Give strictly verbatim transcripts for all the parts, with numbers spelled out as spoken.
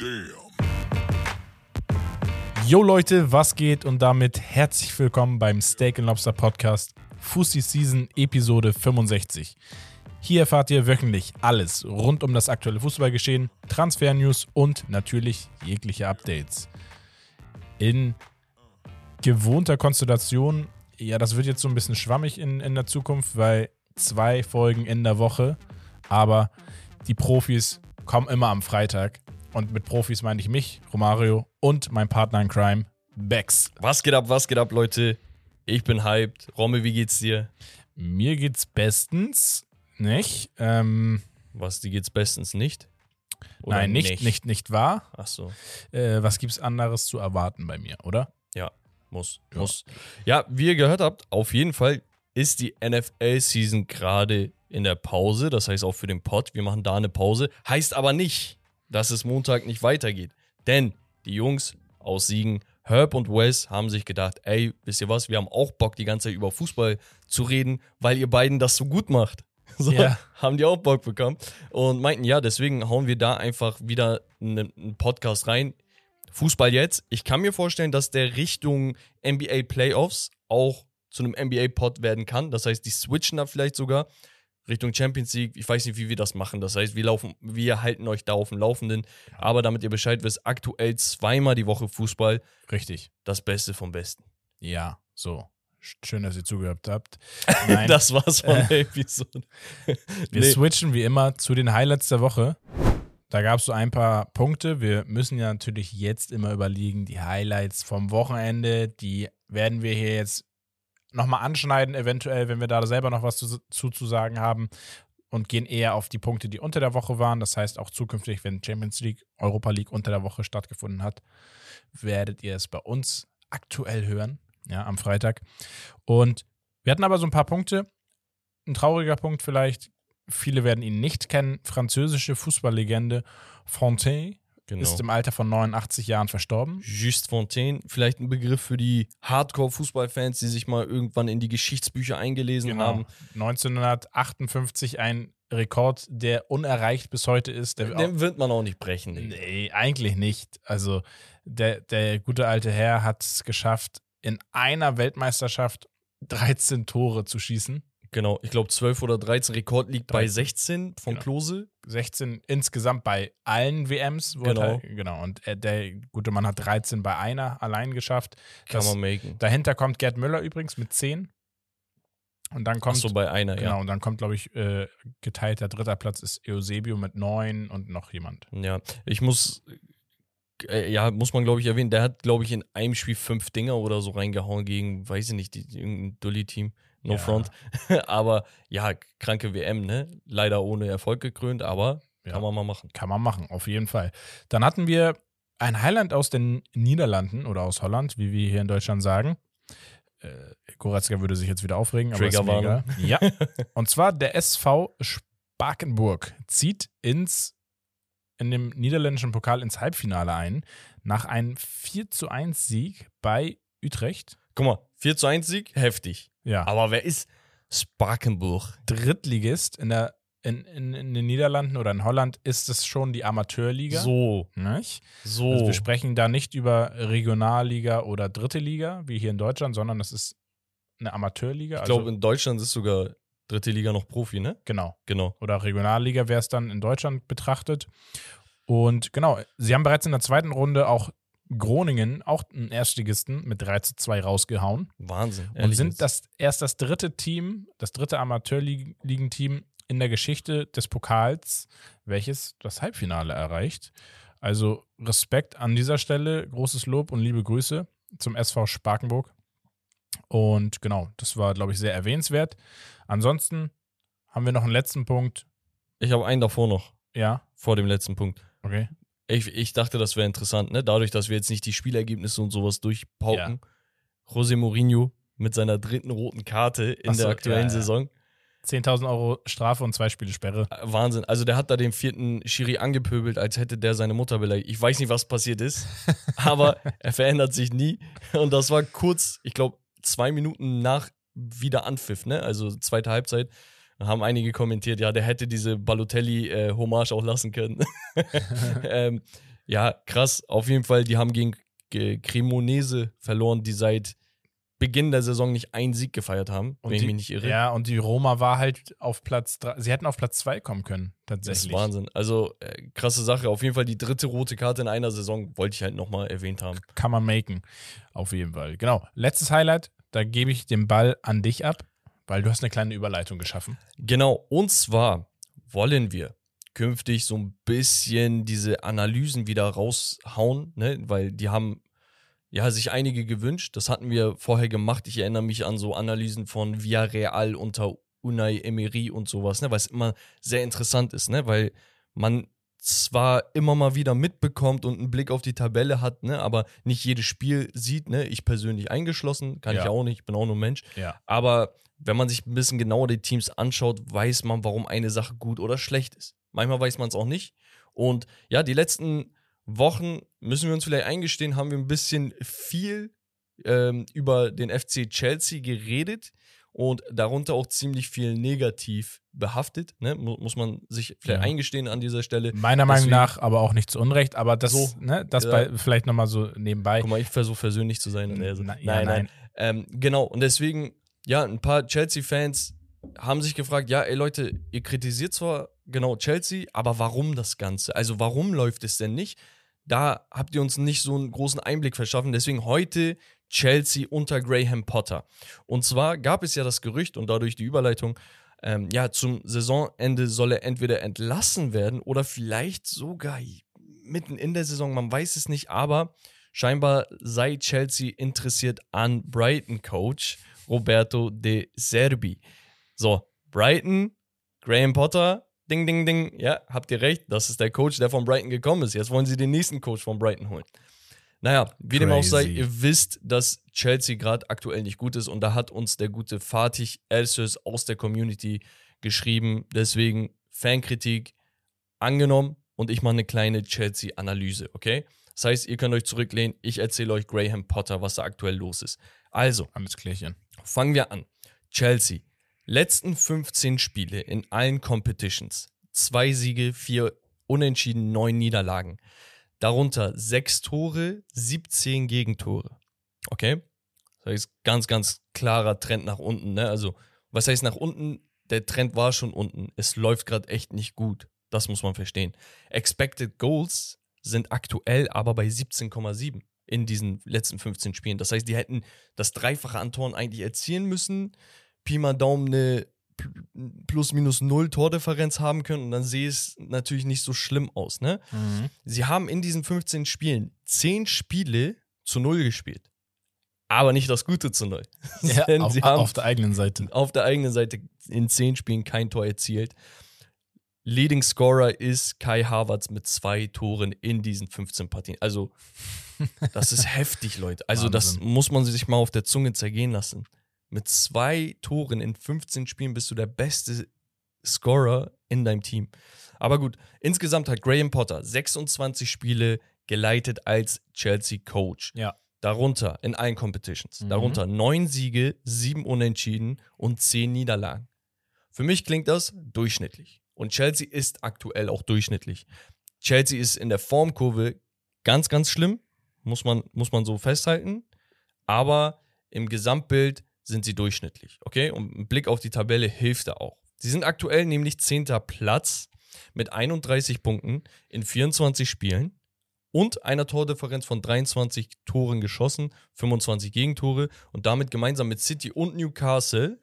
Damn. Yo Leute, was geht und damit herzlich willkommen beim Steak and Lobster Podcast Fussi Season Episode fünfundsechzig. Hier erfahrt ihr wöchentlich alles rund um das aktuelle Fußballgeschehen, Transfer-News und natürlich jegliche Updates. In gewohnter Konstellation, ja, das wird jetzt so ein bisschen schwammig in, in der Zukunft, weil zwei Folgen in der Woche, aber die Profis kommen immer am Freitag. Und mit Profis meine ich mich, Romario, und mein Partner in Crime, Bex. Was geht ab, was geht ab, Leute? Ich bin hyped. Romme, wie geht's dir? Mir geht's bestens, nicht? Ähm, Was, dir geht's bestens nicht? Oder nein, nicht, nicht, nicht, nicht wahr. Ach so. Äh, was gibt's anderes zu erwarten bei mir, oder? Ja, muss, Ja. muss. Ja, wie ihr gehört habt, auf jeden Fall ist die N F L-Season gerade in der Pause. Das heißt auch für den Pod, wir machen da eine Pause. Heißt aber nicht, dass es Montag nicht weitergeht. Denn die Jungs aus Siegen, Herb und Wes, haben sich gedacht, ey, wisst ihr was, wir haben auch Bock, die ganze Zeit über Fußball zu reden, weil ihr beiden das so gut macht. So, Ja. haben die auch Bock bekommen und meinten, ja, deswegen hauen wir da einfach wieder einen, einen Podcast rein. Fußball jetzt. Ich kann mir vorstellen, dass der Richtung N B A Playoffs auch zu einem N B A-Pod werden kann. Das heißt, die switchen da vielleicht sogar Richtung Champions League. Ich weiß nicht, wie wir das machen. Das heißt, wir laufen, wir halten euch da auf dem Laufenden. Aber damit ihr Bescheid wisst, aktuell zweimal die Woche Fußball. Richtig. Das Beste vom Besten. Ja, so. Schön, dass ihr zugehört habt. Nein, Das war's von der Episode. wir Nee. switchen wie immer zu den Highlights der Woche. Da gab es so ein paar Punkte. Wir müssen ja natürlich jetzt immer überlegen, die Highlights vom Wochenende, die werden wir hier jetzt nochmal anschneiden, eventuell, wenn wir da selber noch was zu, zu, zu sagen haben, und gehen eher auf die Punkte, die unter der Woche waren. Das heißt, auch zukünftig, wenn Champions League, Europa League unter der Woche stattgefunden hat, werdet ihr es bei uns aktuell hören, ja, am Freitag. Und wir hatten aber so ein paar Punkte. Ein trauriger Punkt vielleicht, viele werden ihn nicht kennen, französische Fußballlegende Fontaine Genau. ist im Alter von neunundachtzig Jahren verstorben. Just Fontaine, vielleicht ein Begriff für die Hardcore-Fußballfans, die sich mal irgendwann in die Geschichtsbücher eingelesen haben. neunzehnhundertachtundfünfzig ein Rekord, der unerreicht bis heute ist. Der Den wird man auch nicht brechen. Digga. nee, eigentlich nicht. Also der, der gute alte Herr hat es geschafft, in einer Weltmeisterschaft dreizehn Tore zu schießen. Genau, ich glaube zwölf oder dreizehn. Rekord liegt bei dreizehn. sechzehn von Genau. Klose. sechzehn insgesamt bei allen W Ms. Wo Genau. Er, genau. Und er, der gute Mann hat dreizehn bei einer allein geschafft. Kann Das, man machen. dahinter kommt Gerd Müller übrigens mit zehn. Und dann kommt, Achso, bei einer, genau, ja. und dann kommt, glaube ich, äh, geteilter dritter Platz ist Eusebio mit neun und noch jemand. Ja, ich muss, äh, ja, muss man glaube ich erwähnen, der hat glaube ich in einem Spiel fünf Dinger oder so reingehauen gegen, weiß ich nicht, die, irgendein Dulli-Team, no Ja. front. Aber ja, kranke W M, ne? Leider ohne Erfolg gekrönt, aber Ja. kann man mal machen. Kann man machen, auf jeden Fall. Dann hatten wir ein Highlight aus den Niederlanden oder aus Holland, wie wir hier in Deutschland sagen. Äh, Goretzka würde sich jetzt wieder aufregen, aber ist mir egal. Triggerwarnung. Ja. Und zwar der S V Spakenburg zieht ins, in dem niederländischen Pokal ins Halbfinale ein, nach einem vier zu eins Sieg bei Utrecht. Guck mal, vier zu eins Sieg, heftig. Ja. Aber wer ist Spakenburg? Drittligist in der in, in, in den Niederlanden oder in Holland ist es schon die Amateurliga. So, Nicht? so. Also wir sprechen da nicht über Regionalliga oder dritte Liga, wie hier in Deutschland, sondern das ist eine Amateurliga. ich glaube, also, in Deutschland ist sogar dritte Liga noch Profi, ne? genau. Genau. Oder Regionalliga wäre es dann in Deutschland betrachtet. Und genau, sie haben bereits in der zweiten Runde auch Groningen, auch einen Erstligisten, mit drei zu zwei rausgehauen. Wahnsinn. Und ehrlich sind jetzt. das erst das dritte Team, das dritte Amateurligenteam in der Geschichte des Pokals, welches das Halbfinale erreicht. Also Respekt an dieser Stelle, großes Lob und liebe Grüße zum S V Spakenburg. Und genau, das war, glaube ich, sehr erwähnenswert. Ansonsten haben wir noch einen letzten Punkt. Ich habe einen davor noch, Ja, vor dem letzten Punkt. okay. Ich, ich dachte, das wäre interessant, ne? Dadurch, dass wir jetzt nicht die Spielergebnisse und sowas durchpauken. José Mourinho mit seiner dritten roten Karte in Ach so, der aktuellen ja, ja. Saison. zehntausend Euro Strafe und zwei Spiele Sperre. Äh, Wahnsinn. Also der hat da den vierten Schiri angepöbelt, als hätte der seine Mutter beleidigt. Ich weiß nicht, was passiert ist, aber er verändert sich nie. Und das war kurz, ich glaube, zwei Minuten nach Wiederanpfiff, ne? Also zweite Halbzeit. Da haben einige kommentiert, ja, der hätte diese Balotelli-Hommage auch lassen können. ähm, Ja, krass. Auf jeden Fall, die haben gegen äh, Cremonese verloren, die seit Beginn der Saison nicht einen Sieg gefeiert haben, Und wenn die, ich mich nicht irre. Ja, und die Roma war halt auf Platz drei. Sie hätten auf Platz zwei kommen können, Das tatsächlich. ist Wahnsinn. Also, äh, krasse Sache. Auf jeden Fall die dritte rote Karte in einer Saison, wollte ich halt nochmal erwähnt haben. Kann man maken. Auf jeden Fall. Genau. Letztes Highlight, da gebe ich den Ball an dich ab, weil du hast eine kleine Überleitung geschaffen. Genau, und zwar wollen wir künftig so ein bisschen diese Analysen wieder raushauen, ne? Weil die haben ja sich einige gewünscht. Das hatten wir vorher gemacht. Ich erinnere mich an so Analysen von Villarreal unter Unai Emery und sowas, ne? Weil es immer sehr interessant ist, ne? Weil man zwar immer mal wieder mitbekommt und einen Blick auf die Tabelle hat, ne? Aber nicht jedes Spiel sieht, ne? Ich persönlich eingeschlossen, kann Ja. ich auch nicht, ich bin auch nur Mensch. Ja. Aber wenn man sich ein bisschen genauer die Teams anschaut, weiß man, warum eine Sache gut oder schlecht ist. Manchmal weiß man es auch nicht. Und ja, die letzten Wochen, müssen wir uns vielleicht eingestehen, haben wir ein bisschen viel ähm, über den F C Chelsea geredet und darunter auch ziemlich viel negativ behaftet. Ne? Mu- muss man sich vielleicht Ja. eingestehen an dieser Stelle. Meiner Meinung Deswegen- nach aber auch nicht zu Unrecht, aber das, So, ne, das ja. bei, vielleicht nochmal so nebenbei. Guck mal, ich versuche versöhnlich zu sein. Und er so, Na- nein, ja, nein. nein. Ähm, genau, und deswegen, ja, ein paar Chelsea-Fans haben sich gefragt, ja, ey Leute, ihr kritisiert zwar genau Chelsea, aber warum das Ganze? Also warum läuft es denn nicht? Da habt ihr uns nicht so einen großen Einblick verschaffen. Deswegen heute Chelsea unter Graham Potter. Und zwar gab es ja das Gerücht und dadurch die Überleitung, ähm, ja, zum Saisonende soll er entweder entlassen werden oder vielleicht sogar mitten in der Saison, man weiß es nicht, aber scheinbar sei Chelsea interessiert an Brighton-Coach Roberto De Zerbi. So, Brighton, Graham Potter, ding, ding, ding, ja, habt ihr recht, das ist der Coach, der von Brighton gekommen ist. Jetzt wollen sie den nächsten Coach von Brighton holen. Naja, wie dem auch sei, Crazy. ihr wisst, dass Chelsea gerade aktuell nicht gut ist und da hat uns der gute Fatih Elsöz aus der Community geschrieben. Deswegen Fankritik angenommen und ich mache eine kleine Chelsea-Analyse, okay? Das heißt, ihr könnt euch zurücklehnen, ich erzähle euch Graham Potter, was da aktuell los ist. Also, Alles klärchen. fangen wir an. Chelsea, letzten fünfzehn Spiele in allen Competitions. Zwei Siege, vier Unentschieden, neun Niederlagen. Darunter sechs Tore, siebzehn Gegentore. Okay? Das heißt, ganz, ganz klarer Trend nach unten. Ne? Also, was heißt nach unten? Der Trend war schon unten. Es läuft gerade echt nicht gut. Das muss man verstehen. Expected Goals sind aktuell aber bei siebzehn Komma sieben in diesen letzten fünfzehn Spielen. Das heißt, die hätten das Dreifache an Toren eigentlich erzielen müssen. Pi mal Daumen eine plus-minus-null Tordifferenz haben können und dann sehe es natürlich nicht so schlimm aus. Ne? Mhm. Sie haben in diesen fünfzehn Spielen zehn Spiele zu null gespielt. Aber nicht das Gute zu null. Ja, Denn auf, sie haben auf der eigenen Seite. auf der eigenen Seite in zehn Spielen kein Tor erzielt. Leading Scorer ist Kai Havertz mit zwei Toren in diesen fünfzehn Partien. Also, das ist heftig, Leute. Also, das Wahnsinn. muss man sich mal auf der Zunge zergehen lassen. Mit zwei Toren in fünfzehn Spielen bist du der beste Scorer in deinem Team. Aber gut, insgesamt hat Graham Potter sechsundzwanzig Spiele geleitet als Chelsea-Coach. Ja. Darunter in allen Competitions. Mhm. Darunter neun Siege, sieben Unentschieden und zehn Niederlagen. Für mich klingt das durchschnittlich. Und Chelsea ist aktuell auch durchschnittlich. Chelsea ist in der Formkurve ganz, ganz schlimm. Muss man, muss man so festhalten. Aber im Gesamtbild sind sie durchschnittlich. Okay? Und ein Blick auf die Tabelle hilft da auch. Sie sind aktuell nämlich zehnter Platz mit einunddreißig Punkten in vierundzwanzig Spielen und einer Tordifferenz von dreiundzwanzig Toren geschossen, fünfundzwanzig Gegentore und damit gemeinsam mit City und Newcastle,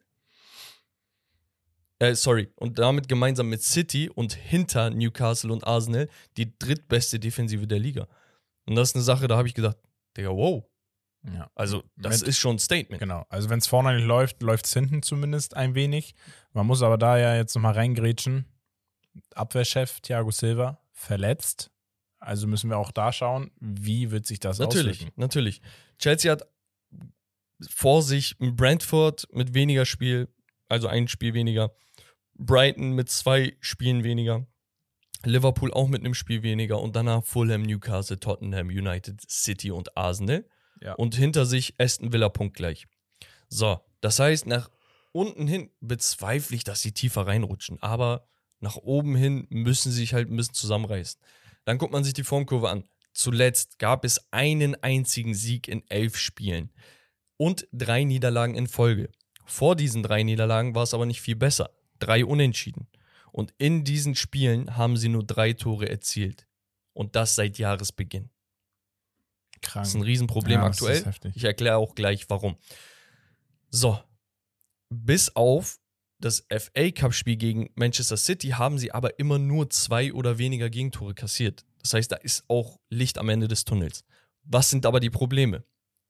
äh, sorry, und damit gemeinsam mit City und hinter Newcastle und Arsenal die drittbeste Defensive der Liga. Und das ist eine Sache, da habe ich gedacht, Digga, wow. Ja. Also, das Mit- ist schon ein Statement. Genau. Also wenn es vorne nicht läuft, läuft es hinten zumindest ein wenig. Man muss aber da ja jetzt nochmal reingrätschen. Abwehrchef Thiago Silva verletzt. Also müssen wir auch da schauen, wie wird sich das Natürlich, auswirken. natürlich. Chelsea hat vor sich ein Brentford mit weniger Spiel, also ein Spiel weniger. Brighton mit zwei Spielen weniger. Liverpool auch mit einem Spiel weniger. Und danach Fulham, Newcastle, Tottenham, United, City und Arsenal. Ja. Und hinter sich Aston Villa punktgleich. So, das heißt, nach unten hin bezweifle ich, dass sie tiefer reinrutschen. Aber nach oben hin müssen sie sich halt ein bisschen zusammenreißen. Dann guckt man sich die Formkurve an. Zuletzt gab es einen einzigen Sieg in elf Spielen und drei Niederlagen in Folge. Vor diesen drei Niederlagen war es aber nicht viel besser. Drei Unentschieden. Und in diesen Spielen haben sie nur drei Tore erzielt. Und das seit Jahresbeginn. Krank. Das ist ein Riesenproblem Ja, das aktuell. ist heftig. Ich erkläre auch gleich, warum. So, bis auf das F A-Cup-Spiel gegen Manchester City haben sie aber immer nur zwei oder weniger Gegentore kassiert. Das heißt, da ist auch Licht am Ende des Tunnels. Was sind aber die Probleme?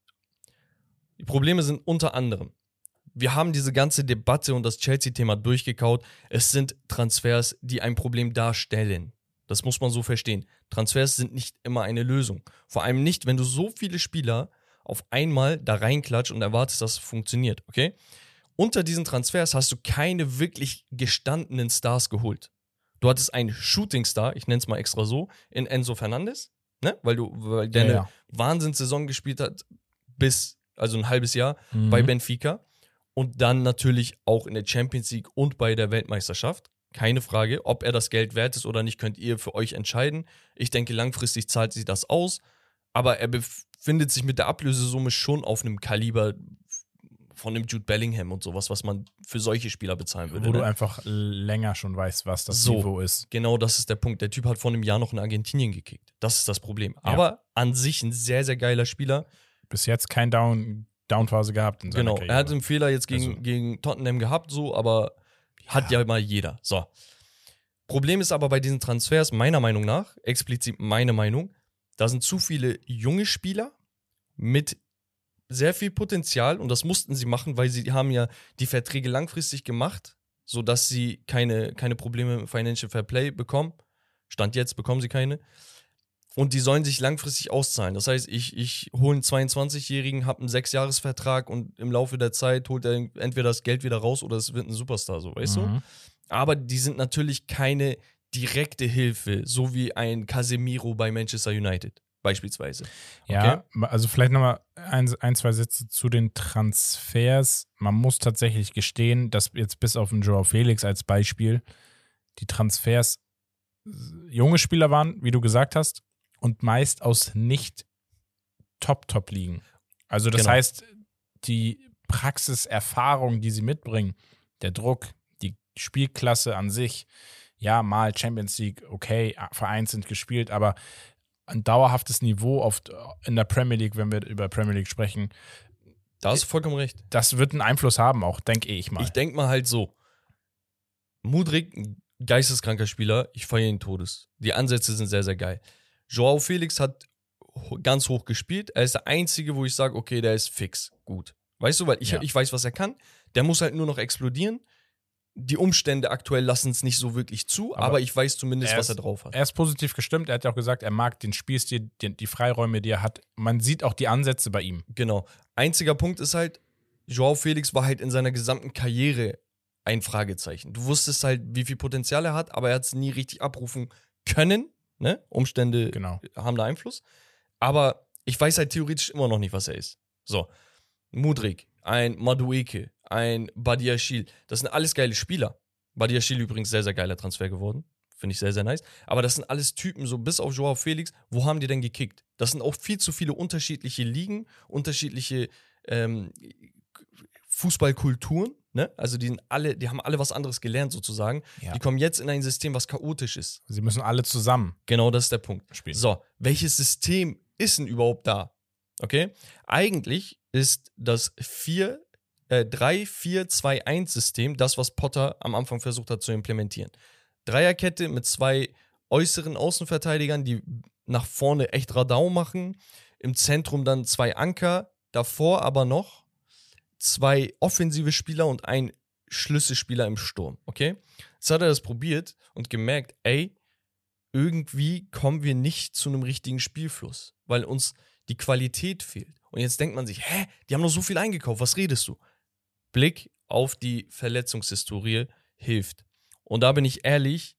Die Probleme sind unter anderem, wir haben diese ganze Debatte und das Chelsea-Thema durchgekaut. Es sind Transfers, die ein Problem darstellen. Das muss man so verstehen. Transfers sind nicht immer eine Lösung. Vor allem nicht, wenn du so viele Spieler auf einmal da reinklatscht und erwartest, dass es funktioniert, okay? Unter diesen Transfers hast du keine wirklich gestandenen Stars geholt. Du hattest einen Shooting-Star, ich nenne es mal extra so, in Enzo Fernandes, ne? Weil du, weil der Ja, eine ja. Wahnsinnssaison gespielt hat, bis, also ein halbes Jahr Mhm. bei Benfica. Und dann natürlich auch in der Champions League und bei der Weltmeisterschaft. Keine Frage, ob er das Geld wert ist oder nicht, könnt ihr für euch entscheiden. Ich denke, langfristig zahlt sich das aus. Aber er befindet sich mit der Ablösesumme schon auf einem Kaliber von dem Jude Bellingham und sowas, was man für solche Spieler bezahlen würde. Wo ne? du einfach länger schon weißt, was das So. Niveau ist. Genau, das ist der Punkt. Der Typ hat vor einem Jahr noch in Argentinien gekickt. Das ist das Problem. Ja. Aber an sich ein sehr, sehr geiler Spieler. Bis jetzt kein Down, Downphase gehabt in seiner Genau, Karriere. er hat einen Fehler jetzt gegen, Also- gegen Tottenham gehabt, so, aber hat ja mal jeder. So. Problem ist aber bei diesen Transfers, meiner Meinung nach, explizit meine Meinung, da sind zu viele junge Spieler mit sehr viel Potenzial und das mussten sie machen, weil sie haben ja die Verträge langfristig gemacht, sodass sie keine, keine Probleme im Financial Fair Play bekommen. Stand jetzt bekommen sie keine. Und die sollen sich langfristig auszahlen. Das heißt, ich, ich hole einen zweiundzwanzigjährigen, habe einen Sechsjahresvertrag und im Laufe der Zeit holt er entweder das Geld wieder raus oder es wird ein Superstar, so, weißt du? Mhm. Aber die sind natürlich keine direkte Hilfe, so wie ein Casemiro bei Manchester United beispielsweise. Ja, also vielleicht nochmal ein, ein, zwei Sätze zu den Transfers. Man muss tatsächlich gestehen, dass jetzt bis auf den Joao Felix als Beispiel die Transfers junge Spieler waren, wie du gesagt hast, und meist aus nicht Top-Top-Ligen. Also das Genau. heißt, die Praxiserfahrung, die sie mitbringen, der Druck, die Spielklasse an sich, ja, mal Champions League, okay, vereinzelt gespielt, aber ein dauerhaftes Niveau auf, in der Premier League, wenn wir über Premier League sprechen, Da hast du vollkommen recht. das wird einen Einfluss haben auch, denke ich mal. Ich denke mal halt so, Mudryk, ein geisteskranker Spieler, ich feiere ihn Todes. Die Ansätze sind sehr, sehr geil. Joao Felix hat ho- ganz hoch gespielt. Er ist der Einzige, wo ich sage, okay, der ist fix, gut. Weißt du, weil ich, Ja. ich weiß, was er kann. Der muss halt nur noch explodieren. Die Umstände aktuell lassen es nicht so wirklich zu, aber, Aber ich weiß zumindest, er was ist- er drauf hat. Er ist positiv gestimmt, er hat ja auch gesagt, er mag den Spielstil, die, die Freiräume, die er hat. Man sieht auch die Ansätze bei ihm. Genau. Einziger Punkt ist halt, Joao Felix war halt in seiner gesamten Karriere ein Fragezeichen. Du wusstest halt, wie viel Potenzial er hat, aber er hat es nie richtig abrufen können. Ne? Umstände Genau. haben da Einfluss. Aber ich weiß halt theoretisch immer noch nicht, was er ist. So, Mudryk, ein Madueke, ein Badiashile, das sind alles geile Spieler. Badiashile übrigens sehr, sehr geiler Transfer geworden. Finde ich sehr, sehr nice. Aber das sind alles Typen, so bis auf Joao Felix, wo haben die denn gekickt? Das sind auch viel zu viele unterschiedliche Ligen, unterschiedliche ähm, Fußballkulturen. Ne? Also die sind alle, die haben alle was anderes gelernt sozusagen. Ja. Die kommen jetzt in ein System, was chaotisch ist. Sie müssen alle zusammen Genau, das ist der Punkt. spielen. So, welches System ist denn überhaupt da? Okay? Eigentlich ist das vier, äh, drei vier zwei eins System das, was Potter am Anfang versucht hat zu implementieren. Dreierkette mit zwei äußeren Außenverteidigern, die nach vorne echt Radau machen. Im Zentrum dann zwei Anker, davor aber noch zwei offensive Spieler und ein Schlüsselspieler im Sturm, okay? Jetzt hat er das probiert und gemerkt, ey, irgendwie kommen wir nicht zu einem richtigen Spielfluss, weil uns die Qualität fehlt. Und jetzt denkt man sich, hä, die haben noch so viel eingekauft, was redest du? Blick auf die Verletzungshistorie hilft. Und da bin ich ehrlich,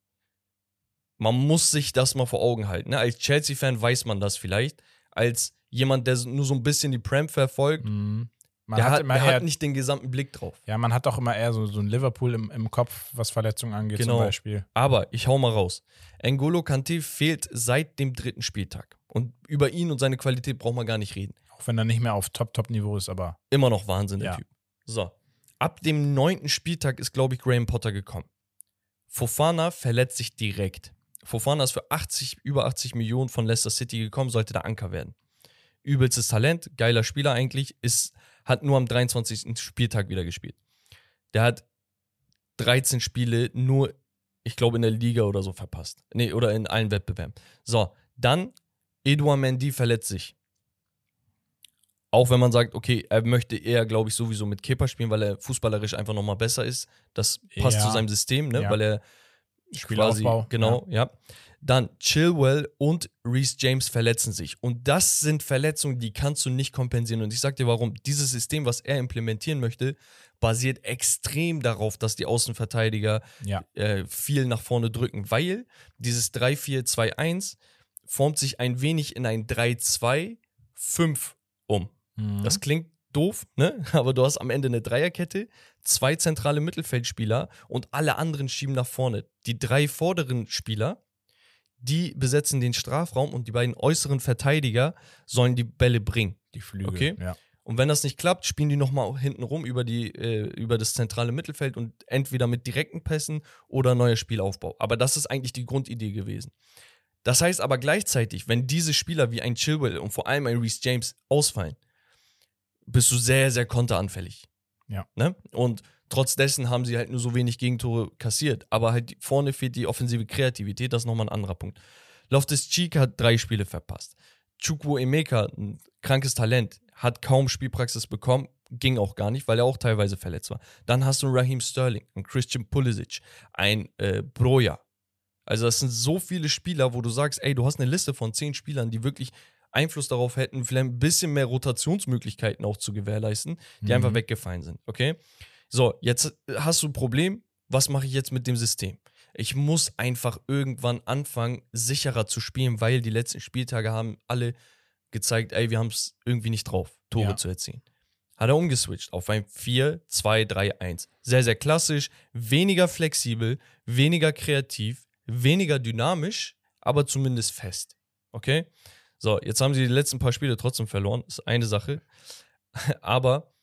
man muss sich das mal vor Augen halten. Ne? Als Chelsea-Fan weiß man das vielleicht. Als jemand, der nur so ein bisschen die Prem verfolgt, Mhm. Man der, hat, hat, immer der eher, hat nicht den gesamten Blick drauf. ja, man hat auch immer eher so, so ein Liverpool im, im Kopf, was Verletzungen angeht Genau. zum Beispiel. Aber ich hau mal raus. N'Golo Kanté fehlt seit dem dritten Spieltag. Und über ihn und seine Qualität braucht man gar nicht reden. Auch wenn er nicht mehr auf Top-Top-Niveau ist, aber. Immer noch Wahnsinn, der Ja. Typ. So. Ab dem neunten Spieltag ist, glaube ich, Graham Potter gekommen. Fofana verletzt sich direkt. Fofana ist für achtzig, über achtzig Millionen von Leicester City gekommen, sollte der Anker werden. Übelstes Talent, geiler Spieler eigentlich, ist, hat nur am dreiundzwanzigsten Spieltag wieder gespielt. Der hat dreizehn Spiele nur, ich glaube, in der Liga oder so verpasst. Nee, oder in allen Wettbewerben. So, dann Edouard Mendy verletzt sich. Auch wenn man sagt, okay, er möchte eher, glaube ich, sowieso mit Kepa spielen, weil er fußballerisch einfach nochmal besser ist. Das passt Ja. zu seinem System, ne? Ja. Weil er Spielaufbau. quasi, genau, ja. Dann Chilwell und Reece James verletzen sich. Und das sind Verletzungen, die kannst du nicht kompensieren. Und ich sag dir warum. Dieses System, was er implementieren möchte, basiert extrem darauf, dass die Außenverteidiger Ja. äh, viel nach vorne drücken, weil dieses drei vier zwei eins formt sich ein wenig in ein drei zwei fünf um. Mhm. Das klingt doof, ne? Aber du hast am Ende eine Dreierkette, zwei zentrale Mittelfeldspieler und alle anderen schieben nach vorne. Die drei vorderen Spieler, die besetzen den Strafraum und die beiden äußeren Verteidiger sollen die Bälle bringen. Die Flügel. Okay. Ja. Und wenn das nicht klappt, spielen die nochmal hinten rum über, die, äh, über das zentrale Mittelfeld und entweder mit direkten Pässen oder neuer Spielaufbau. Aber das ist eigentlich die Grundidee gewesen. Das heißt aber gleichzeitig, wenn diese Spieler wie ein Chilwell und vor allem ein Reece James ausfallen, bist du sehr, sehr konteranfällig. Ja. Ne? Und trotz dessen haben sie halt nur so wenig Gegentore kassiert. Aber halt vorne fehlt die offensive Kreativität, das ist nochmal ein anderer Punkt. Loftus-Cheek hat drei Spiele verpasst. Chukwuemeka, ein krankes Talent, hat kaum Spielpraxis bekommen, ging auch gar nicht, weil er auch teilweise verletzt war. Dann hast du einen Raheem Sterling, einen Christian Pulisic, ein äh, Broja. Also das sind so viele Spieler, wo du sagst, ey, du hast eine Liste von zehn Spielern, die wirklich Einfluss darauf hätten, vielleicht ein bisschen mehr Rotationsmöglichkeiten auch zu gewährleisten, die Mhm. einfach weggefallen sind, okay? So, jetzt hast du ein Problem, was mache ich jetzt mit dem System? Ich muss einfach irgendwann anfangen, sicherer zu spielen, weil die letzten Spieltage haben alle gezeigt, ey, wir haben es irgendwie nicht drauf, Tore Ja. zu erzielen. Hat er umgeswitcht auf ein vier zwei drei eins. Sehr, sehr klassisch, weniger flexibel, weniger kreativ, weniger dynamisch, aber zumindest fest. Okay? So, jetzt haben sie die letzten paar Spiele trotzdem verloren, ist eine Sache. Aber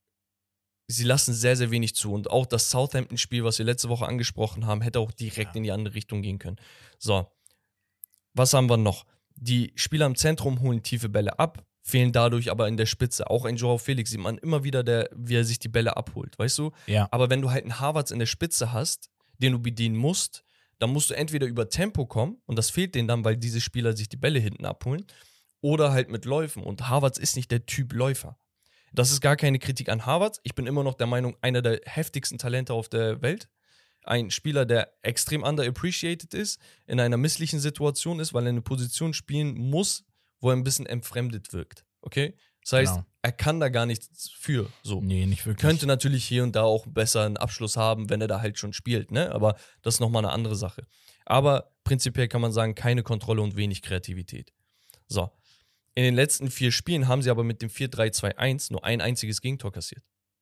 sie lassen sehr, sehr wenig zu. Und auch das Southampton-Spiel, was wir letzte Woche angesprochen haben, hätte auch direkt Ja. in die andere Richtung gehen können. So, was haben wir noch? Die Spieler im Zentrum holen tiefe Bälle ab, fehlen dadurch aber in der Spitze. Auch ein Joao Felix sieht man immer wieder, der, wie er sich die Bälle abholt, weißt du? Ja. Aber wenn du halt einen Havertz in der Spitze hast, den du bedienen musst, dann musst du entweder über Tempo kommen, und das fehlt denen dann, weil diese Spieler sich die Bälle hinten abholen, oder halt mit Läufen. Und Havertz ist nicht der Typ Läufer. Das ist gar keine Kritik an Havertz. Ich bin immer noch der Meinung, einer der heftigsten Talente auf der Welt. Ein Spieler, der extrem underappreciated ist, in einer misslichen Situation ist, weil er eine Position spielen muss, wo er ein bisschen entfremdet wirkt. Okay? Das heißt, Genau. er kann da gar nichts für. So. Nee, nicht wirklich. Könnte natürlich hier und da auch besser einen Abschluss haben, wenn er da halt schon spielt, ne? Aber das ist nochmal eine andere Sache. Aber prinzipiell kann man sagen, keine Kontrolle und wenig Kreativität. So. In den letzten vier Spielen haben sie aber mit dem vier drei zwei eins nur ein einziges Gegentor kassiert.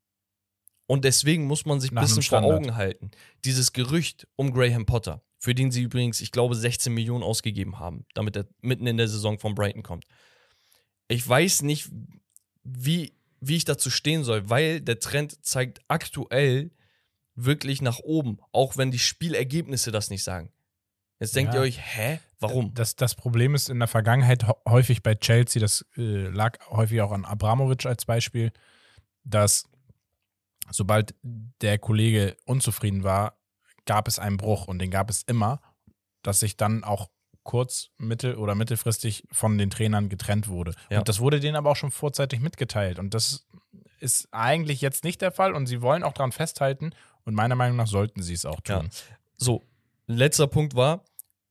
Und deswegen muss man sich ein Nach bisschen einem vor Standard. Augen halten. Dieses Gerücht um Graham Potter, für den sie übrigens, ich glaube, sechzehn Millionen ausgegeben haben, damit er mitten in der Saison von Brighton kommt. Ich weiß nicht, wie, wie ich dazu stehen soll, weil der Trend zeigt aktuell wirklich nach oben, auch wenn die Spielergebnisse das nicht sagen. Jetzt denkt Ja. ihr euch, hä? Warum? Das, das Problem ist in der Vergangenheit ho- häufig bei Chelsea, das äh, lag häufig auch an Abramovic als Beispiel, dass sobald der Kollege unzufrieden war, gab es einen Bruch, und den gab es immer, dass sich dann auch kurz-, mittel- oder mittelfristig von den Trainern getrennt wurde. Ja. Und das wurde denen aber auch schon vorzeitig mitgeteilt, und das ist eigentlich jetzt nicht der Fall, und sie wollen auch daran festhalten, und meiner Meinung nach sollten sie es auch tun. So, letzter Punkt war,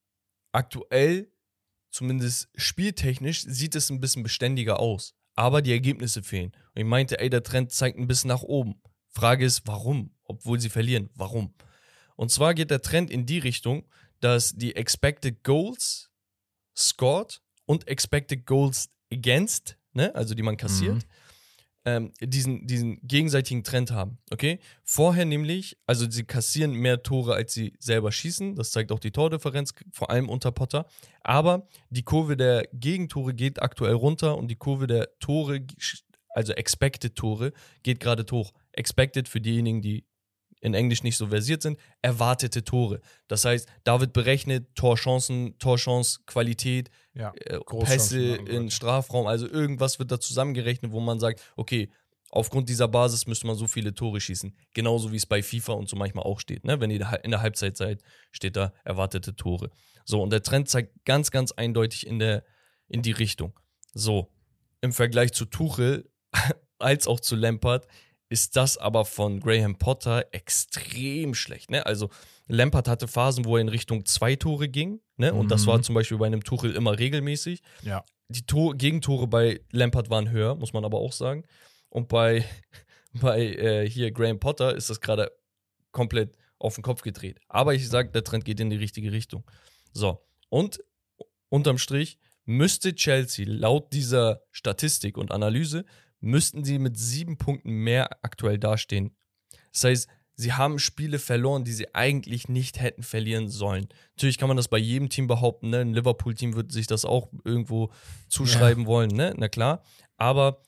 aktuell, zumindest spieltechnisch, sieht es ein bisschen beständiger aus. Aber die Ergebnisse fehlen. Und ich meinte, ey, der Trend zeigt ein bisschen nach oben. Frage ist, warum? Obwohl sie verlieren, warum? Und zwar geht der Trend in die Richtung, dass die Expected Goals scored und Expected Goals against, ne, also die man kassiert, Mhm. ähm, diesen, diesen gegenseitigen Trend haben, okay? Vorher nämlich, also sie kassieren mehr Tore, als sie selber schießen. Das zeigt auch die Tordifferenz, vor allem unter Potter. Aber die Kurve der Gegentore geht aktuell runter und die Kurve der Tore, also Expected Tore, geht gerade hoch. Expected für diejenigen, die in Englisch nicht so versiert sind, erwartete Tore. Das heißt, da wird berechnet, Torchancen, Torchance, Qualität, Ja, äh, Großchancen Pässe und so in weiter. Strafraum, also irgendwas wird da zusammengerechnet, wo man sagt, okay, aufgrund dieser Basis müsste man so viele Tore schießen. Genauso wie es bei FIFA und so manchmal auch steht. Ne? Wenn ihr in der Halbzeit seid, steht da erwartete Tore. So, und der Trend zeigt ganz, ganz eindeutig in, der, in die Richtung. So, im Vergleich zu Tuchel als auch zu Lampard ist das aber von Graham Potter extrem schlecht. Ne? Also Lampard hatte Phasen, wo er in Richtung zwei Tore ging. Ne? Und Mhm. das war zum Beispiel bei einem Tuchel immer regelmäßig. Ja. Die Tor- Gegentore bei Lampard waren höher, muss man aber auch sagen. Und bei, bei äh, hier Graham Potter ist das gerade komplett auf den Kopf gedreht. Aber ich sage, der Trend geht in die richtige Richtung. So, und unterm Strich müsste Chelsea laut dieser Statistik und Analyse müssten sie mit sieben Punkten mehr aktuell dastehen. Das heißt, sie haben Spiele verloren, die sie eigentlich nicht hätten verlieren sollen. Natürlich kann man das bei jedem Team behaupten, ne? Ein Liverpool-Team würde sich das auch irgendwo zuschreiben ja. wollen, ne? Na klar. Aber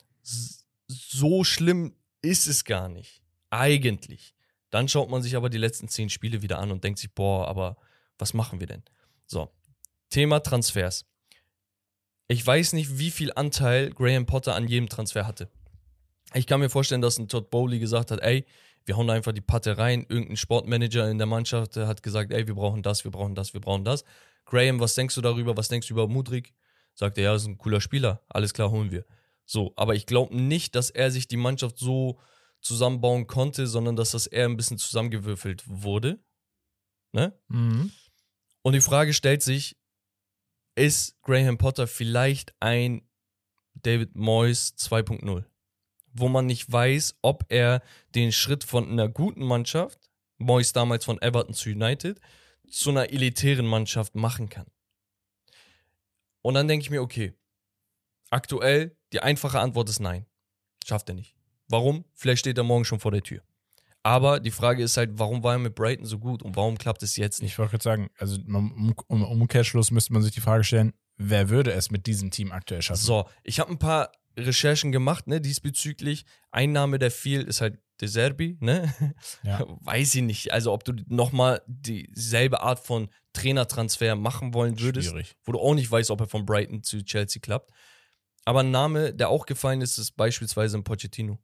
so schlimm ist es gar nicht. Eigentlich. Dann schaut man sich aber die letzten zehn Spiele wieder an und denkt sich, boah, aber was machen wir denn? So, Thema Transfers. Ich weiß nicht, wie viel Anteil Graham Potter an jedem Transfer hatte. Ich kann mir vorstellen, dass ein Todd Bowley gesagt hat, ey, wir hauen einfach die Patte rein. Irgendein Sportmanager in der Mannschaft hat gesagt, ey, wir brauchen das, wir brauchen das, wir brauchen das. Graham, was denkst du darüber? Was denkst du über Mudryk? Sagt er, ja, das ist ein cooler Spieler. Alles klar, holen wir. So, aber ich glaube nicht, dass er sich die Mannschaft so zusammenbauen konnte, sondern dass das eher ein bisschen zusammengewürfelt wurde. Ne? Mhm. Und die Frage stellt sich, ist Graham Potter vielleicht ein David Moyes zwei Punkt null? Wo man nicht weiß, ob er den Schritt von einer guten Mannschaft, Moyes damals von Everton zu United, zu einer elitären Mannschaft machen kann. Und dann denke ich mir, okay, aktuell die einfache Antwort ist nein. Schafft er nicht. Warum? Vielleicht steht er morgen schon vor der Tür. Aber die Frage ist halt, warum war er mit Brighton so gut und warum klappt es jetzt nicht? Ich wollte gerade sagen, also um, um, um Umkehrschluss müsste man sich die Frage stellen, wer würde es mit diesem Team aktuell schaffen? So, ich habe ein paar Recherchen gemacht, ne, diesbezüglich. Ein Name, der fiel, ist halt De Zerbi, ne? Ja. Weiß ich nicht. Also, ob du nochmal dieselbe Art von Trainertransfer machen wollen würdest, Schwierig. Wo du auch nicht weißt, ob er von Brighton zu Chelsea klappt. Aber ein Name, der auch gefallen ist, ist beispielsweise ein Pochettino.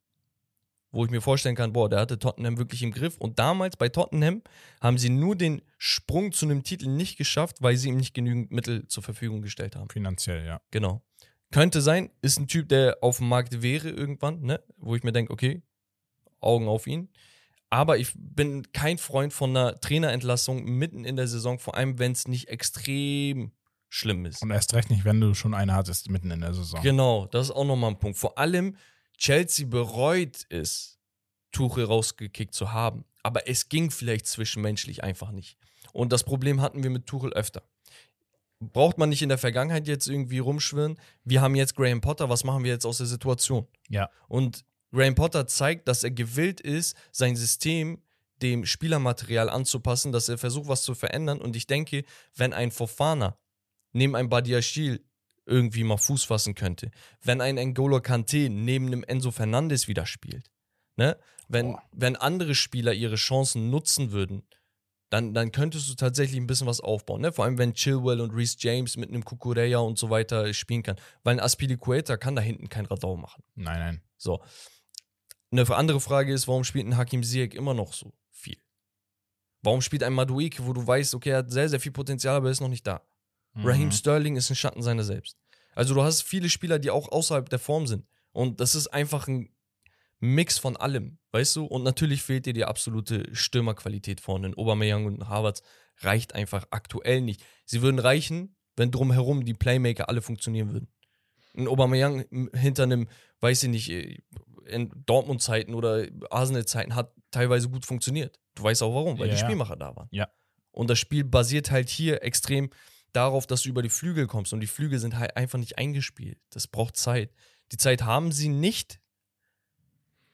Wo ich mir vorstellen kann, boah, der hatte Tottenham wirklich im Griff. Und damals bei Tottenham haben sie nur den Sprung zu einem Titel nicht geschafft, weil sie ihm nicht genügend Mittel zur Verfügung gestellt haben. Finanziell, ja. Genau. Könnte sein, ist ein Typ, der auf dem Markt wäre irgendwann, ne? Wo ich mir denke, okay, Augen auf ihn. Aber ich bin kein Freund von einer Trainerentlassung mitten in der Saison, vor allem wenn es nicht extrem schlimm ist. Und erst recht nicht, wenn du schon eine hattest mitten in der Saison. Genau, das ist auch nochmal ein Punkt. Vor allem, Chelsea bereut es, Tuchel rausgekickt zu haben. Aber es ging vielleicht zwischenmenschlich einfach nicht. Und das Problem hatten wir mit Tuchel öfter. Braucht man nicht in der Vergangenheit jetzt irgendwie rumschwirren. Wir haben jetzt Graham Potter, was machen wir jetzt aus der Situation? Ja. Und Graham Potter zeigt, dass er gewillt ist, sein System dem Spielermaterial anzupassen, dass er versucht, was zu verändern. Und ich denke, wenn ein Fofana neben einem Badiashile irgendwie mal Fuß fassen könnte, wenn ein N'Golo Kanté neben einem Enzo Fernandes wieder spielt, ne? wenn, wenn andere Spieler ihre Chancen nutzen würden, dann, dann könntest du tatsächlich ein bisschen was aufbauen. Ne? Vor allem, wenn Chilwell und Reece James mit einem Cucurella und so weiter spielen kann. Weil ein Azpilicueta kann da hinten kein Radau machen. Nein, nein. So. Eine andere Frage ist, warum spielt ein Hakim Ziyech immer noch so viel? Warum spielt ein Madueke, wo du weißt, okay, er hat sehr, sehr viel Potenzial, aber er ist noch nicht da? Mhm. Raheem Sterling ist ein Schatten seiner selbst. Also du hast viele Spieler, die auch außerhalb der Form sind. Und das ist einfach ein Mix von allem, weißt du? Und natürlich fehlt dir die absolute Stürmerqualität vorne. In Aubameyang und Havertz reicht einfach aktuell nicht. Sie würden reichen, wenn drumherum die Playmaker alle funktionieren würden. Ein Aubameyang hinter einem, weiß ich nicht, in Dortmund-Zeiten oder Arsenal-Zeiten hat teilweise gut funktioniert. Du weißt auch warum, weil ja, die Spielmacher da waren. Ja. Und das Spiel basiert halt hier extrem darauf, dass du über die Flügel kommst. Und die Flügel sind halt einfach nicht eingespielt. Das braucht Zeit. Die Zeit haben sie nicht.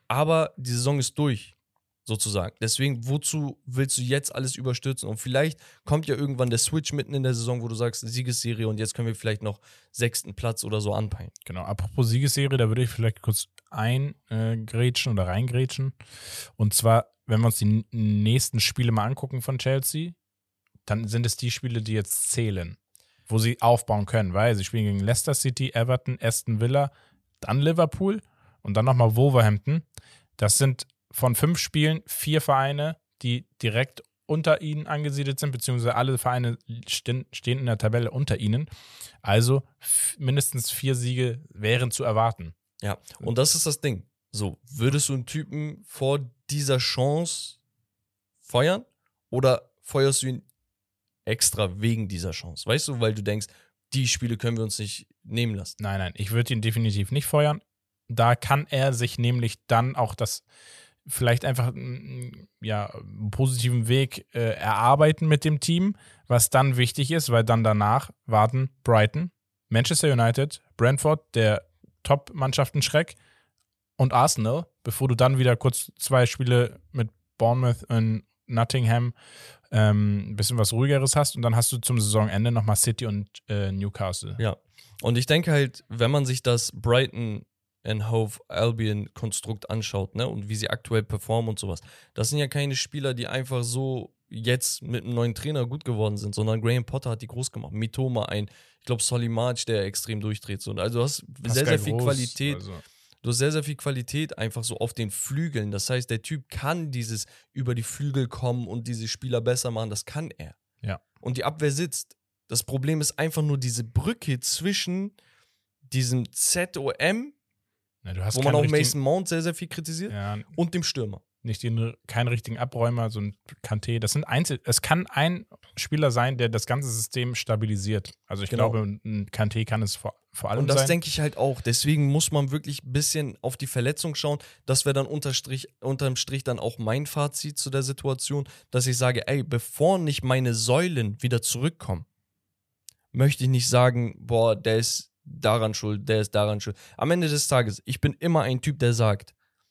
aber die Saison ist durch, sozusagen. Deswegen, wozu willst du jetzt alles überstürzen? Und vielleicht kommt ja irgendwann der Switch mitten in der Saison, wo du sagst, Siegesserie und jetzt können wir vielleicht noch sechsten Platz oder so anpeilen. Genau, apropos Siegesserie, da würde ich vielleicht kurz eingrätschen oder reingrätschen. Und zwar, wenn wir uns die nächsten Spiele mal angucken von Chelsea, dann sind es die Spiele, die jetzt zählen, wo sie aufbauen können, weil sie spielen gegen Leicester City, Everton, Aston Villa, dann Liverpool und dann nochmal Wolverhampton. Das sind von fünf Spielen vier Vereine, die direkt unter ihnen angesiedelt sind, beziehungsweise alle Vereine stehen in der Tabelle unter ihnen. Also f- mindestens vier Siege wären zu erwarten. Ja, und das ist das Ding. So, würdest du einen Typen vor dieser Chance feuern oder feuerst du ihn extra wegen dieser Chance? Weißt du, weil du denkst, die Spiele können wir uns nicht nehmen lassen. Nein, nein, ich würde ihn definitiv nicht feuern. Da kann er sich nämlich dann auch das vielleicht einfach ja, einen positiven Weg äh, erarbeiten mit dem Team, was dann wichtig ist, weil dann danach warten Brighton, Manchester United, Brentford, der Top-Mannschaften-Schreck und Arsenal, bevor du dann wieder kurz zwei Spiele mit Bournemouth und Nottingham ähm, ein bisschen was Ruhigeres hast und dann hast du zum Saisonende nochmal City und äh, Newcastle. Ja, und ich denke halt, wenn man sich das Brighton and Hove Albion Konstrukt anschaut, ne, und wie sie aktuell performen und sowas, das sind ja keine Spieler, die einfach so jetzt mit einem neuen Trainer gut geworden sind, sondern Graham Potter hat die groß gemacht. Mitoma ein, ich glaube Solly March, der extrem durchdreht. So. Also du hast Pascal sehr, sehr viel Groß, Qualität. Also. Du hast sehr, sehr viel Qualität einfach so auf den Flügeln. Das heißt, der Typ kann dieses über die Flügel kommen und diese Spieler besser machen. Das kann er. Ja. Und die Abwehr sitzt. Das Problem ist einfach nur diese Brücke zwischen diesem Z O M, Ja, du hast wo man auch richtigen, Mason Mount sehr, sehr viel kritisiert, ja, und dem Stürmer. nicht den, keinen richtigen Abräumer, so ein Kanté. Das sind Einzel. Es kann ein Spieler sein, der das ganze System stabilisiert. Also ich Genau. glaube, ein Kanté kann es vor, vor allem Und das sein. denke ich halt auch. Deswegen muss man wirklich ein bisschen auf die Verletzung schauen. Das wäre dann unterstrich, unterm Strich dann auch mein Fazit zu der Situation, dass ich sage, ey, bevor nicht meine Säulen wieder zurückkommen, möchte ich nicht sagen, boah, der ist daran schuld, der ist daran schuld. Am Ende des Tages, ich bin immer ein Typ, der sagt,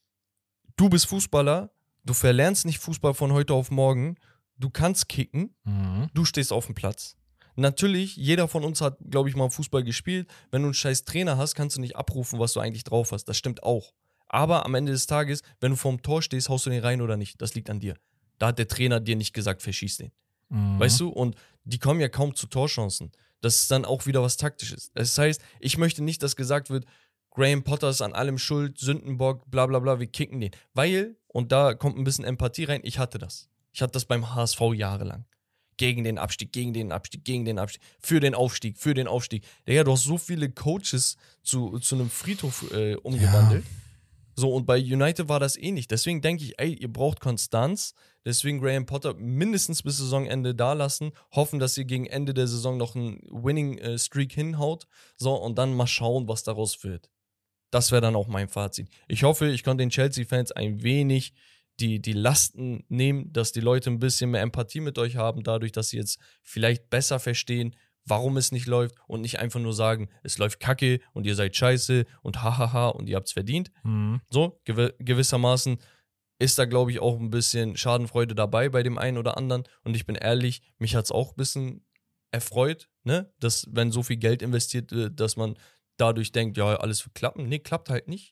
du bist Fußballer, du verlernst nicht Fußball von heute auf morgen, du kannst kicken, Mhm. du stehst auf dem Platz. Natürlich, jeder von uns hat, glaube ich, mal Fußball gespielt. Wenn du einen scheiß Trainer hast, kannst du nicht abrufen, was du eigentlich drauf hast. Das stimmt auch. Aber am Ende des Tages, wenn du vorm Tor stehst, haust du den rein oder nicht. Das liegt an dir. Da hat der Trainer dir nicht gesagt, verschieß den. Mhm. Weißt du? Und die kommen ja kaum zu Torchancen. Das ist dann auch wieder was Taktisches. Das heißt, ich möchte nicht, dass gesagt wird, Graham Potter ist an allem schuld, Sündenbock, bla bla bla, wir kicken den. Weil, und da kommt ein bisschen Empathie rein, ich hatte das. Ich hatte das beim H S V jahrelang. Gegen den Abstieg, gegen den Abstieg, gegen den Abstieg, für den Aufstieg, für den Aufstieg. Digga, du hast so viele Coaches zu, zu einem Friedhof äh, umgewandelt. Ja. So, und bei United war das ähnlich. Deswegen denke ich, ey, ihr braucht Konstanz. Deswegen Graham Potter mindestens bis Saisonende da lassen. Hoffen, dass ihr gegen Ende der Saison noch einen Winning-Streak hinhaut. So, und dann mal schauen, was daraus wird. Das wäre dann auch mein Fazit. Ich hoffe, ich konnte den Chelsea-Fans ein wenig die, die Lasten nehmen, dass die Leute ein bisschen mehr Empathie mit euch haben, dadurch, dass sie jetzt vielleicht besser verstehen, warum es nicht läuft und nicht einfach nur sagen, es läuft kacke und ihr seid scheiße und hahaha und ihr habt es verdient. Mhm. So, gew- gewissermaßen ist da, glaube ich, auch ein bisschen Schadenfreude dabei bei dem einen oder anderen. Und ich bin ehrlich, mich hat es auch ein bisschen erfreut, ne? Dass, wenn so viel Geld investiert wird, dass man dadurch denkt, ja, alles wird klappen. Nee, klappt halt nicht.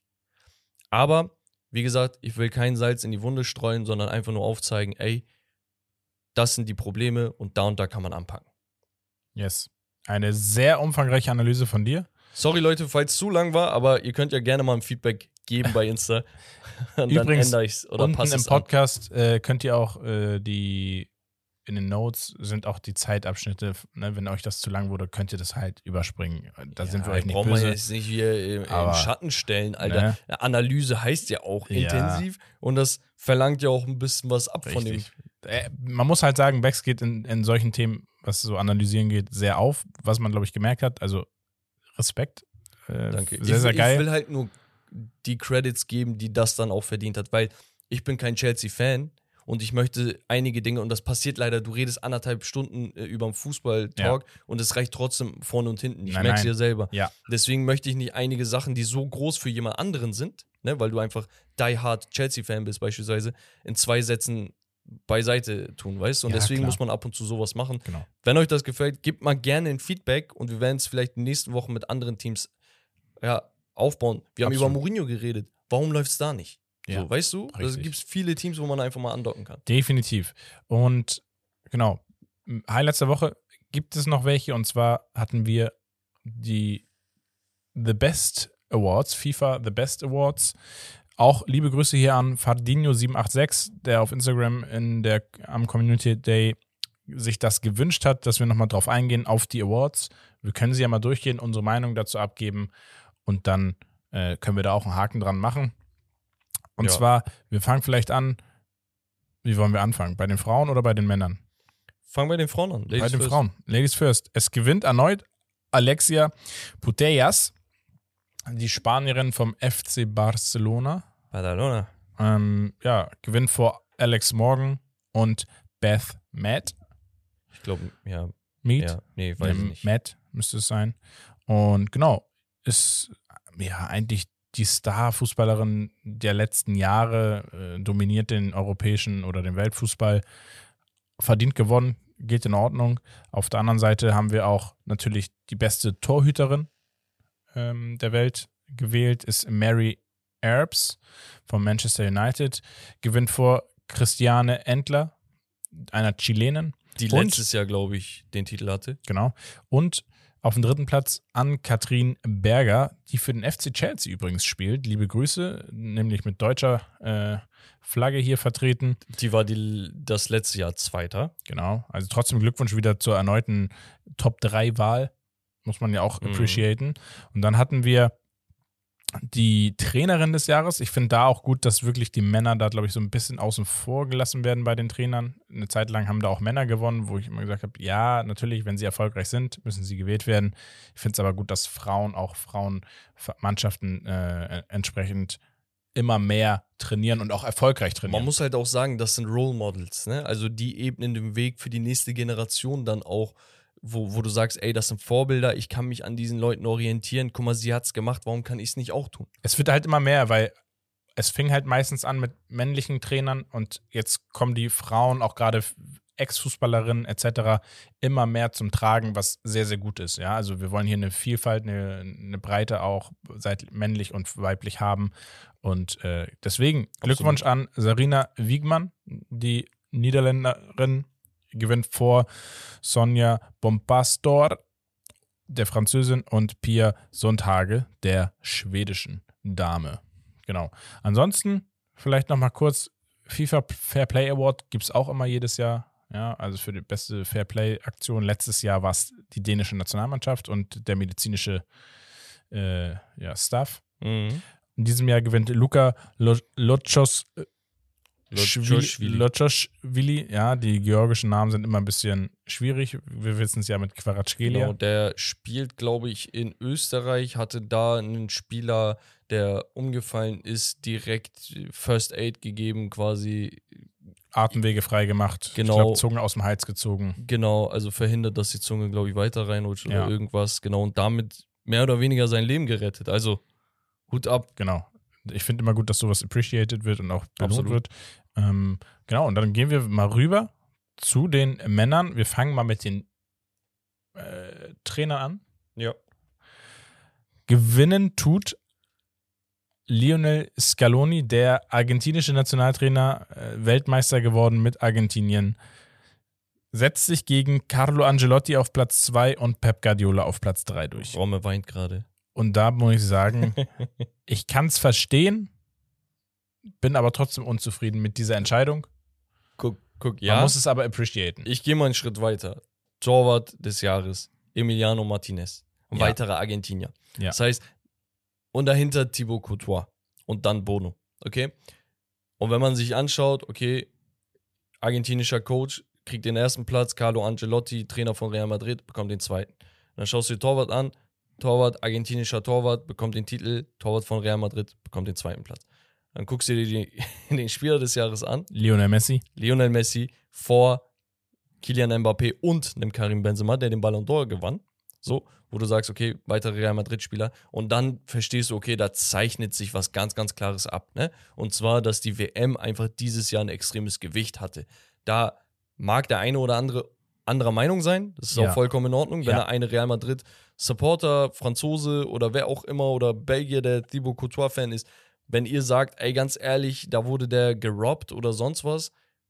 Aber, wie gesagt, ich will kein Salz in die Wunde streuen, sondern einfach nur aufzeigen, ey, das sind die Probleme und da und da kann man anpacken. Yes. Eine sehr umfangreiche Analyse von dir. Sorry, Leute, falls es zu lang war, aber ihr könnt ja gerne mal ein Feedback geben bei Insta. Und Übrigens, dann ändere ich es oder unten passe im es an. Podcast äh, könnt ihr auch äh, die, in den Notes sind auch die Zeitabschnitte, ne, wenn euch das zu lang wurde, könnt ihr das halt überspringen. Da sind wir euch nicht braucht man böse. jetzt nicht hier im, Aber, im Schatten stellen, Alter. ne? Analyse heißt ja auch Ja. intensiv und das verlangt ja auch ein bisschen was ab von dem. Richtig. Äh, man muss halt sagen, Bex geht in, in solchen Themen, was so analysieren geht, sehr auf, was man, glaube ich, gemerkt hat. Also Respekt. Äh, Danke. Sehr, ich, sehr geil. Ich will halt nur die Credits geben, die das dann auch verdient hat, weil ich bin kein Chelsea-Fan und ich möchte einige Dinge, und das passiert leider, du redest anderthalb Stunden äh, über den Fußball-Talk Ja. und es reicht trotzdem vorne und hinten. Ich Nein, merke es nein. ja selber. Ja. Deswegen möchte ich nicht einige Sachen, die so groß für jemand anderen sind, ne, weil du einfach die hard Chelsea-Fan bist beispielsweise, in zwei Sätzen beiseite tun, weißt du? Und Ja, deswegen klar. muss man ab und zu sowas machen. Genau. Wenn euch das gefällt, gebt mal gerne ein Feedback und wir werden es vielleicht in den nächsten Wochen mit anderen Teams ja, aufbauen. Wir haben Absolut. über Mourinho geredet. Warum läuft es da nicht? Ja, So, weißt du? Da richtig. gibt es viele Teams, wo man einfach mal andocken kann. Definitiv. Und genau, Highlights der Woche gibt es noch welche, und zwar hatten wir die The Best Awards, FIFA The Best Awards. Auch liebe Grüße hier an Fardinho sieben acht sechs, der auf Instagram in der, am Community Day sich das gewünscht hat, dass wir nochmal drauf eingehen, auf die Awards. Wir können sie ja mal durchgehen, unsere Meinung dazu abgeben und dann äh, können wir da auch einen Haken dran machen. Und Ja. zwar, wir fangen vielleicht an, wie wollen wir anfangen? Bei den Frauen oder bei den Männern? Fangen wir bei den Frauen an. Ladies bei den first. Frauen. Ladies first. Es gewinnt erneut Alexia Putellas, die Spanierin vom F C Barcelona. Badalona. Ähm, ja, gewinnt vor Alex Morgan und Beth Matt. Ich glaube, ja. Mead. ja. Nee, weiß Ähm, ich nicht. Matt müsste es sein. Und genau, ist ja eigentlich die Star-Fußballerin der letzten Jahre, äh, dominiert den europäischen oder den Weltfußball, verdient gewonnen, geht in Ordnung. Auf der anderen Seite haben wir auch natürlich die beste Torhüterin ähm, der Welt gewählt, ist Mary Earps von Manchester United, gewinnt vor Christiane Endler, einer Chilenin. Die Und- letztes Jahr, glaube ich, den Titel hatte. Genau. Und auf dem dritten Platz Ann-Kathrin Berger, die für den F C Chelsea übrigens spielt. Liebe Grüße, nämlich mit deutscher äh, Flagge hier vertreten. Die war die, das letzte Jahr Zweiter. Genau. Also trotzdem Glückwunsch wieder zur erneuten Top drei Wahl. Muss man ja auch Mhm. appreciaten. Und dann hatten wir die Trainerin des Jahres. Ich finde da auch gut, dass wirklich die Männer da, glaube ich, so ein bisschen außen vor gelassen werden bei den Trainern. Eine Zeit lang haben da auch Männer gewonnen, wo ich immer gesagt habe, ja, natürlich, wenn sie erfolgreich sind, müssen sie gewählt werden. Ich finde es aber gut, dass Frauen, auch Frauenmannschaften äh, entsprechend immer mehr trainieren und auch erfolgreich trainieren. Man muss halt auch sagen, das sind Role Models, ne? Also die ebnen den Weg für die nächste Generation dann auch, wo, wo du sagst, ey, das sind Vorbilder, ich kann mich an diesen Leuten orientieren. Guck mal, sie hat's gemacht, warum kann ich es nicht auch tun? Es wird halt immer mehr, weil es fing halt meistens an mit männlichen Trainern und jetzt kommen die Frauen, auch gerade Ex-Fußballerinnen et cetera, immer mehr zum Tragen, was sehr, sehr gut ist. Ja, also wir wollen hier eine Vielfalt, eine, eine Breite auch seit männlich und weiblich haben. Und äh, deswegen Glückwunsch an Sarina Wiegmann, die Niederländerin, gewinnt vor Sonja Bompastor, der Französin, und Pia Sundhage, der schwedischen Dame. Genau. Ansonsten vielleicht nochmal kurz, FIFA Fair Play Award gibt es auch immer jedes Jahr. Ja, also für die beste Fair Play Aktion. Letztes Jahr war es die dänische Nationalmannschaft und der medizinische äh, ja, Staff. Mhm. In diesem Jahr gewinnt Luka Lo- Lochos Lochoschwili. Lochoschwili. Ja, die georgischen Namen sind immer ein bisschen schwierig. Wir wissen es ja mit Kvaratskhelia. Genau, der spielt, glaube ich, in Österreich, hatte da einen Spieler, der umgefallen ist, direkt First Aid gegeben, quasi. Atemwege frei gemacht. Genau. Ich glaube, Zunge aus dem Hals gezogen. Genau, also verhindert, dass die Zunge, glaube ich, weiter reinrutscht Ja. oder irgendwas. Genau, und damit mehr oder weniger sein Leben gerettet. Also, Hut ab. Genau. Ich finde immer gut, dass sowas appreciated wird und auch belohnt Absolut. wird. Ähm, genau, und dann gehen wir mal rüber zu den Männern. Wir fangen mal mit den äh, Trainern an. Ja. Gewinnen tut Lionel Scaloni, der argentinische Nationaltrainer, äh, Weltmeister geworden mit Argentinien, setzt sich gegen Carlo Ancelotti auf Platz zwei und Pep Guardiola auf Platz drei durch. Romme weint gerade. Und da muss ich sagen, ich kann es verstehen, bin aber trotzdem unzufrieden mit dieser Entscheidung. Guck, guck, Man ja. muss es aber appreciaten. Ich gehe mal einen Schritt weiter. Torwart des Jahres, Emiliano Martinez. Ein Ja. weiterer Argentinier. Ja. Das heißt, und dahinter Thibaut Courtois und dann Bono. Okay? Und wenn man sich anschaut, okay, argentinischer Coach kriegt den ersten Platz, Carlo Ancelotti, Trainer von Real Madrid, bekommt den zweiten. Dann schaust du den Torwart an, Torwart, argentinischer Torwart, bekommt den Titel, Torwart von Real Madrid, bekommt den zweiten Platz. Dann guckst du dir die, den Spieler des Jahres an. Lionel Messi. Lionel Messi vor Kylian Mbappé und einem Karim Benzema, der den Ballon d'Or gewann. So, wo du sagst, okay, weitere Real Madrid-Spieler. Und dann verstehst du, okay, da zeichnet sich was ganz, ganz Klares ab. Ne? Und zwar, dass die W M einfach dieses Jahr ein extremes Gewicht hatte. Da mag der eine oder andere anderer Meinung sein. Das ist Ja. auch vollkommen in Ordnung, wenn Ja. er eine Real Madrid-Supporter, Franzose oder wer auch immer oder Belgier, der Thibaut Courtois-Fan ist, wenn ihr sagt, ey, ganz ehrlich, da wurde der gerobbt oder sonst was,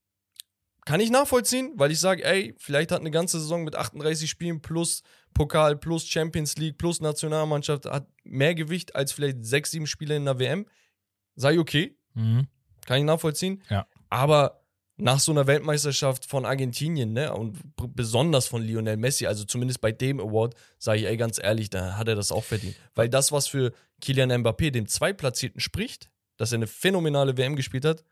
kann ich nachvollziehen, weil ich sage, ey, vielleicht hat eine ganze Saison mit achtunddreißig Spielen plus Pokal, plus Champions League, plus Nationalmannschaft, hat mehr Gewicht als vielleicht sechs, sieben Spiele in der W M. Sei okay, Mhm. kann ich nachvollziehen. Ja. Aber nach so einer Weltmeisterschaft von Argentinien, ne, und b- besonders von Lionel Messi, also zumindest bei dem Award, sage ich, ey, ganz ehrlich, da hat er das auch verdient. Weil das, was für Kylian Mbappé, dem Zweitplatzierten, spricht, dass er eine phänomenale W M gespielt hat,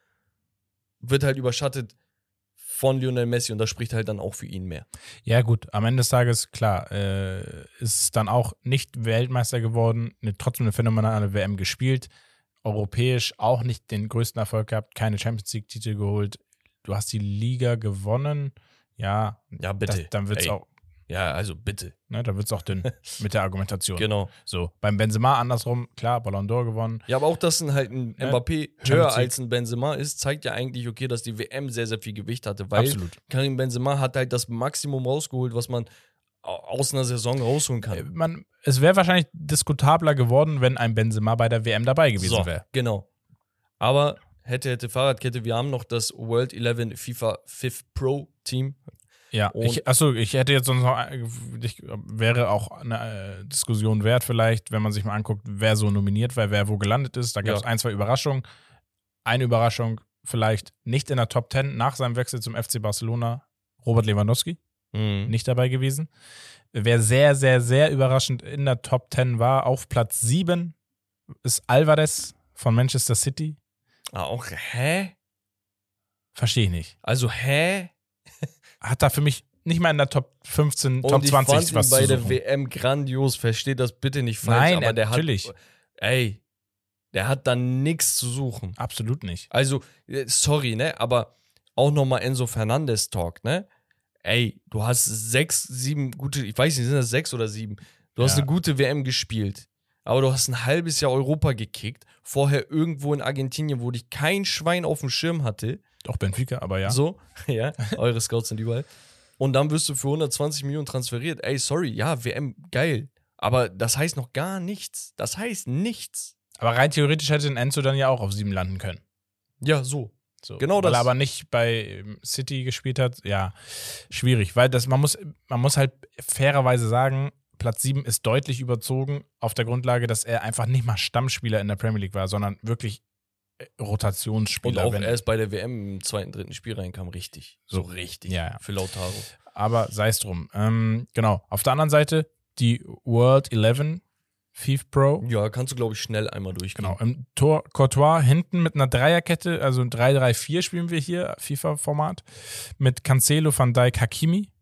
wird halt überschattet von Lionel Messi und das spricht halt dann auch für ihn mehr. Ja, gut, am Ende des Tages, klar, äh, ist es dann auch nicht Weltmeister geworden, ne, trotzdem eine phänomenale W M gespielt, europäisch auch nicht den größten Erfolg gehabt, keine Champions League-Titel geholt. Du hast die Liga gewonnen, ja, Ja, bitte. das, dann wird es Ey. auch, Ja, also bitte. ne, da wird's auch dünn mit der Argumentation. Genau. So, beim Benzema andersrum, klar, Ballon d'Or gewonnen. Ja, aber auch, dass ein halt ein Ne? Mbappé Champions höher League. als ein Benzema ist, zeigt ja eigentlich, okay, dass die W M sehr, sehr viel Gewicht hatte, weil Absolut. Karim Benzema hat halt das Maximum rausgeholt, was man au- aus einer Saison rausholen kann. Äh, Man, es wäre wahrscheinlich diskutabler geworden, wenn ein Benzema bei der W M dabei gewesen so, wäre. genau. Aber hätte, hätte Fahrradkette, wir haben noch das World elf FIFA Fifth Pro Team. Ja, Und- ich, achso, ich hätte jetzt sonst noch, äh, ich, wäre auch eine äh, Diskussion wert vielleicht, wenn man sich mal anguckt, wer so nominiert war, wer wo gelandet ist. Da gab es Ja. ein, zwei Überraschungen. Eine Überraschung vielleicht nicht in der Top Ten nach seinem Wechsel zum F C Barcelona, Robert Lewandowski, Mhm. nicht dabei gewesen. Wer sehr, sehr, sehr überraschend in der Top Ten war, auf Platz sieben ist Alvarez von Manchester City. Ah, auch, hä? Verstehe ich nicht. Also, hä? Hat da für mich nicht mal in der Top fünfzehn, Top Und ich zwanzig fand ihn was bei zu der suchen. W M grandios, versteht das bitte nicht falsch, Nein, aber der natürlich. hat, ey, der hat da nichts zu suchen. Absolut nicht. Also, äh, sorry, ne, aber auch nochmal Enzo Fernandes Talk, ne? Ey, du hast sechs, sieben gute, ich weiß nicht, sind das sechs oder sieben? Du hast Ja. eine gute W M gespielt, aber du hast ein halbes Jahr Europa gekickt, vorher irgendwo in Argentinien, wo dich kein Schwein auf dem Schirm hatte. Doch Benfica, aber ja. So, ja, eure Scouts sind überall. Und dann wirst du für hundertzwanzig Millionen transferiert. Ey, sorry, ja, W M, geil. Aber das heißt noch gar nichts. Das heißt nichts. Aber rein theoretisch hätte ein Enzo dann ja auch auf sieben landen können. Ja, so. So. Genau Weil das. er aber nicht bei ähm, City gespielt hat, ja, schwierig. Weil das, man muss, man muss halt fairerweise sagen, Platz sieben ist deutlich überzogen auf der Grundlage, dass er einfach nicht mal Stammspieler in der Premier League war, sondern wirklich äh, Und Rotationsspieler. auch wenn- erst bei der W M im zweiten, dritten Spiel reinkam, richtig. So, So, richtig. ja, ja. Für Lautaro. Aber sei es drum. Ähm, genau. Auf der anderen Seite die World elf FIFA Pro. Ja, kannst du, glaube ich, schnell einmal durchgehen. Genau, im Tor Courtois hinten mit einer Dreierkette, also ein drei drei vier spielen wir hier, FIFA-Format, mit Cancelo, Van Dijk, Hakimi.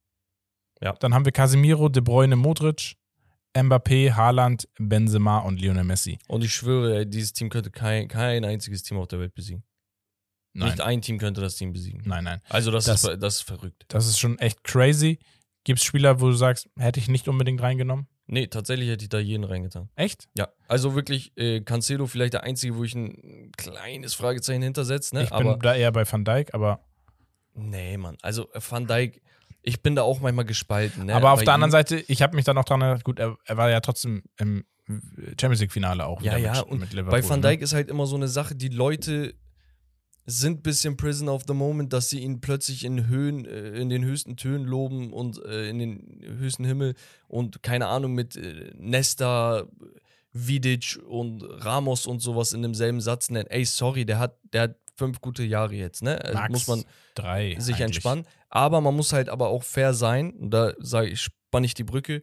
Ja. Dann haben wir Casemiro, De Bruyne, Modric, Mbappé, Haaland, Benzema und Lionel Messi. Und ich schwöre, ey, dieses Team könnte kein, kein einziges Team auf der Welt besiegen. Nein, Nicht ein Team könnte das Team besiegen. nein, nein. Also das, Das- ist, das ist verrückt. Das ist schon echt crazy. Gibt es Spieler, wo du sagst, hätte ich nicht unbedingt reingenommen? Nee, tatsächlich hätte ich da jeden reingetan. Echt? Ja, also wirklich, äh, Cancelo vielleicht der Einzige, wo ich ein kleines Fragezeichen hintersetze, ne? Ich bin Aber da eher bei Van Dijk, aber, nee, Mann. Also äh, Van Dijk, ich bin da auch manchmal gespalten, ne? aber auf Bei der anderen ihm- Seite, ich habe mich dann auch dran erinnert, gut, er, er war ja trotzdem im Champions League-Finale auch Ja, wieder ja, mit, und mit Liverpool. bei Van ne? Dijk ist halt immer so eine Sache, die Leute sind ein bisschen Prisoner of the Moment, dass sie ihn plötzlich in Höhen, äh, in den höchsten Tönen loben und äh, in den höchsten Himmel und keine Ahnung mit äh, Nesta, Vidic und Ramos und sowas in demselben Satz nennen. Ey, sorry, der hat, der hat fünf gute Jahre jetzt, ne? Also Max muss man drei sich eigentlich. entspannen. Aber man muss halt aber auch fair sein. Und da sage ich, spanne ich die Brücke.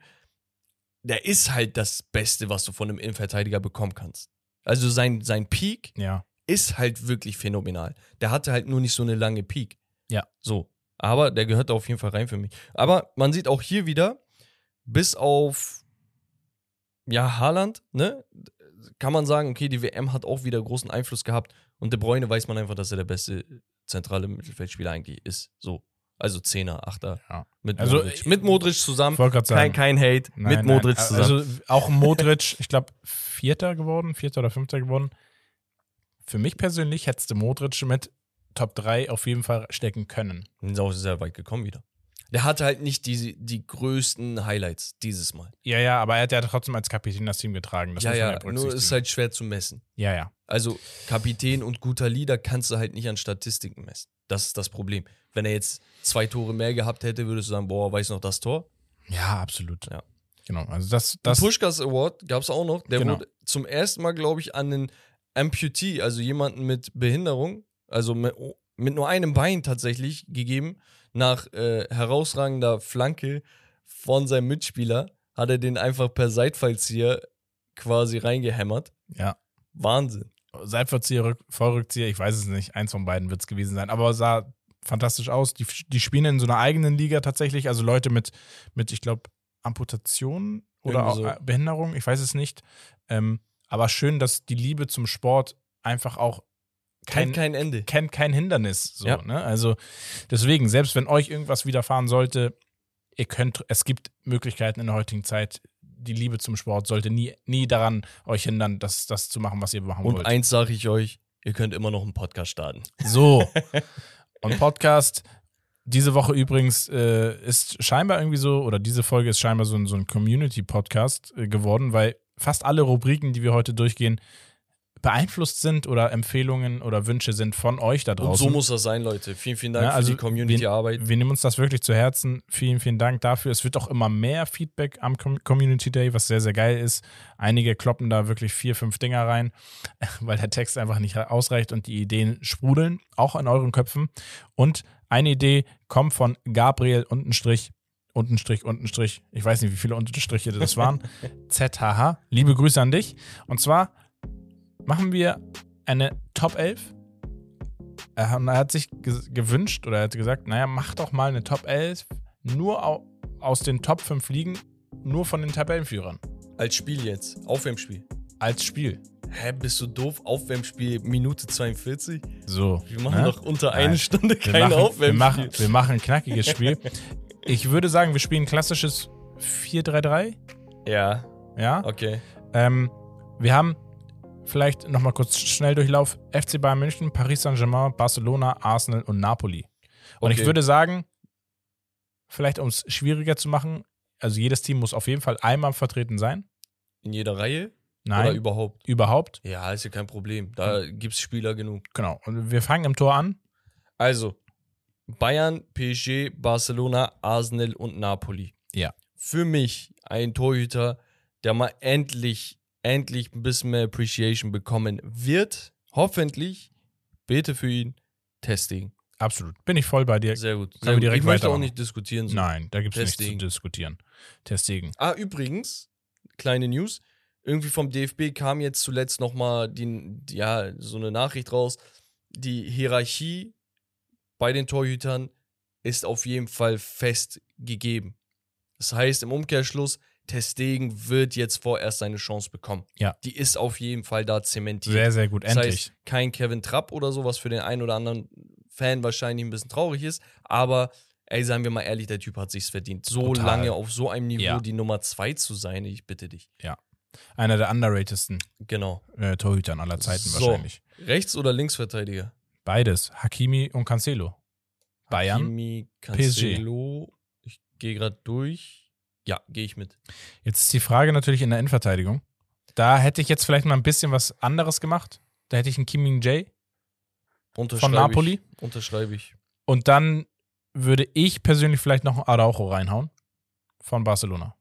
Der ist halt das Beste, was du von einem Innenverteidiger bekommen kannst. Also sein, sein Peak Ja, ist halt wirklich phänomenal. Der hatte halt nur nicht so eine lange Peak. Ja. So. Aber der gehört da auf jeden Fall rein für mich. Aber man sieht auch hier wieder, bis auf ja, Haaland, ne? Kann man sagen, okay, die W M hat auch wieder großen Einfluss gehabt und De Bruyne weiß man einfach, dass er der beste zentrale Mittelfeldspieler eigentlich ist. So. Also Zehner, Achter. Ja. Mit, Also, Modric. mit Modric zusammen. Ich wollte gerade sagen. Kein, kein Hate. Nein, mit Modric nein. zusammen. Also auch Modric, ich glaube, Vierter geworden, Vierter oder Fünfter geworden. Für mich persönlich hättest du Modric mit Top drei auf jeden Fall stecken können. Ist auch sehr weit gekommen wieder. Der hatte halt nicht die, die größten Highlights dieses Mal. Ja, ja, aber er hat ja trotzdem als Kapitän das Team getragen. Das ja, muss man ja, ja nur berücksichtigen. ist halt schwer zu messen. Ja, ja. Also Kapitän und guter Leader kannst du halt nicht an Statistiken messen. Das ist das Problem. Wenn er jetzt zwei Tore mehr gehabt hätte, würdest du sagen, boah, weiß noch das Tor? Ja, absolut. Ja. Genau, also das... Den das Pushkas Award gab es auch noch. Der Genau. wurde zum ersten Mal, glaube ich, an einen Amputee, also jemanden mit Behinderung, also mit, mit nur einem Bein tatsächlich gegeben, nach äh, herausragender Flanke von seinem Mitspieler, hat er den einfach per Seitfallzieher quasi reingehämmert. Ja. Wahnsinn. Seitverzieher, Rück- Vollrückzieher, ich weiß es nicht, eins von beiden wird es gewesen sein, aber sah fantastisch aus. Die, die spielen in so einer eigenen Liga tatsächlich, also Leute mit, mit ich glaube, Amputation oder Irgendwie auch so. äh, Behinderung, ich weiß es nicht. Ähm, aber schön, dass die Liebe zum Sport einfach auch Kein, kein, kein Ende. kennt kein Hindernis. So, Ja. ne? Also deswegen, selbst wenn euch irgendwas widerfahren sollte, ihr könnt, es gibt Möglichkeiten in der heutigen Zeit. Die Liebe zum Sport sollte nie, nie daran euch hindern, das, das zu machen, was ihr machen Und wollt. eins sage ich euch, ihr könnt immer noch einen Podcast starten. So. Und Podcast, diese Woche übrigens, äh, ist scheinbar irgendwie so, oder diese Folge ist scheinbar so ein, so ein Community-Podcast äh, geworden, weil fast alle Rubriken, die wir heute durchgehen, beeinflusst sind oder Empfehlungen oder Wünsche sind von euch da Und draußen. so muss das sein, Leute. Vielen, vielen Dank Ja, also für die Community-Arbeit. Wir nehmen uns das wirklich zu Herzen. Vielen, vielen Dank dafür. Es wird auch immer mehr Feedback am Com- Community Day, was sehr, sehr geil ist. Einige kloppen da wirklich vier, fünf Dinger rein, weil der Text einfach nicht ausreicht und die Ideen sprudeln, auch in euren Köpfen. Und eine Idee kommt von Gabriel Untenstrich, Untenstrich, Untenstrich, ich weiß nicht, wie viele Unterstriche das waren, Z H H. Liebe Grüße an dich. Und zwar machen wir eine Top elf. Er hat sich ge- gewünscht oder er hat gesagt, naja, mach doch mal eine Top elf nur au- aus den Top fünf Ligen, nur von den Tabellenführern. Als Spiel jetzt. Aufwärmspiel. Als Spiel. Hä, bist du doof? Aufwärmspiel Minute zweiundvierzig? So. Wir machen ne? doch unter Nein. eine Stunde Wir kein machen, wir, Aufwärmspiel. machen, wir machen ein knackiges Spiel. Ich würde sagen, wir spielen ein klassisches vier drei drei. Ja, Ja. okay. Ähm, wir haben vielleicht nochmal kurz Schnelldurchlauf. F C Bayern München, Paris Saint-Germain, Barcelona, Arsenal und Napoli. Und Okay. ich würde sagen, vielleicht um es schwieriger zu machen, also jedes Team muss auf jeden Fall einmal vertreten sein. In jeder Reihe? Nein, Oder überhaupt? überhaupt. Ja, ist ja kein Problem. Da gibt's Spieler genug. Genau. Und wir fangen im Tor an. Also, Bayern, P S G, Barcelona, Arsenal und Napoli. Ja. Für mich ein Torhüter, der mal endlich, endlich ein bisschen mehr Appreciation bekommen wird. Hoffentlich, bete für ihn, Testing. Absolut. Bin ich voll bei dir. Sehr gut. Können wir Sehr gut. direkt Ich möchte auch weitermachen. nicht diskutieren. So. Nein, da gibt es nichts zu Testegen. diskutieren. Testegen. Ah, übrigens, kleine News. Irgendwie vom D F B kam jetzt zuletzt nochmal die, ja, so eine Nachricht raus. Die Hierarchie bei den Torhütern ist auf jeden Fall festgegeben. Das heißt, im Umkehrschluss, Testegen wird jetzt vorerst seine Chance bekommen. Ja. Die ist auf jeden Fall da zementiert. Sehr, sehr gut. Das Endlich. heißt, kein Kevin Trapp oder so, was für den einen oder anderen Fan wahrscheinlich ein bisschen traurig ist. Aber, ey, seien wir mal ehrlich, der Typ hat sich's verdient. So Total. lange auf so einem Niveau Ja. die Nummer zwei zu sein, ich bitte dich. Einer der underratedsten Genau. äh, Torhütern aller Zeiten So. wahrscheinlich. Rechts- oder Linksverteidiger? Beides. Hakimi und Cancelo. Bayern. Hakimi, P S G. Cancelo. Ich gehe gerade durch. Ja, gehe ich mit. Jetzt ist die Frage natürlich in der Innenverteidigung. Da hätte ich jetzt vielleicht mal ein bisschen was anderes gemacht. Da hätte ich einen Kim Min-jae Unterschreibe von Napoli. Ich. Unterschreibe ich. Und dann würde ich persönlich vielleicht noch einen Araujo reinhauen von Barcelona.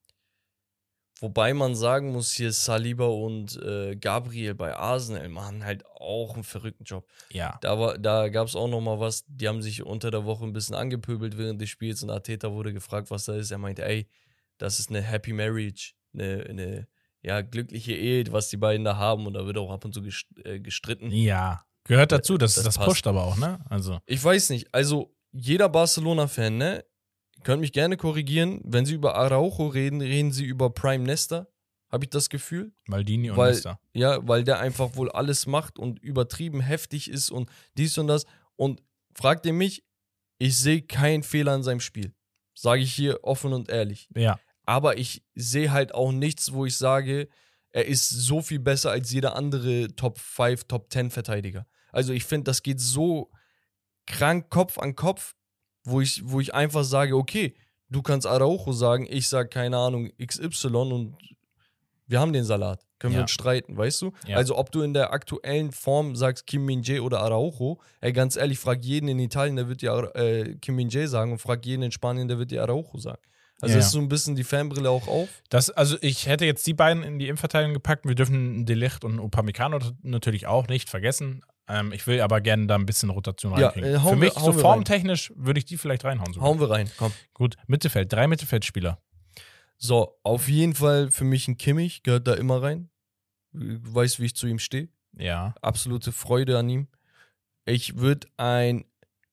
Wobei man sagen muss, hier Saliba und äh, Gabriel bei Arsenal machen halt auch einen verrückten Job. Ja. Da, war, da gab es auch noch mal was, die haben sich unter der Woche ein bisschen angepöbelt während des Spiels und Arteta wurde gefragt, was da ist. Er meinte, ey, das ist eine Happy Marriage, eine, eine ja, glückliche Ehe, was die beiden da haben und da wird auch ab und zu gest- äh, gestritten. Ja. Gehört dazu, das, Das das, passt. pusht aber auch, ne? Also, Ich weiß nicht, also jeder Barcelona-Fan, ne, könnt mich gerne korrigieren, wenn sie über Araujo reden, reden sie über Prime Nesta, habe ich das Gefühl. Maldini und weil, Nesta. Ja, weil der einfach wohl alles macht und übertrieben heftig ist und dies und das. Und fragt ihr mich, ich sehe keinen Fehler in seinem Spiel. Sage ich hier offen und ehrlich. Ja. Aber ich sehe halt auch nichts, wo ich sage, er ist so viel besser als jeder andere Top fünf, Top zehn Verteidiger. Also ich finde, das geht so krank Kopf an Kopf, wo ich, wo ich einfach sage, okay, du kannst Araujo sagen, ich sage, keine Ahnung, X Y und wir haben den Salat. Können Ja. wir uns streiten, weißt du? Ja. Also ob du in der aktuellen Form sagst Kim Min-jae oder Araujo, ey, ganz ehrlich, frag jeden in Italien, der wird dir äh, Kim Min-jae sagen und frag jeden in Spanien, der wird dir Araujo sagen. Also Ja, ist ja. so ein bisschen die Fanbrille auch auf. Das, also ich hätte jetzt die beiden in die Innenverteidigung gepackt. Wir dürfen De Ligt und Upamecano natürlich auch nicht vergessen. Ähm, ich will aber gerne da ein bisschen Rotation Ja, reinkriegen. äh, hauen Für mich, wir- so hauen wir formtechnisch, würde ich die vielleicht reinhauen. Sogar. Hauen wir rein, komm. Gut, Mittelfeld, drei Mittelfeldspieler. So, auf jeden Fall für mich ein Kimmich, gehört da immer rein. Weißt, wie ich zu ihm stehe. Ja. Absolute Freude an ihm. Ich würde ein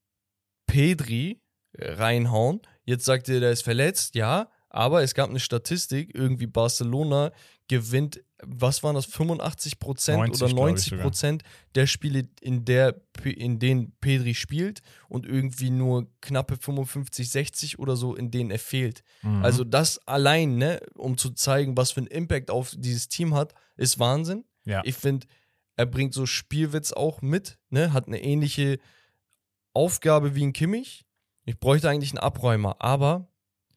Pedri reinhauen. Jetzt sagt ihr, der ist verletzt, ja, aber es gab eine Statistik, irgendwie Barcelona gewinnt, was waren das, fünfundachtzig Prozent neunzig, oder glaub ich neunzig Prozent der Spiele, in, der, in denen Pedri spielt und irgendwie nur knappe fünfundfünfzig, sechzig oder so, in denen er fehlt. Mhm. Also das allein, ne, um zu zeigen, was für einen Impact auf dieses Team hat, ist Wahnsinn. ja. Ich finde, er bringt so Spielwitz auch mit, ne, hat eine ähnliche Aufgabe wie ein Kimmich. Ich bräuchte eigentlich einen Abräumer, aber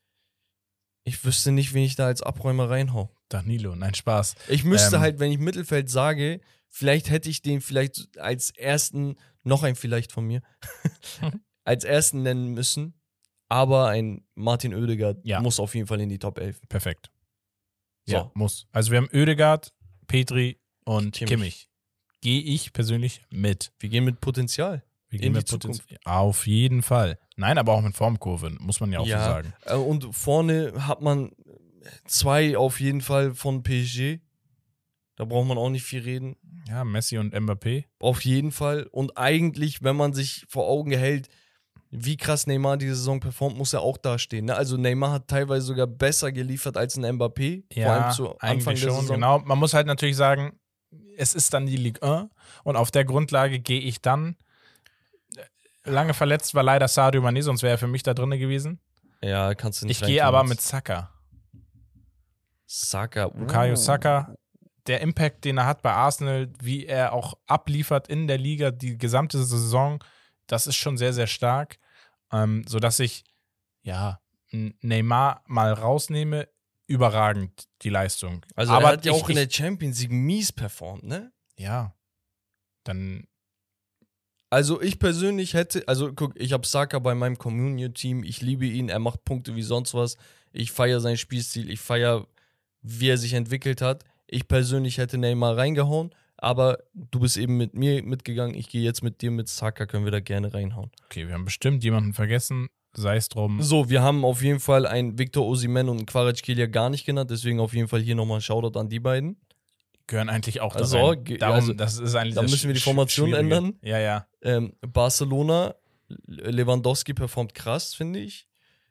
ich wüsste nicht, wen ich da als Abräumer reinhau. Danilo, nein, Spaß. Ich müsste Ähm. halt, wenn ich Mittelfeld sage, vielleicht hätte ich den vielleicht als ersten, noch ein vielleicht von mir, als ersten nennen müssen, aber ein Martin Oedegaard Ja. muss auf jeden Fall in die Top elf. Perfekt. So. Ja, muss. Also wir haben Oedegaard, Petri und Kimmich. Kimmich. Gehe ich persönlich mit. Wir gehen mit Potenzial. Wir In gehen die mit Potenzial. Auf jeden Fall. Nein, aber auch mit Formkurve, muss man ja auch so sagen. Äh, Und vorne hat man zwei auf jeden Fall von P S G. Da braucht man auch nicht viel reden. Ja, Messi und Mbappé. Auf jeden Fall. Und eigentlich, wenn man sich vor Augen hält, wie krass Neymar diese Saison performt, muss er auch dastehen. Ne? Also Neymar hat teilweise sogar besser geliefert als ein Mbappé. Ja, vor allem zu Anfang eigentlich der schon, Saison. genau. Man muss halt natürlich sagen, es ist dann die Ligue eins und auf der Grundlage gehe ich dann. Lange verletzt war leider Sadio Mané, sonst wäre er für mich da drin gewesen. Ja, kannst du nicht Ich gehe reintun. aber mit Saka. Saka. Bukayo Uh. Saka, der Impact, den er hat bei Arsenal, wie er auch abliefert in der Liga, die gesamte Saison, das ist schon sehr, sehr stark. Ähm, sodass ich, ja, Neymar mal rausnehme, überragend die Leistung. Also aber er hat ja ich, auch in ich, der Champions League mies performt, ne? Ja, dann, Also ich persönlich hätte, also guck, ich habe Saka bei meinem Communio-Team, ich liebe ihn, er macht Punkte wie sonst was, ich feiere seinen Spielstil, ich feiere, wie er sich entwickelt hat. Ich persönlich hätte Neymar reingehauen, aber du bist eben mit mir mitgegangen, ich gehe jetzt mit dir mit Saka, können wir da gerne reinhauen. okay, wir haben bestimmt jemanden vergessen, sei es drum. So, wir haben auf jeden Fall einen Victor Osimhen und einen Kvaratskhelia gar nicht genannt, deswegen auf jeden Fall hier nochmal ein Shoutout an die beiden. Gehören eigentlich auch da Also, rein. ge- Darum, also, das ist eigentlich da das müssen wir die Sch- Formation Schwierige. ändern. Ja, ja. Ähm, Barcelona, Lewandowski performt krass, finde ich.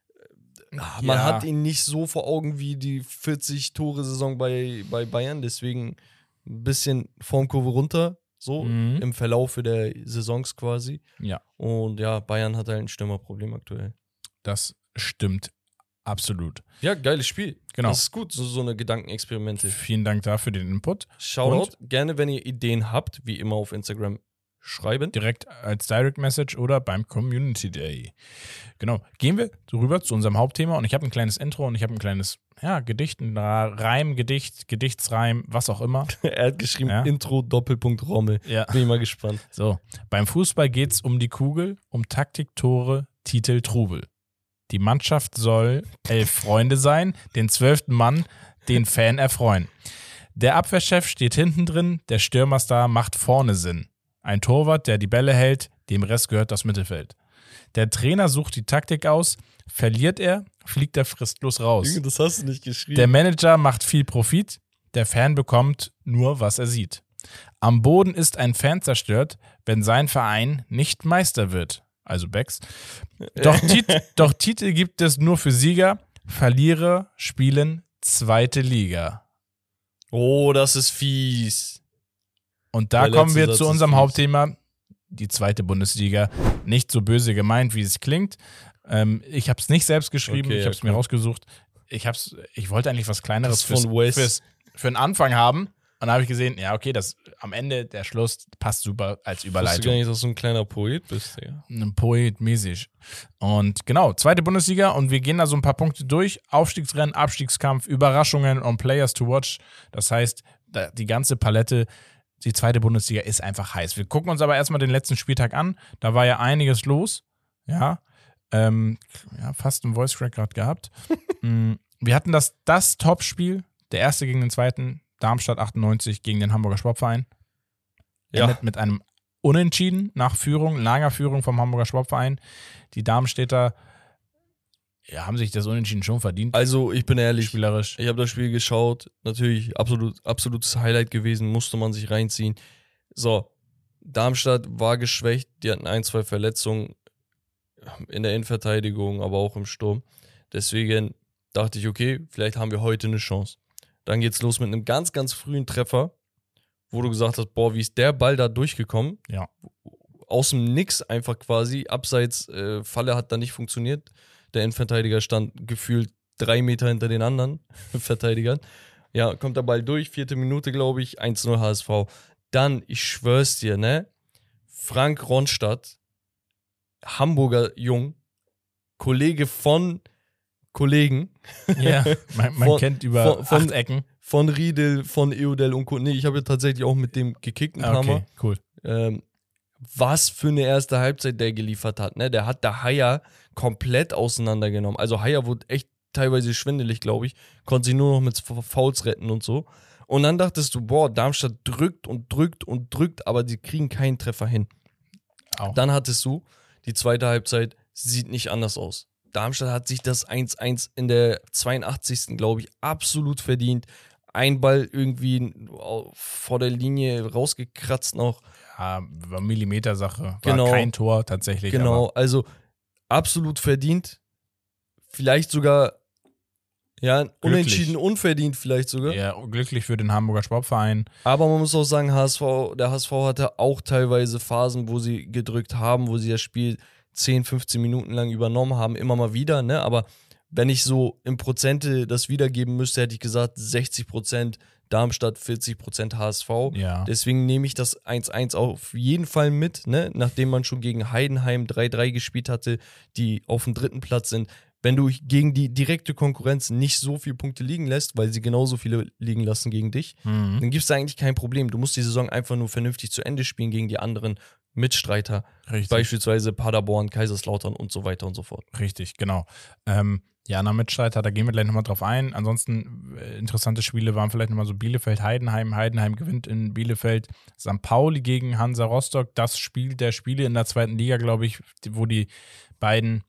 Ah, Man Ja. hat ihn nicht so vor Augen wie die vierzig-Tore-Saison bei, bei Bayern, deswegen ein bisschen Formkurve runter, so Mhm. im Verlauf der Saisons quasi. Ja, Und ja, Bayern hat halt ein Stürmerproblem aktuell. das stimmt absolut. Ja, geiles Spiel. Genau. Das ist gut, so, so eine Gedankenexperimente. Vielen Dank dafür den Input. Shoutout, gerne, wenn ihr Ideen habt, wie immer auf Instagram schreiben. Direkt als Direct Message oder beim Community Day. Genau. Gehen wir rüber zu unserem Hauptthema und ich habe ein kleines Intro und ich habe ein kleines, ja, Gedicht, ein Reim, Gedicht, Gedichtsreim, was auch immer. Er hat geschrieben, Ja. Intro, Doppelpunkt, Rommel. Ja. Bin ich mal gespannt. So. Beim Fußball geht es um die Kugel, um Taktik, Tore, Titel, Trubel. Die Mannschaft soll elf Freunde sein, den zwölften Mann, den Fan erfreuen. Der Abwehrchef steht hinten drin, der Stürmerstar macht vorne Sinn. Ein Torwart, der die Bälle hält, dem Rest gehört das Mittelfeld. Der Trainer sucht die Taktik aus, verliert er, fliegt er fristlos raus. Junge, das hast du nicht geschrieben. Der Manager macht viel Profit, der Fan bekommt nur, was er sieht. Am Boden ist ein Fan zerstört, wenn sein Verein nicht Meister wird. Also Becks. Doch, Tit doch Titel gibt es nur für Sieger, Verlierer spielen zweite Liga. Oh, das ist fies. Und da Der kommen letzte wir Satz zu ist unserem fies. Hauptthema, die zweite Bundesliga. Nicht so böse gemeint, wie es klingt. Ähm, ich habe es nicht selbst geschrieben, Okay, ich ja, habe es mir cool. rausgesucht. Ich, hab's, ich wollte eigentlich was Kleineres Das von fürs, Wes. fürs, für den Anfang haben. Und dann habe ich gesehen, ja, okay, das am Ende, der Schluss passt super als Ich wusste gar Überleitung. nicht, dass du ein kleiner Poet bist, Digga. Ein Poet mäßig. Und genau, zweite Bundesliga und wir gehen da so ein paar Punkte durch. Aufstiegsrennen, Abstiegskampf, Überraschungen und Players to watch. Das heißt, da, die ganze Palette, die zweite Bundesliga ist einfach heiß. Wir gucken uns aber erstmal den letzten Spieltag an. Da war ja einiges los. Ja, ähm, ja fast einen Voice Crack gerade gehabt. Mm, wir hatten das, das Topspiel, der erste gegen den zweiten, Darmstadt achtundneunzig gegen den Hamburger Sportverein. Ja. Endet mit einem Unentschieden nach Führung, langer Führung vom Hamburger Sportverein. Die Darmstädter ja, haben sich das Unentschieden schon verdient. Also, ich bin ehrlich, Spielerisch. ich habe das Spiel geschaut. Natürlich absolut, absolutes Highlight gewesen, musste man sich reinziehen. So, Darmstadt war geschwächt, die hatten ein, zwei Verletzungen in der Innenverteidigung, aber auch im Sturm. Deswegen dachte ich, okay, vielleicht haben wir heute eine Chance. Dann geht's los mit einem ganz, ganz frühen Treffer, wo du gesagt hast, boah, wie ist der Ball da durchgekommen? Ja. Aus dem Nix einfach quasi, abseits äh, Falle hat da nicht funktioniert. Der Innenverteidiger stand gefühlt drei Meter hinter den anderen Verteidigern. Ja, kommt der Ball durch, vierte Minute, glaube ich, eins null H S V. Dann, ich schwör's dir, ne, Frank Ronstadt, Hamburger Jung, Kollege von Kollegen. Ja, man, man Von- kennt über von- von- acht Ecken. Von Riedel, von Eudel und Co. Nee, ich habe ja tatsächlich auch mit dem gekickt ein Ah, paar okay, Mal. cool. Ähm, was für eine erste Halbzeit der geliefert hat, ne? Der hat der Haier komplett auseinandergenommen. Also Haier wurde echt teilweise schwindelig, glaube ich. Konnte sich nur noch mit Fouls retten und so. Und dann dachtest du, boah, Darmstadt drückt und drückt und drückt, aber die kriegen keinen Treffer hin. Au. Dann hattest du, die zweite Halbzeit sieht nicht anders aus. Darmstadt hat sich das eins eins in der zweiundachtzigsten glaube ich, absolut verdient. Ein Ball irgendwie vor der Linie rausgekratzt noch. Ja, war Millimeter-Sache. War Genau. kein Tor tatsächlich. Genau, Aber also absolut verdient. Vielleicht sogar, ja, unentschieden, unverdient vielleicht sogar. ja, glücklich für den Hamburger Sportverein. Aber man muss auch sagen, H S V, der H S V hatte auch teilweise Phasen, wo sie gedrückt haben, wo sie das Spiel zehn, fünfzehn Minuten lang übernommen haben, immer mal wieder, ne? Aber wenn ich so im Prozente das wiedergeben müsste, hätte ich gesagt sechzig Prozent Darmstadt, vierzig Prozent H S V. Ja. Deswegen nehme ich das eins eins auf jeden Fall mit, ne? Nachdem man schon gegen Heidenheim drei drei gespielt hatte, die auf dem dritten Platz sind. Wenn du gegen die direkte Konkurrenz nicht so viele Punkte liegen lässt, weil sie genauso viele liegen lassen gegen dich, Mhm. dann gibt es da eigentlich kein Problem. Du musst die Saison einfach nur vernünftig zu Ende spielen gegen die anderen Mitstreiter, Richtig. beispielsweise Paderborn, Kaiserslautern und so weiter und so fort. Richtig, genau. Ähm, ja, nach Mitstreiter, da gehen wir gleich nochmal drauf ein. Ansonsten äh, interessante Spiele waren vielleicht nochmal so Bielefeld-Heidenheim. Heidenheim gewinnt in Bielefeld. Sankt Pauli gegen Hansa Rostock. Das Spiel der Spiele in der zweiten Liga, glaube ich, die- wo die beiden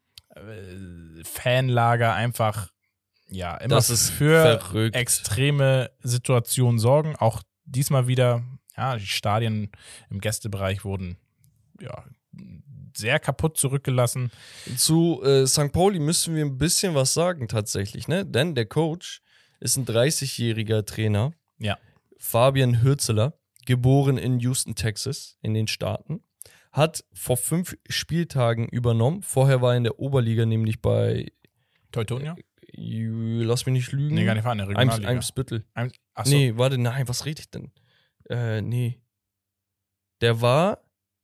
äh, Fanlager einfach ja immer Das ist für verrückt. extreme Situationen sorgen. Auch diesmal wieder, ja, die Stadien im Gästebereich wurden ja sehr kaputt zurückgelassen. Zu äh, Sankt Pauli müssen wir ein bisschen was sagen tatsächlich, ne? Denn der Coach ist ein dreißigjähriger Trainer, Ja. Fabian Hürzeler, geboren in Houston, Texas, in den Staaten, hat vor fünf Spieltagen übernommen. Vorher war er in der Oberliga, nämlich bei, Teutonia? äh, lass mich nicht lügen, Nee, gar nicht fahren, in der Eims, Regionalliga. Eimsbüttel. Eim- Achso, Nee, warte, nein, was rede ich denn? Äh, nee. Der war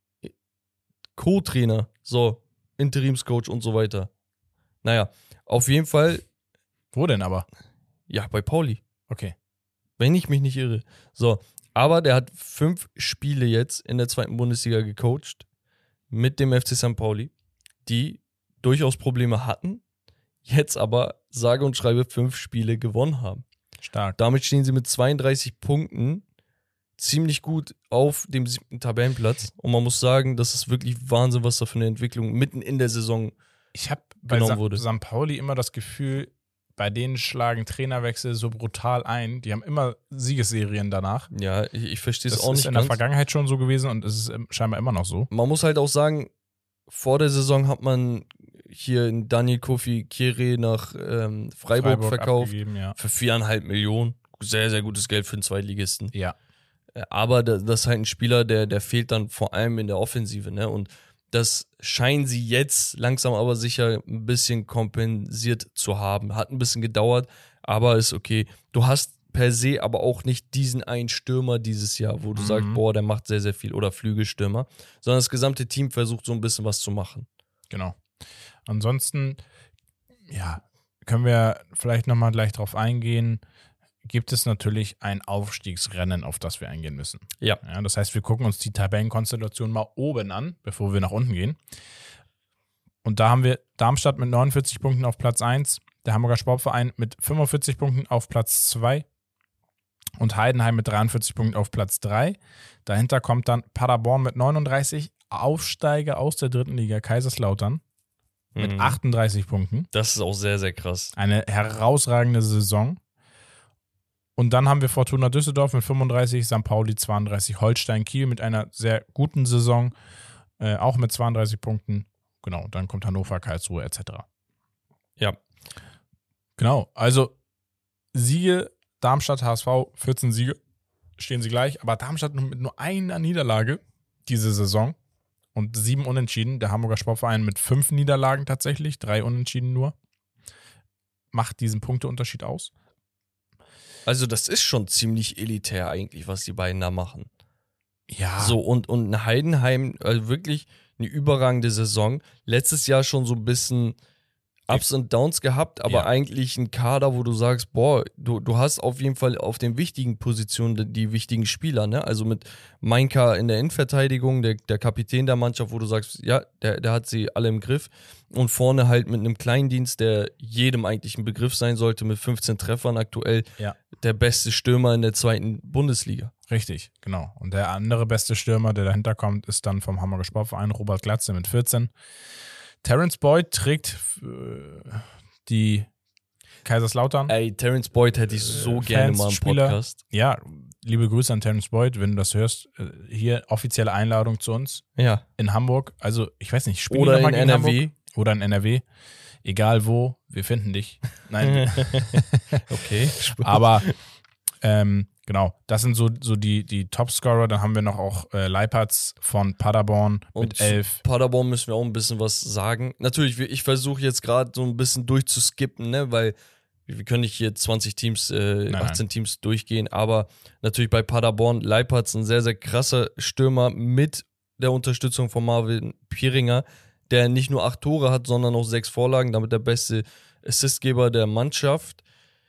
Co-Trainer, so, Interimscoach und so weiter. Naja, auf jeden Fall, wo denn aber? ja, bei Pauli, Okay. wenn ich mich nicht irre. So, aber der hat fünf Spiele jetzt in der zweiten Bundesliga gecoacht mit dem F C Sankt Pauli, die durchaus Probleme hatten, jetzt aber sage und schreibe fünf Spiele gewonnen haben. Stark. Damit stehen sie mit zweiunddreißig Punkten ziemlich gut auf dem siebten Tabellenplatz. Und man muss sagen, das ist wirklich Wahnsinn, was da für eine Entwicklung mitten in der Saison. Ich habe bei genommen Sa wurde. Sankt Pauli immer das Gefühl, bei denen schlagen Trainerwechsel so brutal ein. Die haben immer Siegesserien danach. Ja, ich, ich verstehe es Das auch ist nicht in der ganz. Vergangenheit schon so gewesen und es ist ähm, scheinbar immer noch so. Man muss halt auch sagen, vor der Saison hat man hier Daniel Kofi Kire nach ähm, Freiburg, verkauft abgegeben, ja. für viereinhalb Millionen. sehr, sehr gutes Geld für einen Zweitligisten. Ja. Aber das ist halt ein Spieler, der, der fehlt dann vor allem in der Offensive, ne? Und das scheinen sie jetzt langsam aber sicher ein bisschen kompensiert zu haben. Hat ein bisschen gedauert, aber ist okay. Du hast per se aber auch nicht diesen einen Stürmer dieses Jahr, wo du Mhm. sagst, boah, der macht sehr, sehr viel, oder Flügelstürmer, sondern das gesamte Team versucht so ein bisschen was zu machen. Genau. Ansonsten, ja, können wir vielleicht nochmal gleich drauf eingehen, gibt es natürlich ein Aufstiegsrennen, auf das wir eingehen müssen. Ja. Ja, das heißt, wir gucken uns die Tabellenkonstellation mal oben an, bevor wir nach unten gehen. Und da haben wir Darmstadt mit neunundvierzig Punkten auf Platz eins, der Hamburger Sportverein mit fünfundvierzig Punkten auf Platz zwei und Heidenheim mit dreiundvierzig Punkten auf Platz drei. Dahinter kommt dann Paderborn mit neununddreißig, Aufsteiger aus der dritten Liga, Kaiserslautern mit Mhm. achtunddreißig Punkten. Das ist auch sehr, sehr krass. Eine herausragende Saison. Und dann haben wir Fortuna Düsseldorf mit fünfunddreißig, Sankt Pauli zweiunddreißig, Holstein Kiel mit einer sehr guten Saison, äh, auch mit zweiunddreißig Punkten. Genau, und dann kommt Hannover, Karlsruhe et cetera. Ja. Genau, also Siege, Darmstadt, H S V, vierzehn Siege, stehen sie gleich, aber Darmstadt mit nur einer Niederlage diese Saison und sieben Unentschieden. Der Hamburger Sportverein mit fünf Niederlagen tatsächlich, drei Unentschieden nur. Macht diesen Punkteunterschied aus. Also das ist schon ziemlich elitär eigentlich, was die beiden da machen. Ja. So, und, und Heidenheim, also wirklich eine überragende Saison. Letztes Jahr schon so ein bisschen Ups und Downs gehabt, aber Ja. eigentlich ein Kader, wo du sagst, boah, du, du hast auf jeden Fall auf den wichtigen Positionen die, die wichtigen Spieler, ne? Also mit Mainka in der Innenverteidigung, der, der Kapitän der Mannschaft, wo du sagst, ja, der, der hat sie alle im Griff. Und vorne halt mit einem Kleindienst, der jedem eigentlich ein Begriff sein sollte, mit fünfzehn Treffern aktuell, Ja. der beste Stürmer in der zweiten Bundesliga. Richtig, genau. Und der andere beste Stürmer, der dahinter kommt, ist dann vom Hamburger Sportverein Robert Glatze mit vierzehn. Terence Boyd trägt äh, die Kaiserslautern. Ey, Terence Boyd hätte ich so Äh, gerne Fans, mal im Spieler. Podcast. Ja, liebe Grüße an Terence Boyd, wenn du das hörst. Äh, hier offizielle Einladung zu uns Ja. in Hamburg. Also, ich weiß nicht, spielen Oder wir noch mal in gegen N R W. Hamburg? Oder in N R W. Egal wo, wir finden dich. Nein, Okay. aber ähm, genau, das sind so, so die, die Topscorer. Dann haben wir noch auch äh, Leipertz von Paderborn Und mit elf. Paderborn müssen wir auch ein bisschen was sagen. Natürlich, ich versuche jetzt gerade so ein bisschen durchzuskippen, ne, weil wir können nicht hier zwanzig Teams, äh, Nein, achtzehn nein. Teams durchgehen, aber natürlich bei Paderborn, Leipertz ein sehr, sehr krasser Stürmer mit der Unterstützung von Marvin Pieringer, der nicht nur acht Tore hat, sondern auch sechs Vorlagen, damit der beste Assistgeber der Mannschaft.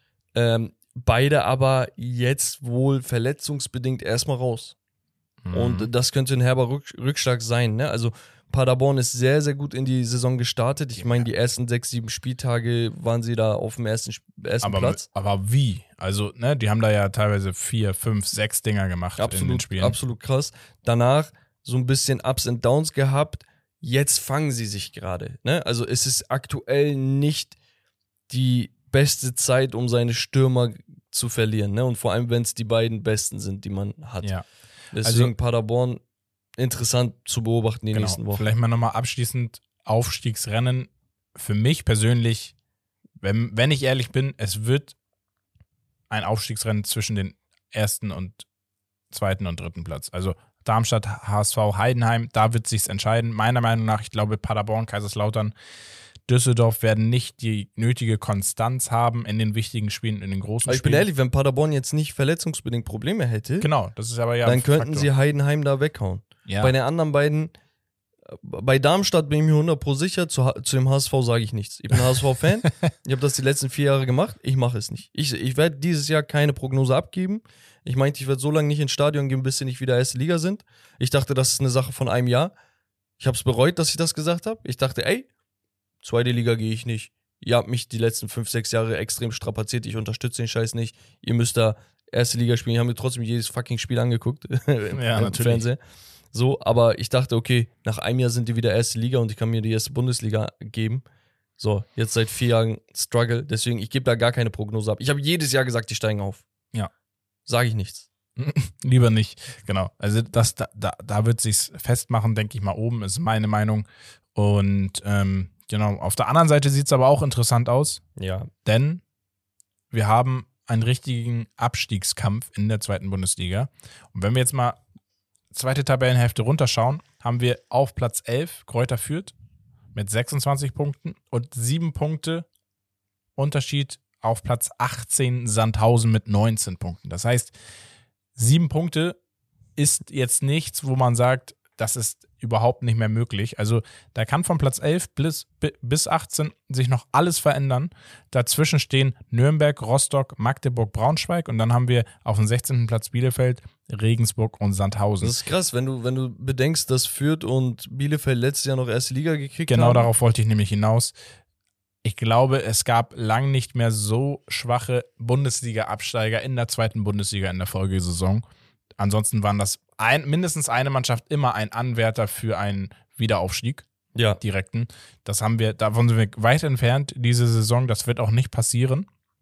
Ähm, beide aber jetzt wohl verletzungsbedingt erstmal raus. Mhm. Und das könnte ein herber Rück Rückschlag sein. Ne? Also Paderborn ist sehr, sehr gut in die Saison gestartet. Ich meine, die ersten sechs, sieben Spieltage waren sie da auf dem ersten, ersten aber, Platz. aber wie? Also, ne, die haben da ja teilweise vier, fünf, sechs Dinger gemacht in den Absolut, Spielen. absolut krass. Danach so ein bisschen Ups und Downs gehabt. Jetzt fangen sie sich gerade. Ne? Also es ist aktuell nicht die beste Zeit, um seine Stürmer zu verlieren. Ne? Und vor allem, wenn es die beiden besten sind, die man hat. Ja, Deswegen Also- Paderborn interessant zu beobachten die nächsten genau. Wochen. Vielleicht mal nochmal abschließend Aufstiegsrennen. Für mich persönlich, wenn, wenn ich ehrlich bin, es wird ein Aufstiegsrennen zwischen den ersten und zweiten und dritten Platz. Also Darmstadt, H S V, Heidenheim, da wird sich's entscheiden. Meiner Meinung nach, ich glaube, Paderborn, Kaiserslautern, Düsseldorf werden nicht die nötige Konstanz haben in den wichtigen Spielen, in den großen Aber ich bin Spielen. ehrlich, wenn Paderborn jetzt nicht verletzungsbedingt Probleme hätte, Genau, das ist aber ja dann ein könnten Faktor. sie Heidenheim da weghauen. ja. Bei den anderen beiden, äh, bei Darmstadt bin ich mir hundert Prozent sicher, zu, H- zu dem H S V sage ich nichts. Ich bin H S V-Fan, ich habe das die letzten vier Jahre gemacht, ich mache es nicht. Ich, ich werde dieses Jahr keine Prognose abgeben. Ich meinte, ich werde so lange nicht ins Stadion gehen, bis sie nicht wieder erste Liga sind. Ich dachte, das ist eine Sache von einem Jahr. Ich habe es bereut, dass ich das gesagt habe. Ich dachte, ey, zweite Liga gehe ich nicht. Ihr habt mich die letzten fünf, sechs Jahre extrem strapaziert. Ich unterstütze den Scheiß nicht. Ihr müsst da erste Liga spielen. Ich habe mir trotzdem jedes fucking Spiel angeguckt im, Ja, im natürlich. Fernsehen. So, aber ich dachte, okay, nach einem Jahr sind die wieder erste Liga und ich kann mir die erste Bundesliga geben. So, jetzt seit vier Jahren Struggle. Deswegen, ich gebe da gar keine Prognose ab. Ich habe jedes Jahr gesagt, die steigen auf. Ja. Sage ich nichts. Lieber nicht, genau. Also das, da, da, da wird sich's festmachen, denke ich mal, oben, ist meine Meinung. Und ähm, genau, auf der anderen Seite sieht es aber auch interessant aus, Ja. denn wir haben einen richtigen Abstiegskampf in der zweiten Bundesliga. Und wenn wir jetzt mal zweite Tabellenhälfte runterschauen, haben wir auf Platz elf Kräuter Fürth mit sechsundzwanzig Punkten und sieben Punkte Unterschied auf Platz achtzehn Sandhausen mit neunzehn Punkten. Das heißt, sieben Punkte ist jetzt nichts, wo man sagt, das ist überhaupt nicht mehr möglich. Also da kann von Platz elf bis, bis achtzehn sich noch alles verändern. Dazwischen stehen Nürnberg, Rostock, Magdeburg, Braunschweig und dann haben wir auf dem sechzehnten Platz Bielefeld, Regensburg und Sandhausen. Das ist krass, wenn du, wenn du bedenkst, dass Fürth und Bielefeld letztes Jahr noch erste Liga gekriegt genau haben. Genau darauf wollte ich nämlich hinaus. Ich glaube, es gab lang nicht mehr so schwache Bundesliga-Absteiger in der zweiten Bundesliga in der Folgesaison. Ansonsten waren das ein, mindestens eine Mannschaft immer ein Anwärter für einen Wiederaufstieg. Ja. Direkten. Das haben wir, davon sind wir weit entfernt diese Saison. Das wird auch nicht passieren.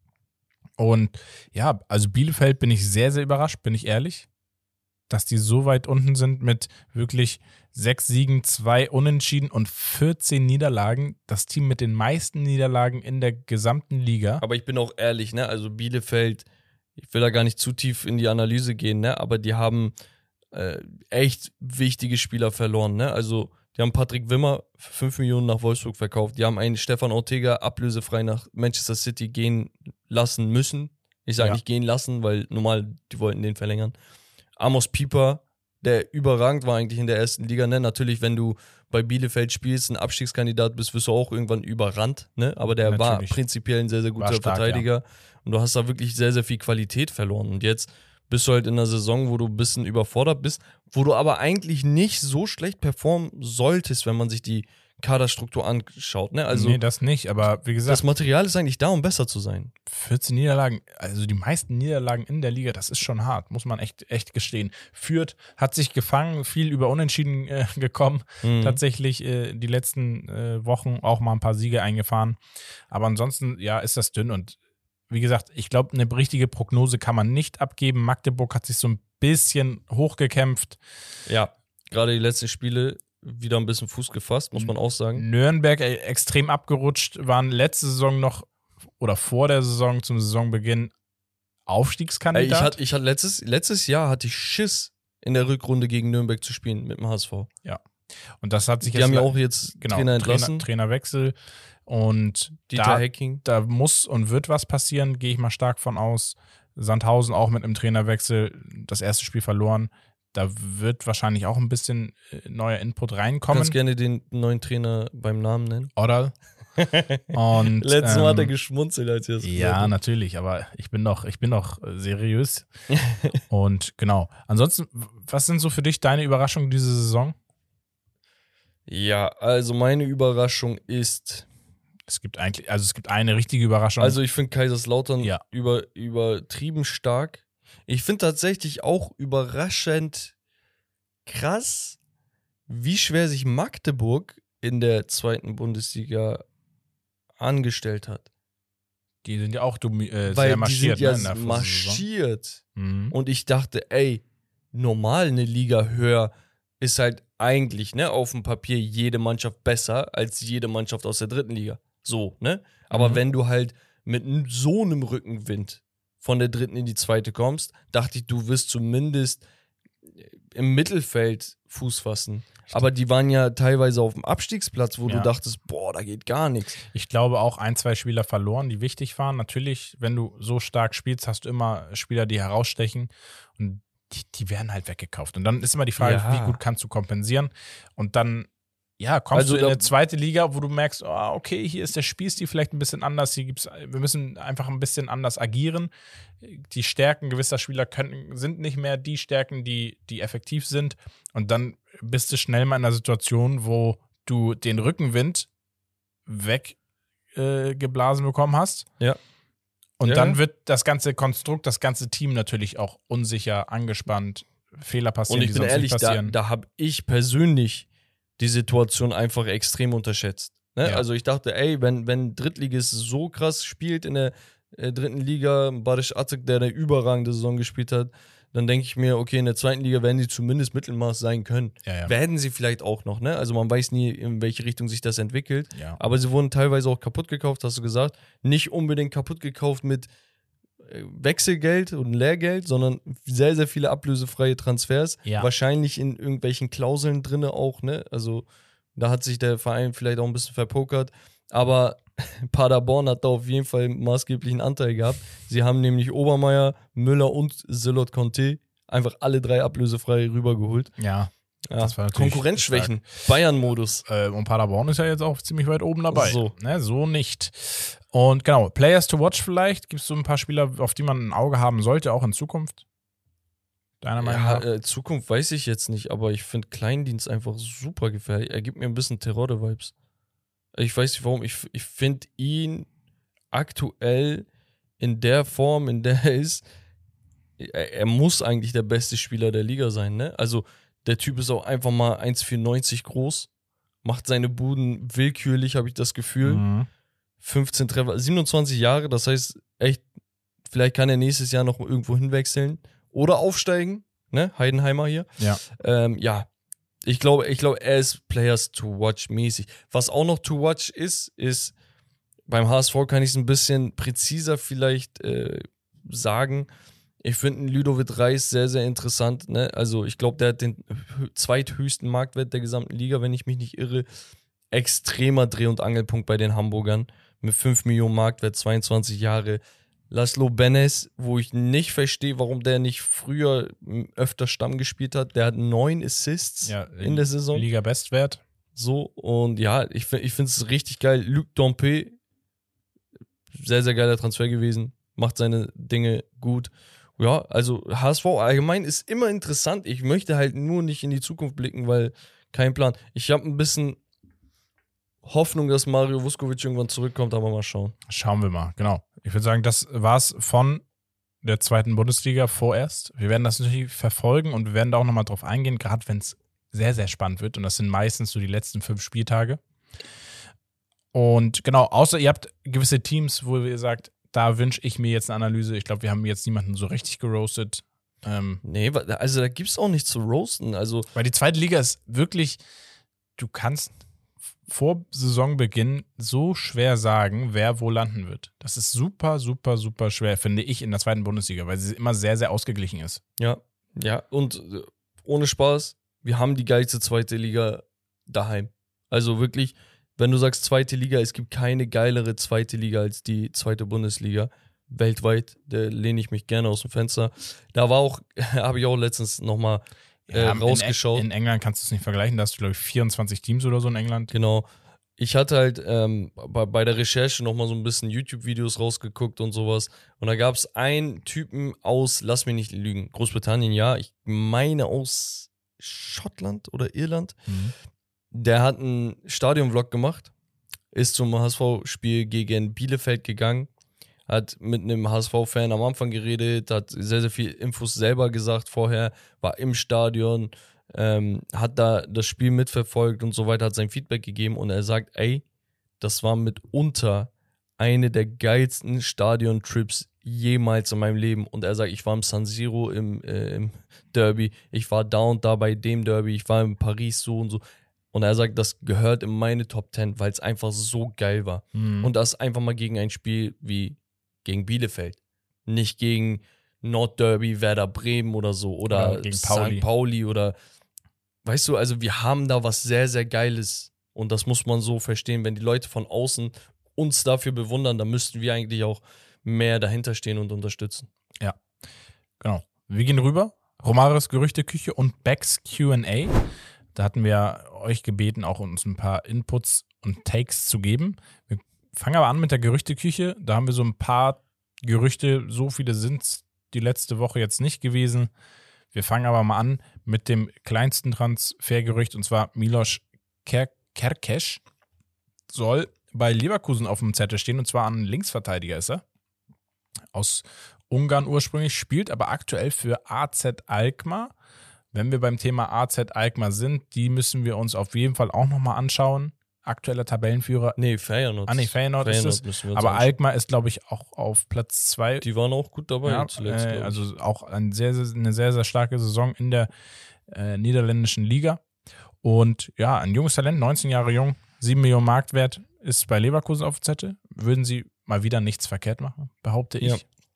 Und ja, also Bielefeld bin ich sehr, sehr überrascht, bin ich ehrlich, dass die so weit unten sind mit wirklich sechs Siegen, zwei Unentschieden und vierzehn Niederlagen. Das Team mit den meisten Niederlagen in der gesamten Liga. Aber ich bin auch ehrlich, ne, also Bielefeld, ich will da gar nicht zu tief in die Analyse gehen, ne, aber die haben äh, echt wichtige Spieler verloren, ne, also die haben Patrick Wimmer für fünf Millionen nach Wolfsburg verkauft, die haben einen Stefan Ortega ablösefrei nach Manchester City gehen lassen müssen. Ich sage Ja. nicht gehen lassen, weil normal, die wollten den verlängern. Amos Pieper, der überragend war eigentlich in der ersten Liga, ne? Natürlich, wenn du bei Bielefeld spielst, ein Abstiegskandidat bist, wirst du auch irgendwann überrannt, ne? Aber der Natürlich. war prinzipiell ein sehr, sehr guter War stark, Verteidiger und du hast da wirklich sehr, sehr viel Qualität verloren. Und jetzt bist du halt in einer Saison, wo du ein bisschen überfordert bist, wo du aber eigentlich nicht so schlecht performen solltest, wenn man sich die Kaderstruktur anschaut, ne? Also nee, das nicht, aber wie gesagt, das Material ist eigentlich da, um besser zu sein. vierzehn Niederlagen, also die meisten Niederlagen in der Liga, das ist schon hart, muss man echt, echt gestehen. Fürth hat sich gefangen, viel über Unentschieden äh, gekommen, Mhm. tatsächlich äh, die letzten äh, Wochen auch mal ein paar Siege eingefahren. Aber ansonsten, ja, ist das dünn und wie gesagt, ich glaube, eine richtige Prognose kann man nicht abgeben. Magdeburg hat sich so ein bisschen hochgekämpft. Ja, gerade die letzten Spiele wieder ein bisschen Fuß gefasst, muss man auch sagen. Nürnberg äh, extrem abgerutscht, waren letzte Saison noch oder vor der Saison zum Saisonbeginn Ey, Aufstiegskandidat. ich hatte ich hatte letztes, letztes Jahr hatte ich Schiss, in der Rückrunde gegen Nürnberg zu spielen mit dem H S V. Und das hat sich Die jetzt haben ja le- auch jetzt genau, Trainer entlassen. Trainerwechsel und Dieter da, Hecking. da muss und wird was passieren, gehe ich mal stark von aus. Sandhausen auch mit einem Trainerwechsel das erste Spiel verloren. Da wird wahrscheinlich auch ein bisschen äh, neuer Input Du reinkommen. kannst gerne den neuen Trainer beim Namen nennen. Oder? Und, Letztes Mal hat er ähm, geschmunzelt, als ihr das gesagt Ja, habt. natürlich, aber ich bin doch, ich bin doch äh, seriös. Und genau. Ansonsten, w- was sind so für dich deine Überraschungen diese Saison? Ja, also meine Überraschung ist, Es gibt eigentlich, also es gibt eine richtige Überraschung. also ich finde Kaiserslautern Ja. über, übertrieben stark. Ich finde tatsächlich auch überraschend krass, wie schwer sich Magdeburg in der zweiten Bundesliga angestellt hat. die sind ja auch dumm- äh, Weil sehr die marschiert, sind ja ne, in der Vorsaison. marschiert. Mhm. Und ich dachte, ey, normal eine Liga höher ist halt eigentlich, ne, auf dem Papier jede Mannschaft besser als jede Mannschaft aus der dritten Liga. So, ne? Aber Mhm. wenn du halt mit n- so einem Rückenwind von der dritten in die zweite kommst, dachte ich, du wirst zumindest im Mittelfeld Fuß fassen. Aber die waren ja teilweise auf dem Abstiegsplatz, wo Ja. du dachtest, boah, da geht gar nichts. Ich glaube auch ein, zwei Spieler verloren, die wichtig waren. Natürlich, wenn du so stark spielst, hast du immer Spieler, die herausstechen und die, die werden halt weggekauft. Und dann ist immer die Frage, Ja. wie gut kannst du kompensieren? Und dann, ja, kommst Also du in da- eine zweite Liga, wo du merkst, oh, okay, hier ist der Spielstil vielleicht ein bisschen anders, hier gibt's, wir müssen einfach ein bisschen anders agieren. Die Stärken gewisser Spieler können, sind nicht mehr die Stärken, die, die effektiv sind. Und dann bist du schnell mal in einer Situation, wo du den Rückenwind weggeblasen äh, geblasen bekommen hast. Ja. Und Ja. dann wird das ganze Konstrukt, das ganze Team natürlich auch unsicher, angespannt, Fehler passieren, Und ich die bin sonst ehrlich, nicht da, passieren. da habe ich persönlich die Situation einfach extrem unterschätzt. Ne? Ja. Also ich dachte, ey, wenn, wenn Drittligist so krass spielt in der äh, dritten Liga, Barisch Atak, der eine überragende Saison gespielt hat, dann denke ich mir, okay, in der zweiten Liga werden sie zumindest Mittelmaß sein können. ja, ja. Werden sie vielleicht auch noch, ne? Also man weiß nie, in welche Richtung sich das entwickelt. ja. Aber sie wurden teilweise auch kaputt gekauft, hast du gesagt. Nicht unbedingt kaputt gekauft mit Wechselgeld und Lehrgeld, sondern sehr, sehr viele ablösefreie Transfers. Ja. Wahrscheinlich in irgendwelchen Klauseln drin auch, ne? Also da hat sich der Verein vielleicht auch ein bisschen verpokert. Aber Paderborn hat da auf jeden Fall einen maßgeblichen Anteil gehabt. Sie haben nämlich Obermeier, Müller und Zilot Conte einfach alle drei ablösefrei rübergeholt. Ja. Ja, Das war natürlich Konkurrenzschwächen, Bayern-Modus. Äh, und Paderborn ist ja jetzt auch ziemlich weit oben dabei. So. Ne, so nicht. Und genau, Players to watch vielleicht. Gibt es so ein paar Spieler, auf die man ein Auge haben sollte, auch in Zukunft? Deiner Meinung Ja, nach? äh, Zukunft weiß ich jetzt nicht, aber ich finde Kleindienst einfach super gefährlich. Er gibt mir ein bisschen Terror-Vibes. Ich weiß nicht warum. Ich, ich finde ihn aktuell in der Form, in der er ist, er, er muss eigentlich der beste Spieler der Liga sein, ne? Also der Typ ist auch einfach mal eins Komma vierundneunzig groß, macht seine Buden willkürlich, habe ich das Gefühl. Mhm. fünfzehn Treffer, siebenundzwanzig Jahre, das heißt echt, vielleicht kann er nächstes Jahr noch irgendwo hinwechseln oder aufsteigen, ne? Heidenheimer hier. Ja. Ähm, ja, ich glaube, ich glaube, er ist Players to watch mäßig. Was auch noch to watch ist, ist, beim H S V kann ich es ein bisschen präziser vielleicht äh, sagen. Ich finde Ludovic Reis sehr, sehr interessant. Ne? Also ich glaube, der hat den zweithöchsten Marktwert der gesamten Liga, wenn ich mich nicht irre. Extremer Dreh- und Angelpunkt bei den Hamburgern. Mit fünf Millionen Marktwert, zweiundzwanzig Jahre. Laszlo Benes, wo ich nicht verstehe, warum der nicht früher öfter Stamm gespielt hat. Der hat neun Assists Ja, in der Saison. Liga-Bestwert. So, und ja, ich, ich finde es richtig geil. Luc Dompe, sehr, sehr geiler Transfer gewesen. Macht seine Dinge gut. Ja, also H S V allgemein ist immer interessant. Ich möchte halt nur nicht in die Zukunft blicken, weil kein Plan. Ich habe ein bisschen Hoffnung, dass Mario Vuskovic irgendwann zurückkommt, aber mal schauen. Schauen wir mal, genau. Ich würde sagen, das war's von der zweiten Bundesliga vorerst. Wir werden das natürlich verfolgen und wir werden da auch nochmal drauf eingehen, gerade wenn es sehr, sehr spannend wird. Und das sind meistens so die letzten fünf Spieltage. Und genau, außer ihr habt gewisse Teams, wo ihr sagt, da wünsche ich mir jetzt eine Analyse. Ich glaube, wir haben jetzt niemanden so richtig geroastet. Ähm, nee, also da gibt es auch nichts zu roasten. Also, weil die zweite Liga ist wirklich, du kannst vor Saisonbeginn so schwer sagen, wer wo landen wird. Das ist super, super, super schwer, finde ich, in der zweiten Bundesliga, weil sie immer sehr, sehr ausgeglichen ist. Ja, ja, und ohne Spaß, wir haben die geilste zweite Liga daheim. Also wirklich, wenn du sagst zweite Liga, es gibt keine geilere zweite Liga als die zweite Bundesliga. Weltweit, da lehne ich mich gerne aus dem Fenster. Da war auch, habe ich auch letztens nochmal äh, Ja, rausgeschaut. In, in England kannst du es nicht vergleichen, da hast du, glaube ich, vierundzwanzig Teams oder so in England. Genau. Ich hatte halt ähm, bei, bei der Recherche nochmal so ein bisschen YouTube-Videos rausgeguckt und sowas. Und da gab es einen Typen aus, lass mich nicht lügen, Großbritannien, ja, ich meine aus Schottland oder Irland. Mhm. Der hat einen Stadion-Vlog gemacht, ist zum H S V-Spiel gegen Bielefeld gegangen, hat mit einem H S V-Fan am Anfang geredet, hat sehr, sehr viel Infos selber gesagt vorher, war im Stadion, ähm, hat da das Spiel mitverfolgt und so weiter, hat sein Feedback gegeben und er sagt, ey, das war mitunter eine der geilsten Stadion-Trips jemals in meinem Leben. Und er sagt, ich war im San Siro im, äh, im Derby, ich war da und da bei dem Derby, ich war in Paris so und so. Und er sagt, das gehört in meine Top Ten, weil es einfach so geil war. Mhm. Und das einfach mal gegen ein Spiel wie gegen Bielefeld. Nicht gegen Nordderby, Werder Bremen oder so. Oder, Oder gegen Pauli. Pauli. Pauli oder, weißt du, also wir haben da was sehr, sehr Geiles. Und das muss man so verstehen. Wenn die Leute von außen uns dafür bewundern, dann müssten wir eigentlich auch mehr dahinter stehen und unterstützen. Ja, genau. Wir gehen rüber. Romares Gerüchteküche und Becks Q and A. Da hatten wir euch gebeten, auch uns ein paar Inputs und Takes zu geben. Wir fangen aber an mit der Gerüchteküche. Da haben wir so ein paar Gerüchte, so viele sind es die letzte Woche jetzt nicht gewesen. Wir fangen aber mal an mit dem kleinsten Transfergerücht, und zwar Milos Ker- Kerkesch soll bei Leverkusen auf dem Zettel stehen, und zwar ein Linksverteidiger ist er. Aus Ungarn ursprünglich, spielt aber aktuell für A Z Alkmaar. Wenn wir beim Thema A Z Alkmaar sind, die müssen wir uns auf jeden Fall auch nochmal anschauen. Aktueller Tabellenführer. Nee, Feyenoord. Ah, nee, Feyenoord, Feyenoord ist es. Aber anschauen. Alkmaar ist, glaube ich, auch auf Platz zwei. Die waren auch gut dabei ja, zuletzt. Äh, also auch ein sehr, sehr, eine sehr, sehr starke Saison in der äh, niederländischen Liga. Und ja, ein junges Talent, neunzehn Jahre jung, sieben Millionen Marktwert, ist bei Leverkusen auf dem Zettel. Würden sie mal wieder nichts verkehrt machen, behaupte ich. Ja.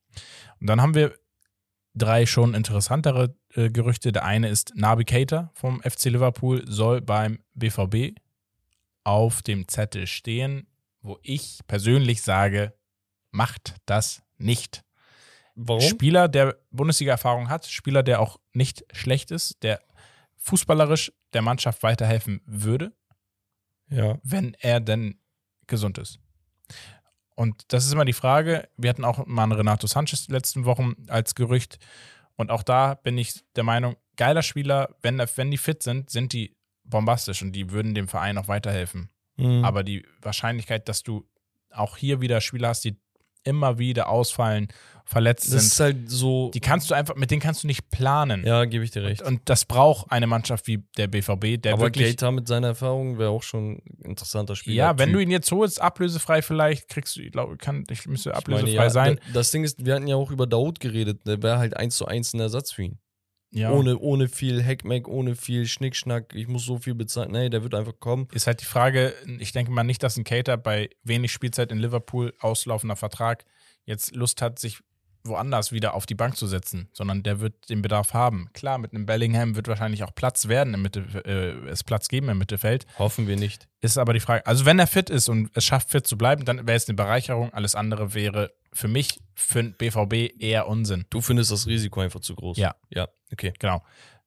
Und dann haben wir drei schon interessantere äh, Gerüchte. Der eine ist, Naby Keita vom F C Liverpool soll beim B V B auf dem Zettel stehen, wo ich persönlich sage, macht das nicht. Warum? Spieler, der Bundesliga-Erfahrung hat, Spieler, der auch nicht schlecht ist, der fußballerisch der Mannschaft weiterhelfen würde, Ja. wenn er denn gesund ist. Und das ist immer die Frage, wir hatten auch mal einen Renato Sanchez die letzten Wochen als Gerücht und auch da bin ich der Meinung, geiler Spieler, wenn, wenn die fit sind, sind die bombastisch und die würden dem Verein auch weiterhelfen. Mhm. Aber die Wahrscheinlichkeit, dass du auch hier wieder Spieler hast, die immer wieder ausfallen, verletzt das sind, ist halt so. die kannst du einfach, mit denen kannst du nicht planen. Ja, gebe ich dir recht. Und, und das braucht eine Mannschaft wie der B V B, der Aber wirklich. Keita mit seiner Erfahrung wäre auch schon ein interessanter Spieler. Ja, wenn Typ. du ihn jetzt holst, ablösefrei vielleicht, kriegst du, ich glaube, kann, ich müsste Ich ablösefrei meine, ja, sein. d- Das Ding ist, wir hatten ja auch über Daoud geredet, der wäre halt eins zu eins ein Ersatz für ihn. Ja. Ohne, ohne viel Heckmeck, ohne viel Schnickschnack, ich muss so viel bezahlen. Nee, der wird einfach kommen. Ist halt die Frage, ich denke mal nicht, dass ein Keita bei wenig Spielzeit in Liverpool, auslaufender Vertrag, jetzt Lust hat, sich woanders wieder auf die Bank zu setzen, sondern der wird den Bedarf haben. Klar, mit einem Bellingham wird wahrscheinlich auch Platz werden im Mitte, äh, es Platz geben im Mittelfeld. Hoffen wir nicht. Ist aber die Frage, also wenn er fit ist und es schafft, fit zu bleiben, dann wäre es eine Bereicherung. Alles andere wäre für mich, für den B V B eher Unsinn. Du findest das Risiko einfach zu groß. Ja. Ja, okay. Genau.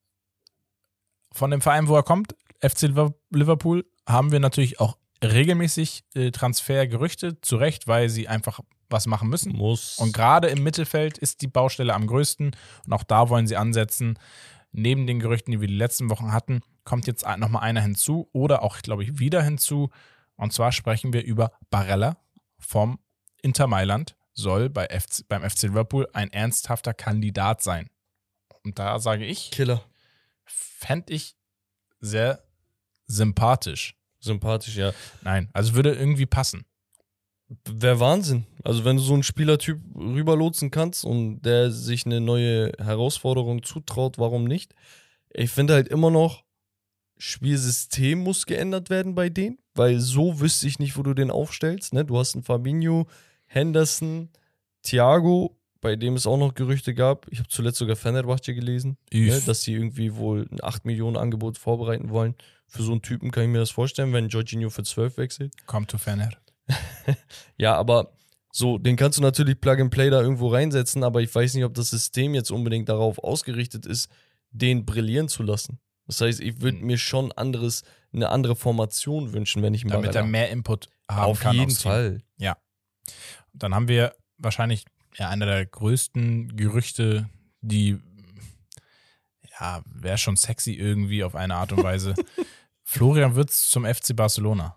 Von dem Verein, wo er kommt, F C Liverpool, haben wir natürlich auch regelmäßig äh, Transfergerüchte, zu Recht, weil sie einfach was machen müssen. Muss. Und gerade im Mittelfeld ist die Baustelle am größten und auch da wollen sie ansetzen. Neben den Gerüchten, die wir die letzten Wochen hatten, kommt jetzt nochmal einer hinzu oder auch, glaube ich, wieder hinzu. Und zwar sprechen wir über Barella vom Inter Mailand, soll bei F C, beim F C Liverpool ein ernsthafter Kandidat sein. Und da sage ich, Killer. fände ich sehr sympathisch. Sympathisch, ja. Nein, also würde irgendwie passen. Wäre Wahnsinn. Also wenn du so einen Spielertyp rüberlotsen kannst und der sich eine neue Herausforderung zutraut, warum nicht? Ich finde halt immer noch, Spielsystem muss geändert werden bei denen, weil so wüsste ich nicht, wo du den aufstellst. Ne? Du hast einen Fabinho, Henderson, Thiago, bei dem es auch noch Gerüchte gab. Ich habe zuletzt sogar Fenerbahce gelesen, ne? Dass sie irgendwie wohl ein acht Millionen Angebot vorbereiten wollen. Für so einen Typen kann ich mir das vorstellen, wenn Jorginho für zwölf wechselt. Kommt zu Fener. Ja, aber so, den kannst du natürlich Plug and Play da irgendwo reinsetzen, aber ich weiß nicht, ob das System jetzt unbedingt darauf ausgerichtet ist, den brillieren zu lassen. Das heißt, ich würde mir schon anderes, eine andere Formation wünschen, wenn ich einen Damit Barella- er mehr Input haben Auf kann. jeden aufs Team. Fall. Ja. Dann haben wir wahrscheinlich ja, einer der größten Gerüchte, die ja, wäre schon sexy irgendwie auf eine Art und Weise. Florian Wirtz zum F C Barcelona.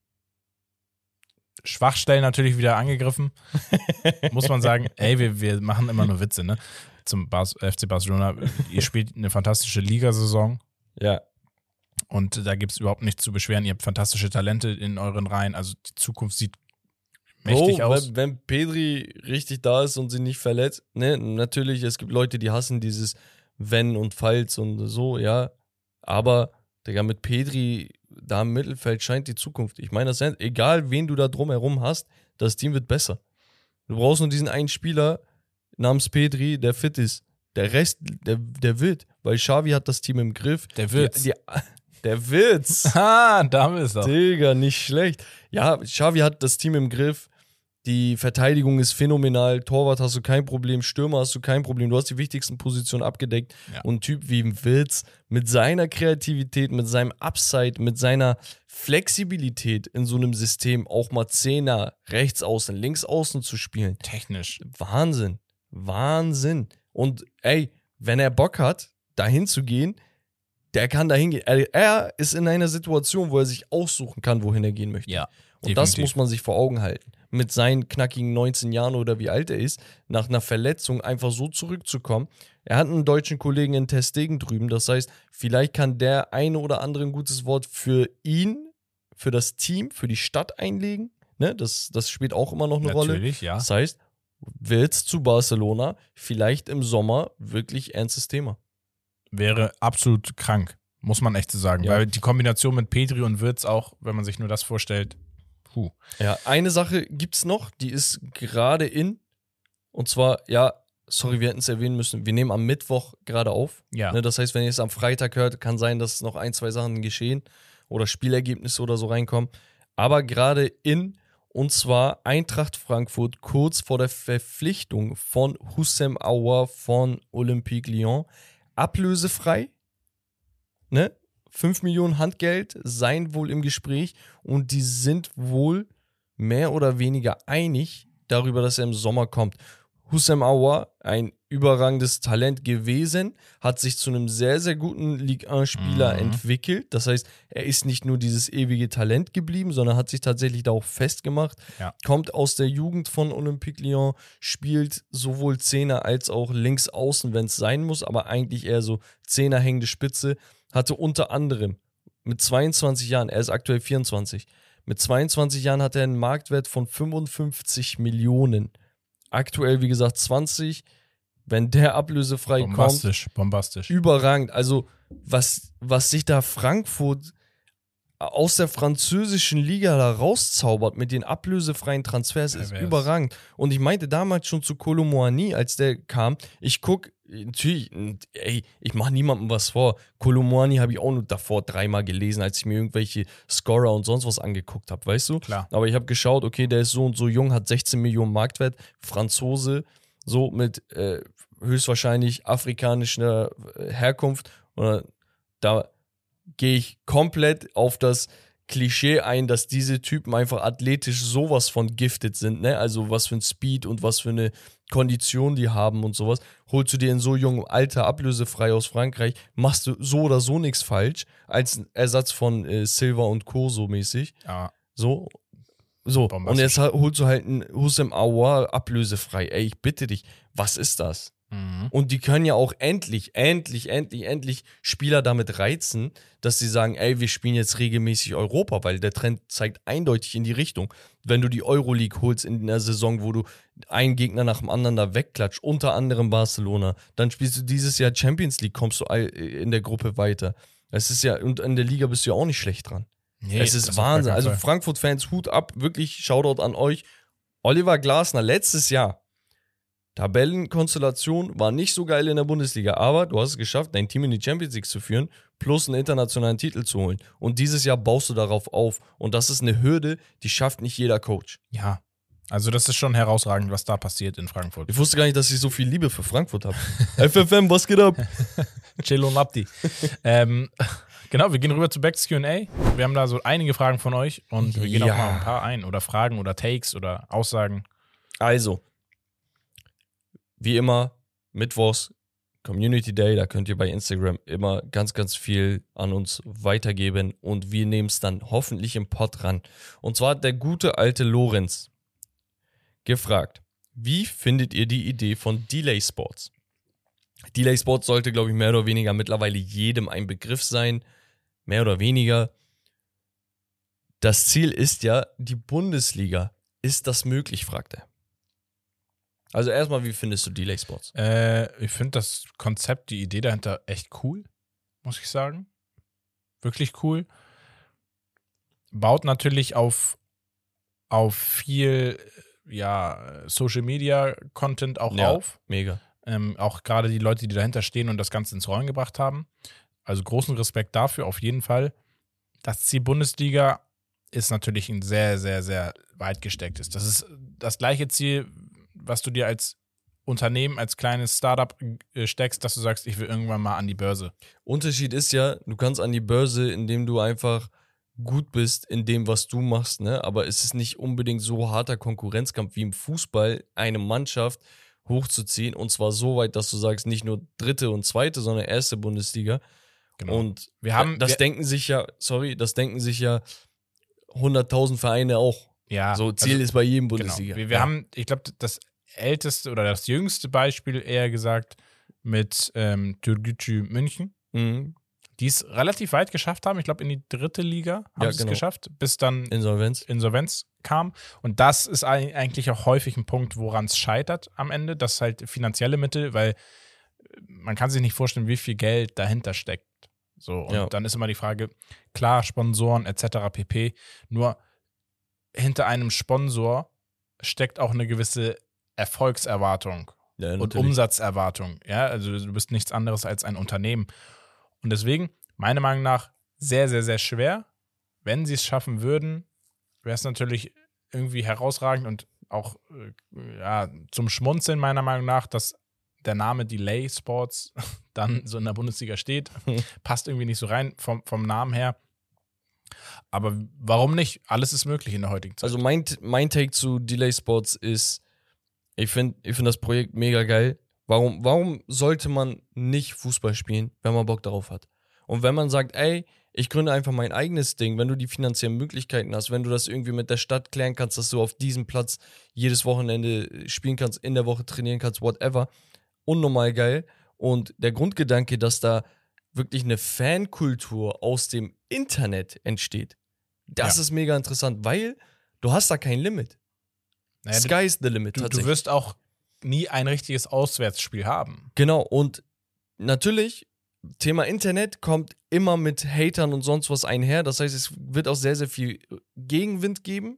Schwachstellen natürlich wieder angegriffen. Muss man sagen, ey, wir, wir machen immer nur Witze, ne? Zum Bar- F C Barcelona. Ihr spielt eine fantastische Ligasaison. Ja. Und da gibt es überhaupt nichts zu beschweren. Ihr habt fantastische Talente in euren Reihen. Also die Zukunft sieht mächtig Bro, aus. Wenn, wenn Pedri richtig da ist und sie nicht verletzt, ne, natürlich, es gibt Leute, die hassen dieses Wenn und Falls und so, ja. Aber, Digga, mit Pedri da im Mittelfeld scheint die Zukunft. Ich meine, das ist, egal wen du da drumherum hast, das Team wird besser. Du brauchst nur diesen einen Spieler namens Pedri, der fit ist. Der Rest, der, der wird, weil Xavi hat das Team im Griff. Der Wirtz. Die, die, der Wirtz. Ah, da ist er. Digga, nicht schlecht. Ja, Xavi hat das Team im Griff. Die Verteidigung ist phänomenal. Torwart hast du kein Problem. Stürmer hast du kein Problem. Du hast die wichtigsten Positionen abgedeckt. Ja. Und ein Typ wie ein Wirtz mit seiner Kreativität, mit seinem Upside, mit seiner Flexibilität in so einem System auch mal Zehner, rechts außen, links außen zu spielen. Technisch. Wahnsinn. Wahnsinn. Und ey, wenn er Bock hat, dahin zu gehen, der kann dahin gehen. Er, er ist in einer Situation, wo er sich aussuchen kann, wohin er gehen möchte. Ja. Und das definitiv. muss man sich vor Augen halten. Mit seinen knackigen neunzehn Jahren oder wie alt er ist, nach einer Verletzung einfach so zurückzukommen. Er hat einen deutschen Kollegen in Ter Stegen drüben. Das heißt, vielleicht kann der eine oder andere ein gutes Wort für ihn, für das Team, für die Stadt einlegen. Ne? Das, das spielt auch immer noch eine Rolle. Natürlich, ja. Das heißt, Wirtz zu Barcelona, vielleicht im Sommer wirklich ernstes Thema. Wäre absolut krank, muss man echt so sagen. Ja. Weil die Kombination mit Pedri und Wirtz auch, wenn man sich nur das vorstellt, puh. Ja, eine Sache gibt's noch, die ist gerade in, Und zwar, ja, sorry, wir hätten es erwähnen müssen, wir nehmen am Mittwoch gerade auf. Ja. Ne, das heißt, wenn ihr es am Freitag hört, kann sein, dass noch ein, zwei Sachen geschehen oder Spielergebnisse oder so reinkommen. Aber gerade in, und zwar Eintracht Frankfurt, kurz vor der Verpflichtung von Houssem Aouar von Olympique Lyon, ablösefrei, ne? fünf Millionen Handgeld seien wohl im Gespräch und die sind wohl mehr oder weniger einig darüber, dass er im Sommer kommt. Houssem Aouar, ein überragendes Talent gewesen, hat sich zu einem sehr, sehr guten Ligue eins Spieler Mhm. entwickelt. Das heißt, er ist nicht nur dieses ewige Talent geblieben, sondern hat sich tatsächlich da auch festgemacht. Ja. Kommt aus der Jugend von Olympique Lyon, spielt sowohl Zehner als auch links außen, wenn es sein muss, aber eigentlich eher so Zehner hängende Spitze. Hatte unter anderem mit zweiundzwanzig Jahren, er ist aktuell vierundzwanzig, mit zweiundzwanzig Jahren hat er einen Marktwert von fünfundfünfzig Millionen. Aktuell, wie gesagt, zwanzig. Wenn der ablösefrei Bombastisch, kommt, bombastisch. überragend. Also, was, was sich da Frankfurt aus der französischen Liga da rauszaubert mit den ablösefreien Transfers, ist Pervers. überragend. Und ich meinte damals schon zu Kolo Muani, als der kam, ich gucke, natürlich, ey, ich mache niemandem was vor. Kolo Muani habe ich auch nur davor dreimal gelesen, als ich mir irgendwelche Scorer und sonst was angeguckt habe, weißt du? Klar. Aber ich habe geschaut, okay, der ist so und so jung, hat sechzehn Millionen Marktwert, Franzose, so mit äh, höchstwahrscheinlich afrikanischer äh, Herkunft. Oder da gehe ich komplett auf das Klischee ein, dass diese Typen einfach athletisch sowas von gifted sind, ne? Also was für ein Speed und was für eine Kondition die haben und sowas. Holst du dir in so jungem Alter ablösefrei aus Frankreich, machst du so oder so nichts falsch, als Ersatz von äh, Silva und Co. so mäßig. Ja. So. So, und jetzt halt, holst du halt einen Houssem Aouar ablösefrei. Ey, ich bitte dich, was ist das? Mhm. Und die können ja auch endlich, endlich, endlich, endlich Spieler damit reizen, dass sie sagen, ey, wir spielen jetzt regelmäßig Europa, weil der Trend zeigt eindeutig in die Richtung. Wenn du die Euroleague holst in einer Saison, wo du einen Gegner nach dem anderen da wegklatscht, unter anderem Barcelona, dann spielst du dieses Jahr Champions League, kommst du in der Gruppe weiter. Es ist ja, und in der Liga bist du ja auch nicht schlecht dran. Nee, es das ist auf Wahnsinn. gar keinen Also Fall. Frankfurt-Fans, Hut ab, wirklich Shoutout an euch. Oliver Glasner, letztes Jahr, Tabellenkonstellation war nicht so geil in der Bundesliga, aber du hast es geschafft, dein Team in die Champions League zu führen, plus einen internationalen Titel zu holen. Und dieses Jahr baust du darauf auf. Und das ist eine Hürde, die schafft nicht jeder Coach. Ja. Also das ist schon herausragend, was da passiert in Frankfurt. Ich wusste gar nicht, dass ich so viel Liebe für Frankfurt habe. F F M, was geht ab? Chill und Abdi. ähm, genau, wir gehen rüber zu Becks Q und A. Wir haben da so einige Fragen von euch und wir gehen Ja. auch mal ein paar ein. Oder Fragen oder Takes oder Aussagen. Also, wie immer, Mittwochs, Community Day, da könnt ihr bei Instagram immer ganz, ganz viel an uns weitergeben und wir nehmen es dann hoffentlich im Pod ran. Und zwar hat der gute alte Lorenz gefragt, wie findet ihr die Idee von Delay Sports? Delay Sports sollte, glaube ich, mehr oder weniger mittlerweile jedem ein Begriff sein. Mehr oder weniger. Das Ziel ist ja, die Bundesliga. Ist das möglich, fragt er. Also erstmal, wie findest du Delay Sports? Äh, ich finde das Konzept, die Idee dahinter echt cool, muss ich sagen. Wirklich cool. Baut natürlich auf, auf viel ja, Social Media Content auch Ja. auf. Mega. Ähm, auch gerade die Leute, die dahinter stehen und das Ganze ins Rollen gebracht haben. Also großen Respekt dafür, auf jeden Fall. Das Ziel Bundesliga ist natürlich ein sehr, sehr, sehr weit gestecktes. Das ist das gleiche Ziel, was du dir als Unternehmen, als kleines Startup äh, steckst, dass du sagst, ich will irgendwann mal an die Börse. Unterschied ist ja, du kannst an die Börse, indem du einfach gut bist in dem, was du machst, ne? Aber es ist nicht unbedingt so harter Konkurrenzkampf wie im Fußball, eine Mannschaft hochzuziehen und zwar so weit, dass du sagst, nicht nur dritte und zweite, sondern erste Bundesliga. Genau. Und Wir haben- das wir- denken sich ja, sorry, das denken sich ja hunderttausend Vereine auch. Ja, So, Ziel also, ist bei jedem genau. Bundesliga. Wir, wir ja. haben, ich glaube, das älteste oder das jüngste Beispiel eher gesagt mit ähm, Türkgücü München, Mhm. die es relativ weit geschafft haben. Ich glaube, in die dritte Liga haben Ja, sie genau. es geschafft, bis dann Insolvenz. Insolvenz kam. Und das ist ei- eigentlich auch häufig ein Punkt, woran es scheitert am Ende. Das ist halt finanzielle Mittel, weil man kann sich nicht vorstellen, wie viel Geld dahinter steckt. So, und Ja. dann ist immer die Frage, klar, Sponsoren et cetera pp. Nur hinter einem Sponsor steckt auch eine gewisse Erfolgserwartung Ja, und natürlich. Umsatzerwartung. Ja, also du bist nichts anderes als ein Unternehmen. Und deswegen, meiner Meinung nach, sehr, sehr, sehr schwer. Wenn sie es schaffen würden, wäre es natürlich irgendwie herausragend und auch äh, ja, zum Schmunzeln meiner Meinung nach, dass der Name Delay Sports dann so in der Bundesliga steht. Passt irgendwie nicht so rein vom, vom Namen her. Aber warum nicht? Alles ist möglich in der heutigen Zeit. Also mein, mein Take zu Delay Sports ist, ich finde ich find das Projekt mega geil. Warum, warum sollte man nicht Fußball spielen, wenn man Bock darauf hat? Und wenn man sagt, ey, ich gründe einfach mein eigenes Ding, wenn du die finanziellen Möglichkeiten hast, wenn du das irgendwie mit der Stadt klären kannst, dass du auf diesem Platz jedes Wochenende spielen kannst, in der Woche trainieren kannst, whatever, unnormal geil. Und der Grundgedanke, dass da wirklich eine Fankultur aus dem Internet entsteht, das Ja. ist mega interessant, weil du hast da kein Limit. Naja, du, Sky's the limit, du, du tatsächlich. wirst auch nie ein richtiges Auswärtsspiel haben. Genau, und natürlich, Thema Internet kommt immer mit Hatern und sonst was einher. Das heißt, es wird auch sehr, sehr viel Gegenwind geben.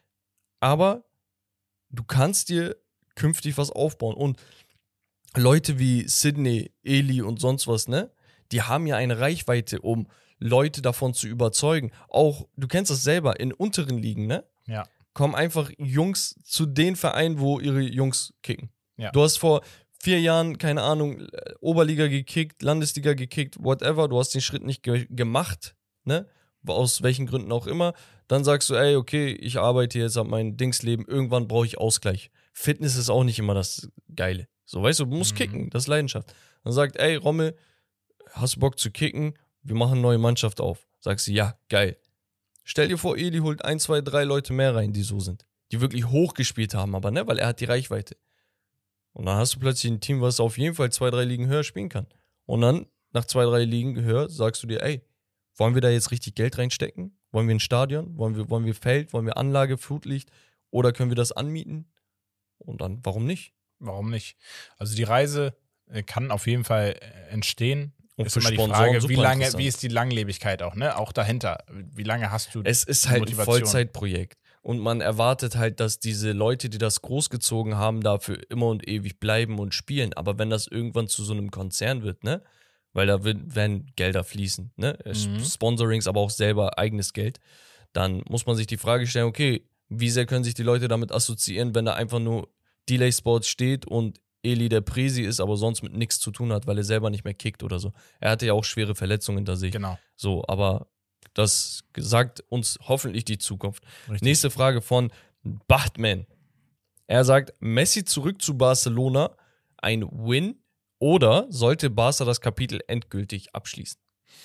Aber du kannst dir künftig was aufbauen. Und Leute wie Sydney, Eli und sonst was, ne? Die haben ja eine Reichweite, um Leute davon zu überzeugen. Auch, du kennst das selber, in unteren Ligen, ne? Ja. Kommen einfach Jungs zu den Vereinen, wo ihre Jungs kicken. Ja. Du hast vor vier Jahren, keine Ahnung, Oberliga gekickt, Landesliga gekickt, whatever. Du hast den Schritt nicht ge- gemacht, ne? Aus welchen Gründen auch immer. Dann sagst du, ey, okay, ich arbeite jetzt an meinem Dingsleben, irgendwann brauche ich Ausgleich. Fitness ist auch nicht immer das Geile. So, weißt du, du musst Mhm. kicken, das ist Leidenschaft. Dann sagt, ey, Rommel, hast du Bock zu kicken? Wir machen eine neue Mannschaft auf. Sagst du, ja, geil. Stell dir vor, Eli holt ein, zwei, drei Leute mehr rein, die so sind. Die wirklich hochgespielt haben, aber ne, weil er hat die Reichweite. Und dann hast du plötzlich ein Team, was auf jeden Fall zwei, drei Ligen höher spielen kann. Und dann, nach zwei, drei Ligen höher, sagst du dir, ey, wollen wir da jetzt richtig Geld reinstecken? Wollen wir ein Stadion? Wollen wir, wollen wir Feld? Wollen wir Anlage, Flutlicht? Oder können wir das anmieten? Und dann, warum nicht? Warum nicht? Also die Reise äh, kann auf jeden Fall äh, entstehen. Und Ist für immer die Sponsoren Frage, super wie lange, interessant. wie ist die Langlebigkeit auch, ne? Auch dahinter. Wie lange hast du Es ist die halt Motivation? ein Vollzeitprojekt. Und man erwartet halt, dass diese Leute, die das großgezogen haben, dafür immer und ewig bleiben und spielen. Aber wenn das irgendwann zu so einem Konzern wird, ne? Weil da wird, werden Gelder fließen, ne? Mhm. Sponsorings, aber auch selber eigenes Geld. Dann muss man sich die Frage stellen, okay, wie sehr können sich die Leute damit assoziieren, wenn da einfach nur Delay Sports steht und Eli der Presi ist, aber sonst mit nichts zu tun hat, weil er selber nicht mehr kickt oder so. Er hatte ja auch schwere Verletzungen hinter sich. Genau. So, aber das sagt uns hoffentlich die Zukunft. Richtig. Nächste Frage von Bachtman. Er sagt, Messi zurück zu Barcelona, ein Win oder sollte Barca das Kapitel endgültig abschließen?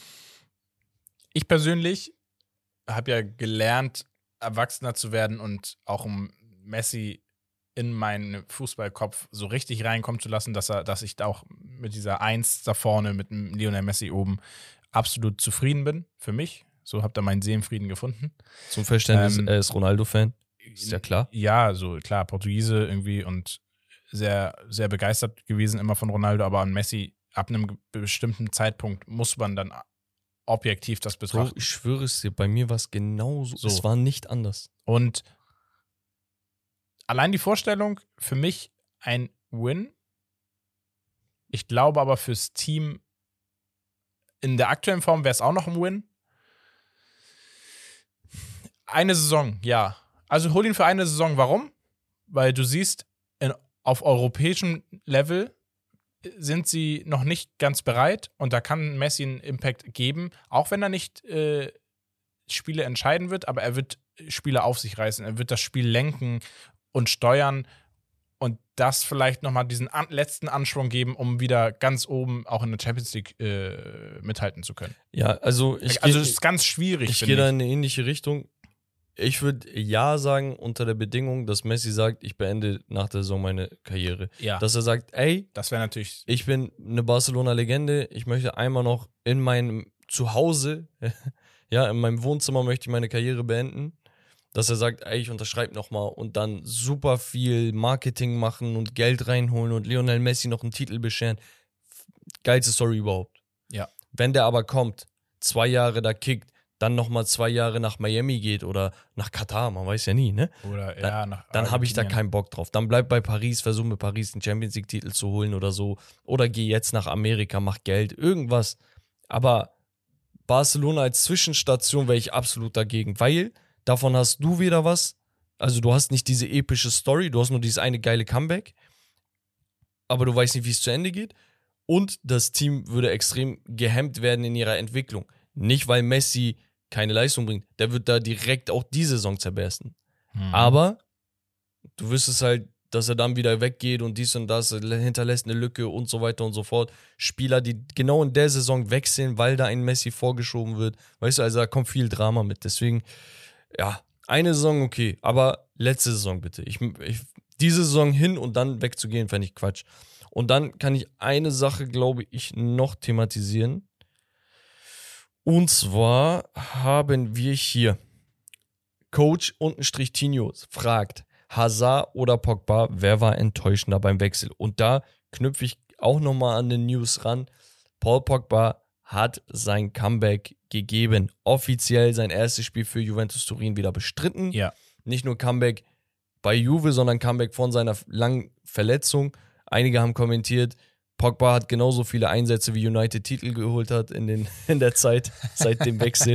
Ich persönlich habe ja gelernt, erwachsener zu werden und auch um Messi in meinen Fußballkopf so richtig reinkommen zu lassen, dass er, dass ich da auch mit dieser Eins da vorne, mit dem Lionel Messi oben, absolut zufrieden bin für mich. So habt ihr meinen Seelenfrieden gefunden. Zum Verständnis, Ähm, er ist Ronaldo-Fan. Ist ja klar. Ja, so klar, Portugiese irgendwie und sehr, sehr begeistert gewesen immer von Ronaldo, aber an Messi ab einem bestimmten Zeitpunkt muss man dann objektiv das Bro, betrachten. ich schwöre es dir, bei mir war es genauso. So. Es war nicht anders. Und allein die Vorstellung, für mich ein Win. Ich glaube aber fürs Team in der aktuellen Form wäre es auch noch ein Win. Eine Saison, ja. Also hol ihn für eine Saison. Warum? Weil du siehst, in, auf europäischem Level sind sie noch nicht ganz bereit und da kann Messi einen Impact geben, auch wenn er nicht äh, Spiele entscheiden wird, aber er wird Spiele auf sich reißen, er wird das Spiel lenken und steuern und das vielleicht nochmal diesen an- letzten Anschwung geben, um wieder ganz oben auch in der Champions League äh, mithalten zu können. Ja, also ich also geh- es ist ganz schwierig, Ich finde gehe da in eine ähnliche Richtung. Ich würde ja sagen, unter der Bedingung, dass Messi sagt, ich beende nach der Saison meine Karriere. Ja, Dass er sagt, ey, das wäre natürlich ich bin eine Barcelona-Legende, ich möchte einmal noch in meinem Zuhause, ja, in meinem Wohnzimmer möchte ich meine Karriere beenden. Dass er sagt, ey, ich unterschreibe nochmal und dann super viel Marketing machen und Geld reinholen und Lionel Messi noch einen Titel bescheren. Geilste Story überhaupt. Ja. Wenn der aber kommt, zwei Jahre da kickt, dann nochmal zwei Jahre nach Miami geht oder nach Katar, man weiß ja nie, ne? Oder dann, ja, nach Dann habe ich da Argentinien. keinen Bock drauf. Dann bleib bei Paris, versuch mit Paris den Champions League-Titel zu holen oder so. Oder geh jetzt nach Amerika, mach Geld, irgendwas. Aber Barcelona als Zwischenstation wäre ich absolut dagegen, weil davon hast du wieder was. Also du hast nicht diese epische Story, du hast nur dieses eine geile Comeback, aber du weißt nicht, wie es zu Ende geht. Und das Team würde extrem gehemmt werden in ihrer Entwicklung. Nicht, weil Messi keine Leistung bringt. Der wird da direkt auch die Saison zerbersten. Mhm. Aber du wüsstest halt, dass er dann wieder weggeht und dies und das, hinterlässt eine Lücke und so weiter und so fort. Spieler, die genau in der Saison wechseln, weil da ein Messi vorgeschoben wird. Weißt du, also da kommt viel Drama mit. Deswegen, ja, eine Saison okay, aber letzte Saison bitte. Ich, ich, diese Saison hin und dann wegzugehen, fände ich Quatsch. Und dann kann ich eine Sache, glaube ich, noch thematisieren. Und zwar haben wir hier Coach untenstrich Tino fragt, Hazard oder Pogba, wer war enttäuschender beim Wechsel? Und da knüpfe ich auch nochmal an den News ran. Paul Pogba hat sein Comeback gegeben. Offiziell sein erstes Spiel für Juventus Turin wieder bestritten. Ja. Nicht nur Comeback bei Juve, sondern Comeback von seiner langen Verletzung. Einige haben kommentiert, Pogba hat genauso viele Einsätze wie United Titel geholt hat in, den, in der Zeit seit dem Wechsel.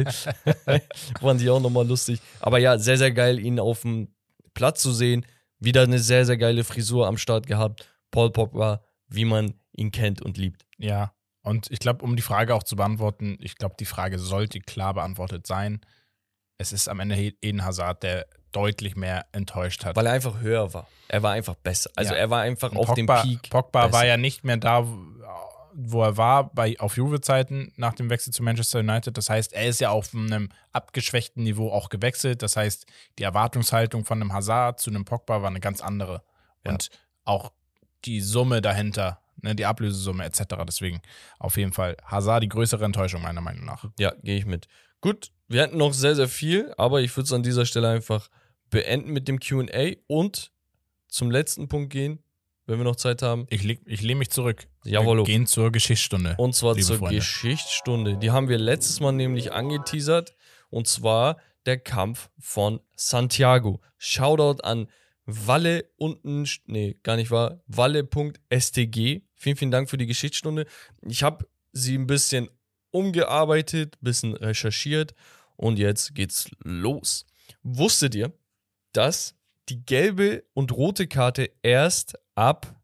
Fand ich auch nochmal lustig. Aber ja, sehr, sehr geil, ihn auf dem Platz zu sehen. Wieder eine sehr, sehr geile Frisur am Start gehabt. Paul Pogba, wie man ihn kennt und liebt. Ja, und ich glaube, um die Frage auch zu beantworten, ich glaube, die Frage sollte klar beantwortet sein. Es ist am Ende Eden Hazard, der deutlich mehr enttäuscht hat. Weil er einfach höher war. Er war einfach besser. Also Ja. er war einfach Und auf Pogba, dem Peak. Pogba besser. war ja nicht mehr da, wo er war bei, auf Juve-Zeiten nach dem Wechsel zu Manchester United. Das heißt, er ist ja auf einem abgeschwächten Niveau auch gewechselt. Das heißt, die Erwartungshaltung von einem Hazard zu einem Pogba war eine ganz andere. Ja. Und auch die Summe dahinter, ne, die Ablösesumme et cetera. Deswegen auf jeden Fall Hazard die größere Enttäuschung meiner Meinung nach. Ja, gehe ich mit. Gut, wir hatten noch sehr, sehr viel, aber ich würde es an dieser Stelle einfach beenden mit dem Q und A und zum letzten Punkt gehen, wenn wir noch Zeit haben. Ich, leg, ich lehne mich zurück. Jawollo. Wir gehen zur Geschichtsstunde. Und zwar liebe zur Freunde. Geschichtsstunde. Die haben wir letztes Mal nämlich angeteasert. Und zwar der Kampf von Santiago. Shoutout an Walle unten, nee, gar nicht wahr, walle.stg. Vielen, vielen Dank für die Geschichtsstunde. Ich habe sie ein bisschen umgearbeitet, ein bisschen recherchiert und jetzt geht's los. Wusstet ihr, dass die gelbe und rote Karte erst ab,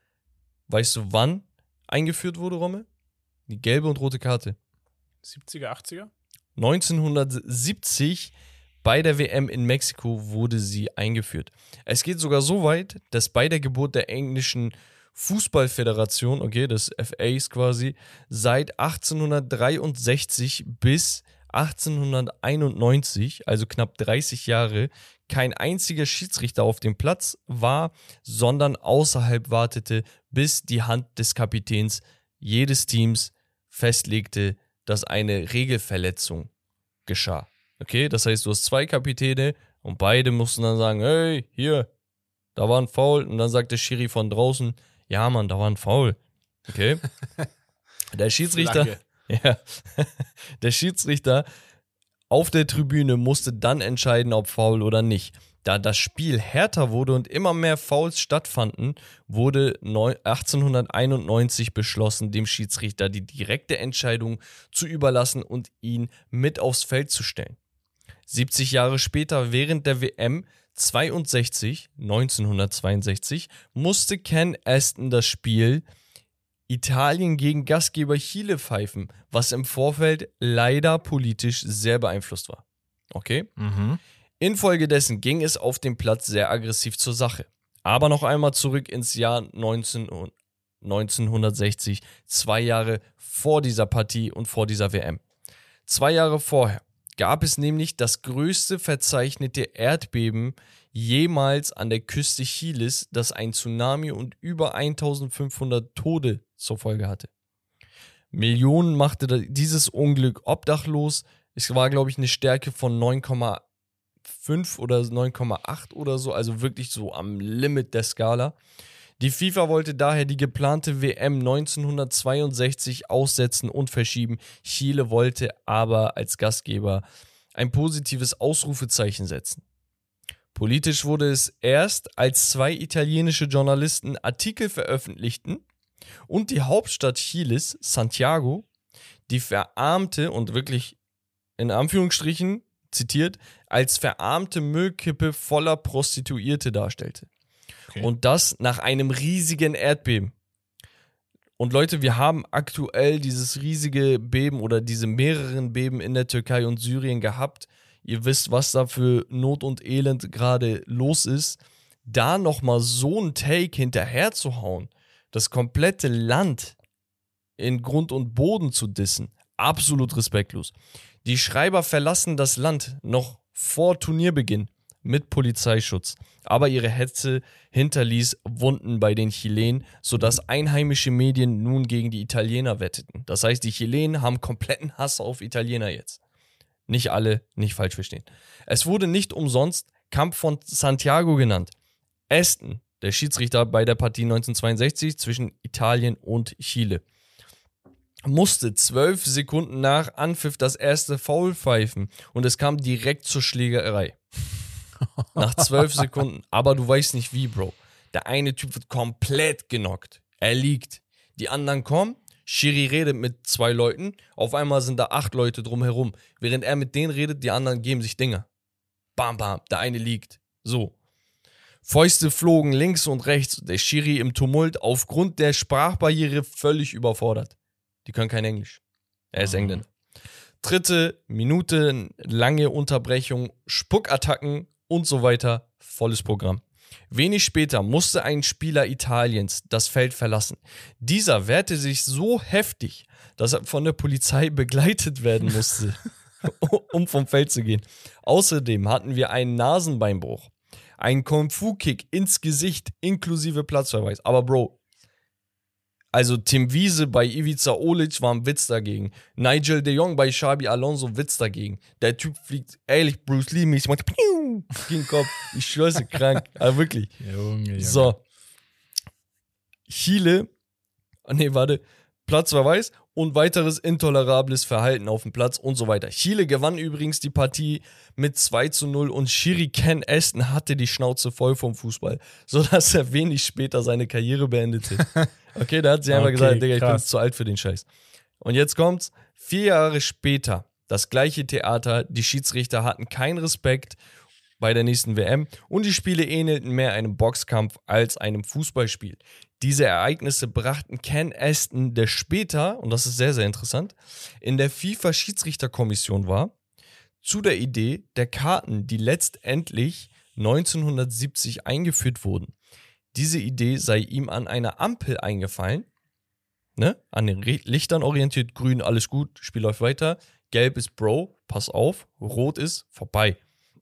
weißt du wann, eingeführt wurde, Rommel? Die gelbe und rote Karte. siebziger, achtziger? neunzehnhundertsiebzig bei der W M in Mexiko wurde sie eingeführt. Es geht sogar so weit, dass bei der Geburt der englischen Fußballföderation, okay, des F As quasi, seit achtzehnhundertdreiundsechzig bis achtzehnhunderteinundneunzig, also knapp dreißig Jahre, kein einziger Schiedsrichter auf dem Platz war, sondern außerhalb wartete, bis die Hand des Kapitäns jedes Teams festlegte, dass eine Regelverletzung geschah. Okay, das heißt, du hast zwei Kapitäne und beide mussten dann sagen, hey, hier, da war ein Foul. Und dann sagt der Schiri von draußen, ja Mann, da war ein Foul. Okay. Der Schiedsrichter, Flagge. ja, der Schiedsrichter auf der Tribüne musste dann entscheiden, ob Foul oder nicht. Da das Spiel härter wurde und immer mehr Fouls stattfanden, wurde achtzehnhunderteinundneunzig beschlossen, dem Schiedsrichter die direkte Entscheidung zu überlassen und ihn mit aufs Feld zu stellen. siebzig Jahre später, während der W M zweiundsechzig, neunzehnhundertzweiundsechzig, musste Ken Aston das Spiel Italien gegen Gastgeber Chile pfeifen, was im Vorfeld leider politisch sehr beeinflusst war. Okay? Mhm. Infolgedessen ging es auf dem Platz sehr aggressiv zur Sache. Aber noch einmal zurück ins Jahr neunzehnhundertsechzig, zwei Jahre vor dieser Partie und vor dieser W M. Zwei Jahre vorher gab es nämlich das größte verzeichnete Erdbeben jemals an der Küste Chiles, das ein Tsunami und über eintausendfünfhundert Tote zur Folge hatte. Millionen machte dieses Unglück obdachlos. Es war, glaube ich, eine Stärke von neun Komma fünf oder neun Komma acht oder so, also wirklich so am Limit der Skala. Die FIFA wollte daher die geplante W M neunzehnhundertzweiundsechzig aussetzen und verschieben. Chile wollte aber als Gastgeber ein positives Ausrufezeichen setzen. Politisch wurde es erst, als zwei italienische Journalisten Artikel veröffentlichten und die Hauptstadt Chiles, Santiago, die verarmte und wirklich in Anführungsstrichen zitiert, als verarmte Müllkippe voller Prostituierte darstellte. Okay. Und das nach einem riesigen Erdbeben. Und Leute, wir haben aktuell dieses riesige Beben oder diese mehreren Beben in der Türkei und Syrien gehabt. Ihr wisst, was da für Not und Elend gerade los ist. Da nochmal so ein Take hinterher zu hauen, das komplette Land in Grund und Boden zu dissen, absolut respektlos. Die Schreiber verlassen das Land noch vor Turnierbeginn mit Polizeischutz. Aber ihre Hetze hinterließ Wunden bei den Chilenen, sodass einheimische Medien nun gegen die Italiener wetteten. Das heißt, die Chilenen haben kompletten Hass auf Italiener jetzt. Nicht alle, nicht falsch verstehen. Es wurde nicht umsonst Kampf von Santiago genannt. Aston, der Schiedsrichter bei der Partie neunzehnhundertzweiundsechzig zwischen Italien und Chile, musste zwölf Sekunden nach Anpfiff das erste Foul pfeifen und es kam direkt zur Schlägerei. Nach zwölf Sekunden. Aber du weißt nicht wie, Bro. Der eine Typ wird komplett genockt. Er liegt. Die anderen kommen. Schiri redet mit zwei Leuten. Auf einmal sind da acht Leute drumherum. Während er mit denen redet, die anderen geben sich Dinger. Bam, bam. Der eine liegt. So. Fäuste flogen links und rechts. Der Schiri im Tumult aufgrund der Sprachbarriere völlig überfordert. Die können kein Englisch. Er ist Engländer. Dritte Minute, lange Unterbrechung, Spuckattacken und so weiter. Volles Programm. Wenig später musste ein Spieler Italiens das Feld verlassen. Dieser wehrte sich so heftig, dass er von der Polizei begleitet werden musste, um vom Feld zu gehen. Außerdem hatten wir einen Nasenbeinbruch, einen Kung-Fu-Kick ins Gesicht inklusive Platzverweis. Aber Bro, also Tim Wiese bei Ivica Olic war ein Witz dagegen. Nigel de Jong bei Xabi Alonso Witz dagegen. Der Typ fliegt ehrlich Bruce Lee-mäßig gegen den Kopf. Ich schwör's dir, krank. Aber wirklich. Junge, Junge. So. Chile, nee, warte, Platzverweis und weiteres intolerables Verhalten auf dem Platz und so weiter. Chile gewann übrigens die Partie mit zwei zu null und Schiri Ken Aston hatte die Schnauze voll vom Fußball, sodass er wenig später seine Karriere beendete. Okay, da hat sie einfach okay, gesagt, Digga, ich krass. bin zu alt für den Scheiß. Und jetzt kommt's, vier Jahre später, das gleiche Theater, die Schiedsrichter hatten keinen Respekt bei der nächsten W M und die Spiele ähnelten mehr einem Boxkampf als einem Fußballspiel. Diese Ereignisse brachten Ken Aston, der später, und das ist sehr, sehr interessant, in der FIFA-Schiedsrichterkommission war, zu der Idee der Karten, die letztendlich neunzehnhundertsiebzig eingeführt wurden. Diese Idee sei ihm an einer Ampel eingefallen, ne? An den Lichtern orientiert, grün, alles gut, Spiel läuft weiter, gelb ist Bro, pass auf, rot ist vorbei.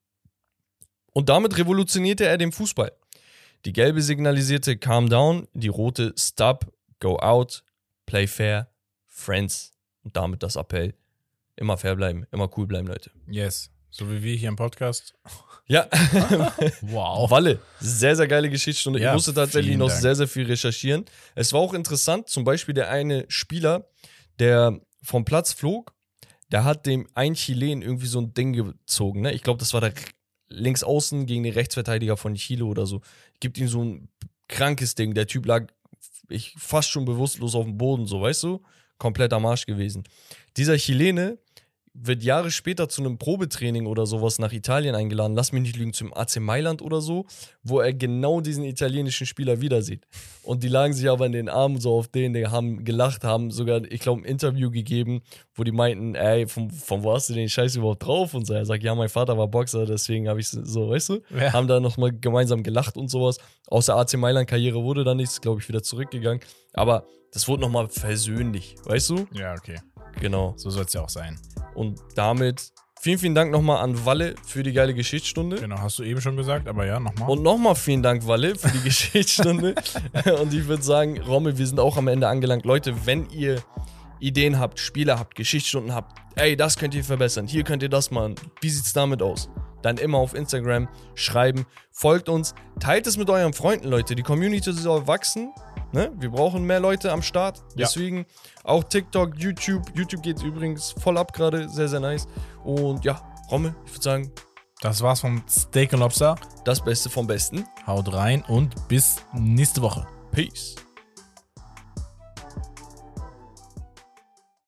Und damit revolutionierte er den Fußball. Die gelbe signalisierte Calm down, die rote Stop, Go out, Play fair, Friends. Und damit das Appell. Immer fair bleiben, immer cool bleiben, Leute. Yes. So wie wir hier im Podcast. Ja. Wow. Walle, sehr, sehr geile Geschichtsstunde. Ja, ich musste tatsächlich noch Dank. sehr, sehr viel recherchieren. Es war auch interessant, zum Beispiel der eine Spieler, der vom Platz flog, der hat dem einen Chilen irgendwie so ein Ding gezogen. Ne? Ich glaube, das war der links außen gegen den Rechtsverteidiger von Chile oder so. Gibt ihm so ein krankes Ding. Der Typ lag ich, fast schon bewusstlos auf dem Boden, so, weißt du? Komplett am Arsch gewesen. Dieser Chilene wird Jahre später zu einem Probetraining oder sowas nach Italien eingeladen, lass mich nicht lügen, zum A C Mailand oder so, wo er genau diesen italienischen Spieler wieder sieht. Und die lagen sich aber in den Armen so auf den, die haben gelacht, haben sogar, ich glaube, ein Interview gegeben, wo die meinten, ey, von, von wo hast du den Scheiß überhaupt drauf? Und so, er sagt, ja, mein Vater war Boxer, deswegen habe ich so, weißt du, ja. Haben da nochmal gemeinsam gelacht und sowas. Aus der A C Mailand-Karriere wurde da nichts, glaube ich, wieder zurückgegangen. Aber das wurde nochmal versöhnlich, weißt du? Ja, okay. Genau. So soll es ja auch sein. Und damit vielen, vielen Dank nochmal an Walle für die geile Geschichtsstunde. Genau, hast du eben schon gesagt, aber ja, nochmal. Und nochmal vielen Dank, Walle, für die Geschichtsstunde. Und ich würde sagen, Rommel, wir sind auch am Ende angelangt. Leute, wenn ihr Ideen habt, Spiele habt, Geschichtsstunden habt, ey, das könnt ihr verbessern, hier könnt ihr das machen, wie sieht's damit aus? dann immer auf Instagram schreiben. Folgt uns, teilt es mit euren Freunden, Leute. Die Community soll wachsen. Ne? Wir brauchen mehr Leute am Start. Ja. Deswegen auch TikTok, YouTube. YouTube geht übrigens voll ab gerade. Sehr, sehr nice. Und ja, Rommel, ich würde sagen, Das war's vom Steak and Lobster. das Beste vom Besten. Haut rein und bis nächste Woche. Peace.